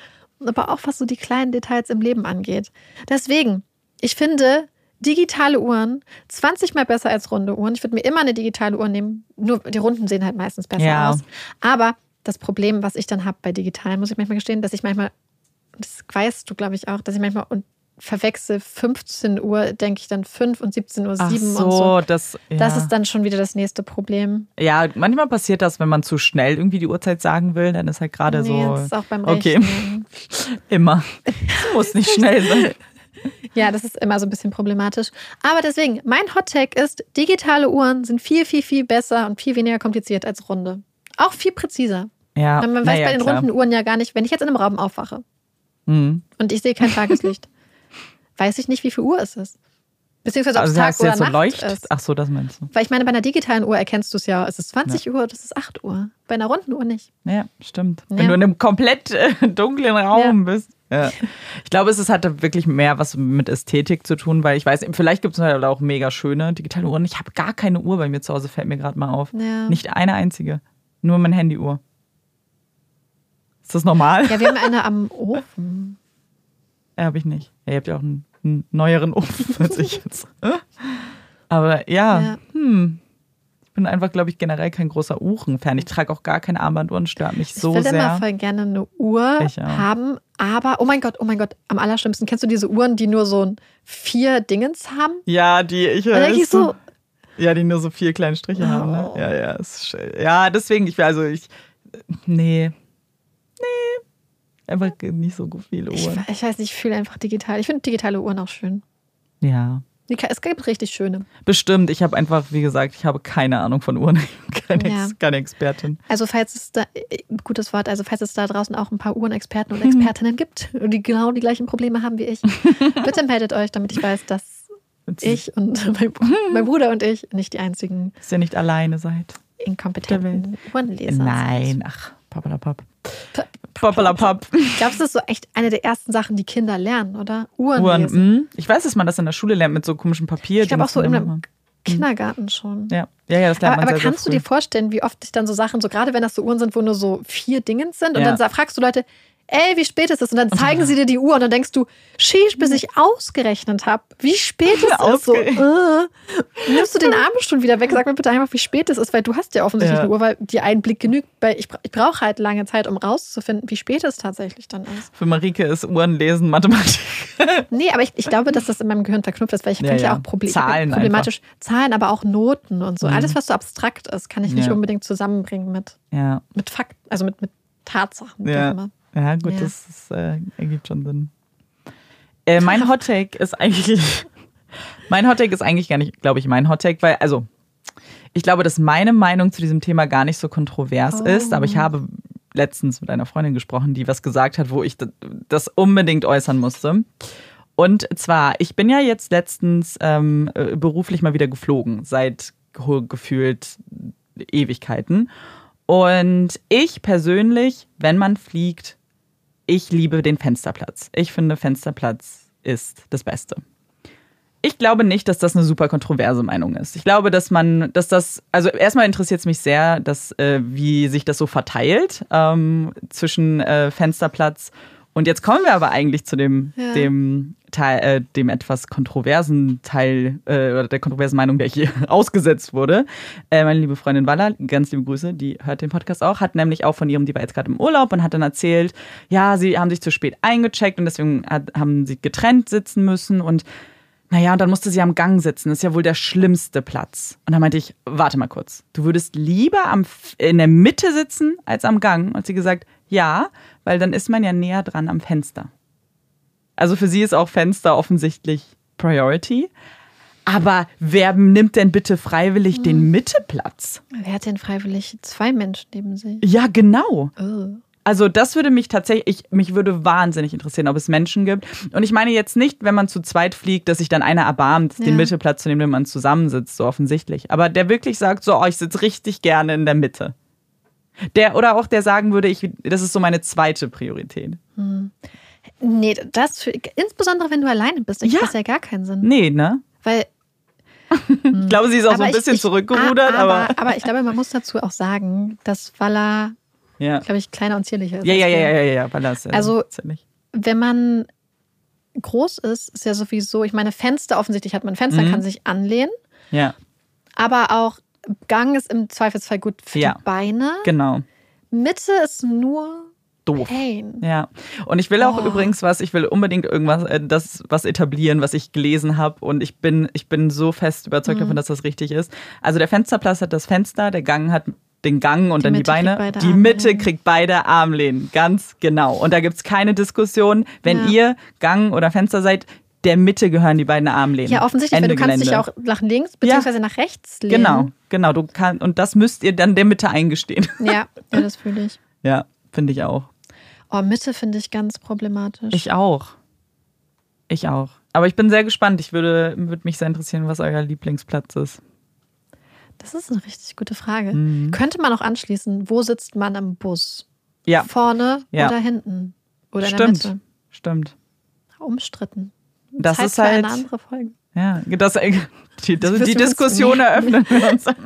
aber auch was so die kleinen Details im Leben angeht. Deswegen, ich finde digitale Uhren zwanzig Mal besser als runde Uhren. Ich würde mir immer eine digitale Uhr nehmen. Nur die runden sehen halt meistens besser Ja. aus. Aber das Problem, was ich dann habe bei digitalen, muss ich manchmal gestehen, dass ich manchmal, das weißt du, glaube ich, auch, dass ich manchmal und verwechsel fünfzehn Uhr, denke ich dann fünf und siebzehn Uhr sieben Ach so, und so. das, ja. Das ist dann schon wieder das nächste Problem. Ja, manchmal passiert das, wenn man zu schnell irgendwie die Uhrzeit sagen will, dann ist halt gerade Nee, so. das ist auch beim Okay. Rechnen. Immer. Es muss nicht schnell sein. Ja, das ist immer so ein bisschen problematisch. Aber deswegen, mein Hot-Take ist, digitale Uhren sind viel, viel, viel besser und viel weniger kompliziert als runde. Auch viel präziser. Ja, Man weiß naja, bei den klar. runden Uhren ja gar nicht, wenn ich jetzt in einem Raum aufwache Mhm. und ich sehe kein Tageslicht, weiß ich nicht, wie viel Uhr es ist. Beziehungsweise ob Also es Tag heißt oder jetzt so Nacht leuchtet? ist. Ach so, das meinst du. Weil ich meine, bei einer digitalen Uhr erkennst du es ja, es ist zwanzig Uhr, das ist acht Uhr. Bei einer runden Uhr nicht. Ja, stimmt. Ja. Wenn du in einem komplett äh, dunklen Raum Ja. bist. Ja. Ich glaube, es ist, hat wirklich mehr was mit Ästhetik zu tun, weil ich weiß, vielleicht gibt es halt auch mega schöne digitale Uhren. Ich habe gar keine Uhr bei mir zu Hause, fällt mir gerade mal auf. Ja. Nicht eine einzige. Nur meine Handyuhr. Ist das normal? Ja, wir haben eine am Ofen. Ja, habe ich nicht. Ja, ihr habt ja auch einen, einen neueren Ofen als ich jetzt. Aber ja, Ja. Hm. Ich bin einfach, glaube ich, generell kein großer Uhren-Fan. Ich trage auch gar keine Armbanduhren, stört mich so ich würde sehr. immer voll gerne eine Uhr Ich auch. haben, aber, oh mein Gott, oh mein Gott, am allerschlimmsten. Kennst du diese Uhren, die nur so ein vier Dingens haben? Ja, die ich Und dann denke ich so, Ja, die nur so vier kleine Striche Oh. haben, ne? Ja, ja, ist schön. Ja, deswegen, ich will also ich. Nee. Nee. Einfach nicht so viele ich, Uhren. ich weiß nicht, ich fühle einfach digital. Ich finde digitale Uhren auch schön. Ja. Die, es gibt richtig schöne. Bestimmt. Ich habe einfach, wie gesagt, ich habe keine Ahnung von Uhren. keine, Ja. Ex keine Expertin. Also falls es da, gutes Wort, also falls es da draußen auch ein paar Uhrenexperten und Expertinnen gibt, die genau die gleichen Probleme haben wie ich, bitte meldet euch, damit ich weiß, dass ich und mein, mein Bruder und ich nicht die einzigen Dass ihr nicht alleine seid. inkompetenten Uhrenleser Nein, sind. ach, papalapap. P- Papalapap. Ich glaube, das ist so echt eine der ersten Sachen, die Kinder lernen, oder? Uhren, Uhren. lesen. mh. Ich weiß, dass man das in der Schule lernt mit so komischem Papier. Ich glaube auch so Dings im und immer. Kindergarten schon. Ja, ja, ja, das lernt Aber, man aber sehr, kannst sehr du früh. dir vorstellen, wie oft sich dann so Sachen, so gerade wenn das so Uhren sind, wo nur so vier Dingens sind und Ja. dann sa- fragst du Leute, ey, wie spät ist es? Und dann zeigen sie dir die Uhr und dann denkst du, sheesh, bis ich ausgerechnet habe, wie spät es ist. So, äh. Nimmst du den Abend schon wieder weg? Sag mir bitte einfach, wie spät es ist, weil du hast ja offensichtlich Ja. eine Uhr, weil dir ein Blick genügt. Weil ich, bra- ich brauche halt lange Zeit, um rauszufinden, wie spät es tatsächlich dann ist. Für Marike ist Uhren lesen Mathematik. Nee, aber ich, ich glaube, dass das in meinem Gehirn verknüpft ist, weil ich Ja, finde ja, ja. auch Proble Zahlen problematisch. Zahlen, aber auch Noten und so. Mhm. Alles, was so abstrakt ist, kann ich nicht Ja. unbedingt zusammenbringen mit, Ja, mit Fakten, also mit, mit Tatsachen. wie Ja. auch immer. ja gut, Ja. das ist, äh, ergibt schon Sinn. Äh, mein Hottake ist eigentlich, mein Hottake ist eigentlich gar nicht, glaube ich, mein Hottake, weil, also, ich glaube, dass meine Meinung zu diesem Thema gar nicht so kontrovers Oh. ist, aber ich habe letztens mit einer Freundin gesprochen, die was gesagt hat, wo ich d- das unbedingt äußern musste. Und zwar, ich bin ja jetzt letztens ähm, äh, beruflich mal wieder geflogen, seit ge- gefühlt Ewigkeiten. Und ich persönlich, wenn man fliegt, ich liebe den Fensterplatz. Ich finde, Fensterplatz ist das Beste. Ich glaube nicht, dass das eine super kontroverse Meinung ist. Ich glaube, dass man, dass das, also erstmal interessiert es mich sehr, dass, äh, wie sich das so verteilt ähm, zwischen äh, Fensterplatz. Und jetzt kommen wir aber eigentlich zu dem, Ja. dem Teil, äh, dem etwas kontroversen Teil, äh, oder der kontroversen Meinung, der hier ausgesetzt wurde. Äh, meine liebe Freundin Walla, ganz liebe Grüße, die hört den Podcast auch, hat nämlich auch von ihrem, die war jetzt gerade im Urlaub und hat dann erzählt, ja, sie haben sich zu spät eingecheckt und deswegen hat, haben sie getrennt sitzen müssen und naja, und dann musste sie am Gang sitzen. Das ist ja wohl der schlimmste Platz. Und dann meinte ich, warte mal kurz. Du würdest lieber am, in der Mitte sitzen als am Gang? Und sie gesagt, ja, weil dann ist man ja näher dran am Fenster. Also für sie ist auch Fenster offensichtlich Priority. Aber wer nimmt denn bitte freiwillig Mhm. den Mitteplatz? Wer hat denn freiwillig zwei Menschen neben sich? Ja, genau. Oh. Also das würde mich tatsächlich, ich, mich würde wahnsinnig interessieren, ob es Menschen gibt. Und ich meine jetzt nicht, wenn man zu zweit fliegt, dass sich dann einer erbarmt, Ja. den Mittelplatz zu nehmen, wenn man zusammensitzt, so offensichtlich. Aber der wirklich sagt, so, oh, ich sitze richtig gerne in der Mitte. Der, oder auch der sagen würde, ich, das ist so meine zweite Priorität. Nee, das für, insbesondere wenn du alleine bist, ergibt Ja. das ja gar keinen Sinn. Nee, ne? Weil Ich glaube, sie ist auch so Aber ein ich- bisschen ich- zurückgerudert, aber, aber, aber ich glaube, man muss dazu auch sagen, dass Walla, ja. glaube ich, kleiner und zierlicher ist. Ja, ja, als ja, wir. ja, ja, ja, weil das, äh, Also- ziemlich. wenn man groß ist, ist ja sowieso, ich meine, Fenster, offensichtlich hat man Fenster, Mhm. kann sich anlehnen. Ja, Aber auch Gang ist im Zweifelsfall gut für Ja. die Beine. genau. Mitte ist nur Doof. Pain. Ja, und ich will auch Oh. übrigens was, ich will unbedingt irgendwas, äh, das was etablieren, was ich gelesen habe und ich bin, ich bin so fest überzeugt Mhm. davon, dass das richtig ist. Also der Fensterplatz hat das Fenster, der Gang hat den Gang und Die dann die Mitte kriegt Beine. beide Die Mitte Armlehnen. kriegt beide Armlehnen, ganz genau. Und da gibt es keine Diskussion, wenn Ja. ihr Gang oder Fenster seid, der Mitte gehören die beiden Armlehnen. Ja, offensichtlich, Ende weil du kannst dich Gelände. auch nach links bzw. nach rechts lehnen. Genau, genau. Du kann, und das müsst ihr dann der Mitte eingestehen. Ja, ja, das fühle ich. Ja, finde ich auch. Oh, Mitte finde ich ganz problematisch. Ich auch. Ich auch. Aber ich bin sehr gespannt. Ich würde, würde mich sehr interessieren, was euer Lieblingsplatz ist. Das ist eine richtig gute Frage. Mhm. Könnte man auch anschließen, wo sitzt man im Bus? Ja, Vorne Ja. oder hinten? Oder stimmt. in der Mitte? Stimmt. Umstritten. Das Zeit ist für halt. eine andere Folge. Ja, das, die, die, Das wissen die wir uns Diskussion nicht. eröffnen wir uns. Aber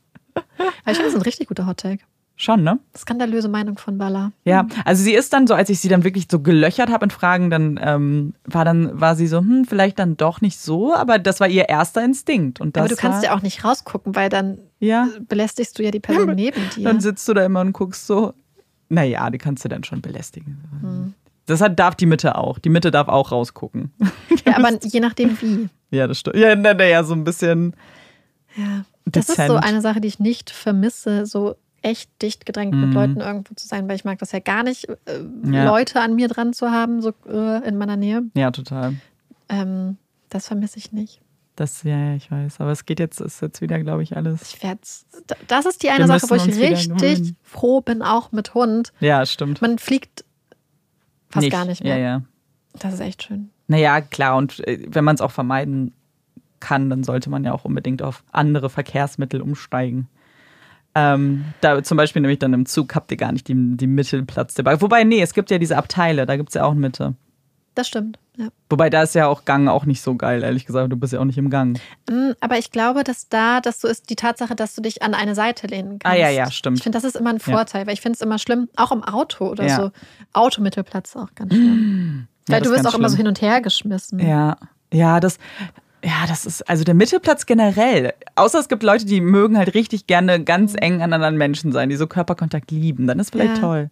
ich finde, das ist ein richtig guter Hottag. Schon, ne? Skandalöse Meinung von Balla. Ja, also sie ist dann so, als ich sie dann wirklich so gelöchert habe in Fragen, dann ähm, war dann war sie so, hm, vielleicht dann doch nicht so, aber das war ihr erster Instinkt. Und das Aber du kannst war, ja auch nicht rausgucken, weil dann ja, belästigst du ja die Person neben dir. dann sitzt du da immer und guckst so. Naja, die kannst du dann schon belästigen. Hm. Das hat, darf die Mitte auch. Die Mitte darf auch rausgucken. Ja, aber je nachdem wie. Ja, das stimmt. Ja, naja, na, ja, so ein bisschen Ja. Das dezent. ist so eine Sache, die ich nicht vermisse, so echt dicht gedrängt mit Mhm. Leuten irgendwo zu sein, weil ich mag das ja gar nicht, äh, Ja. Leute an mir dran zu haben, so äh, in meiner Nähe. Ja, total. Ähm, das vermisse ich nicht. Das, ja, ja, ich weiß. Aber es geht jetzt, ist jetzt wieder, glaube ich, alles. Ich werd's, das ist die eine Wir Sache, wo müssen ich uns wieder richtig gewöhnen. froh bin, auch mit Hund. Ja, stimmt. Man fliegt fast gar nicht mehr. Ja, ja. Das ist echt schön. Naja, klar. Und äh, wenn man es auch vermeiden kann, dann sollte man ja auch unbedingt auf andere Verkehrsmittel umsteigen. Ähm, da zum Beispiel nämlich dann im Zug habt ihr gar nicht die, die Mittelplatzdebatte. Wobei, nee, es gibt ja diese Abteile, da gibt es ja auch eine Mitte. Das stimmt, ja. Wobei, da ist ja auch Gang auch nicht so geil, ehrlich gesagt. Du bist ja auch nicht im Gang. Mm, Aber ich glaube, dass da das so ist, die Tatsache, dass du dich an eine Seite lehnen kannst. Ah, ja, ja, stimmt. Ich finde, das ist immer ein Vorteil, weil ich finde es immer schlimm, auch im Auto oder Ja. so. Automittelplatz ist auch ganz schlimm. Ja, weil das du ist wirst ganz auch immer so schlimm. hin und her geschmissen. Ja, ja, das, ja, das ist, also der Mittelplatz generell. Außer es gibt Leute, die mögen halt richtig gerne ganz eng an anderen Menschen sein, die so Körperkontakt lieben. Dann ist vielleicht Ja. toll.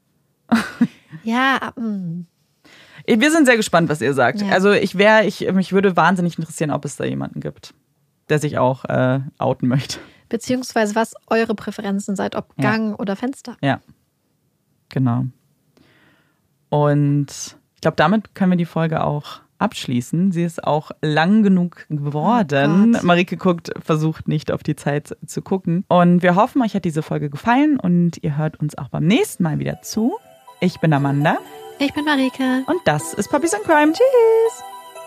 Ja, mm. Wir sind sehr gespannt, was ihr sagt. Ja. Also ich wäre, ich, mich würde wahnsinnig interessieren, ob es da jemanden gibt, der sich auch äh, outen möchte. beziehungsweise was eure Präferenzen seid, ob Ja. Gang oder Fenster. Ja, genau. Und ich glaube, damit können wir die Folge auch abschließen. Sie ist auch lang genug geworden. Oh Gott. Marike guckt, versucht nicht auf die Zeit zu gucken. Und wir hoffen, euch hat diese Folge gefallen und ihr hört uns auch beim nächsten Mal wieder zu. Ich bin Amanda Ich bin Marike. und das ist Puppies and Crime. Tschüss!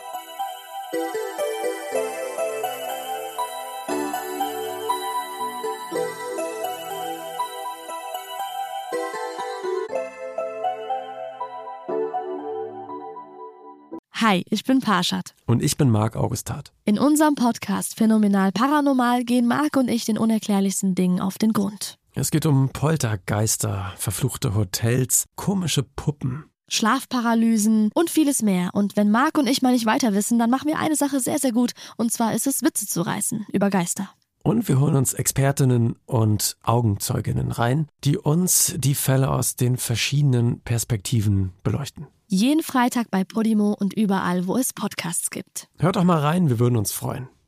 Hi, ich bin Parshad. Und ich bin Marc Augustat. In unserem Podcast Phänomenal Paranormal gehen Marc und ich den unerklärlichsten Dingen auf den Grund. Es geht um Poltergeister, verfluchte Hotels, komische Puppen. Schlafparalysen und vieles mehr. Und wenn Marc und ich mal nicht weiter wissen, dann machen wir eine Sache sehr, sehr gut. Und zwar ist es, Witze zu reißen über Geister. Und wir holen uns Expertinnen und Augenzeuginnen rein, die uns die Fälle aus den verschiedenen Perspektiven beleuchten. Jeden Freitag bei Podimo und überall, wo es Podcasts gibt. Hört doch mal rein, wir würden uns freuen.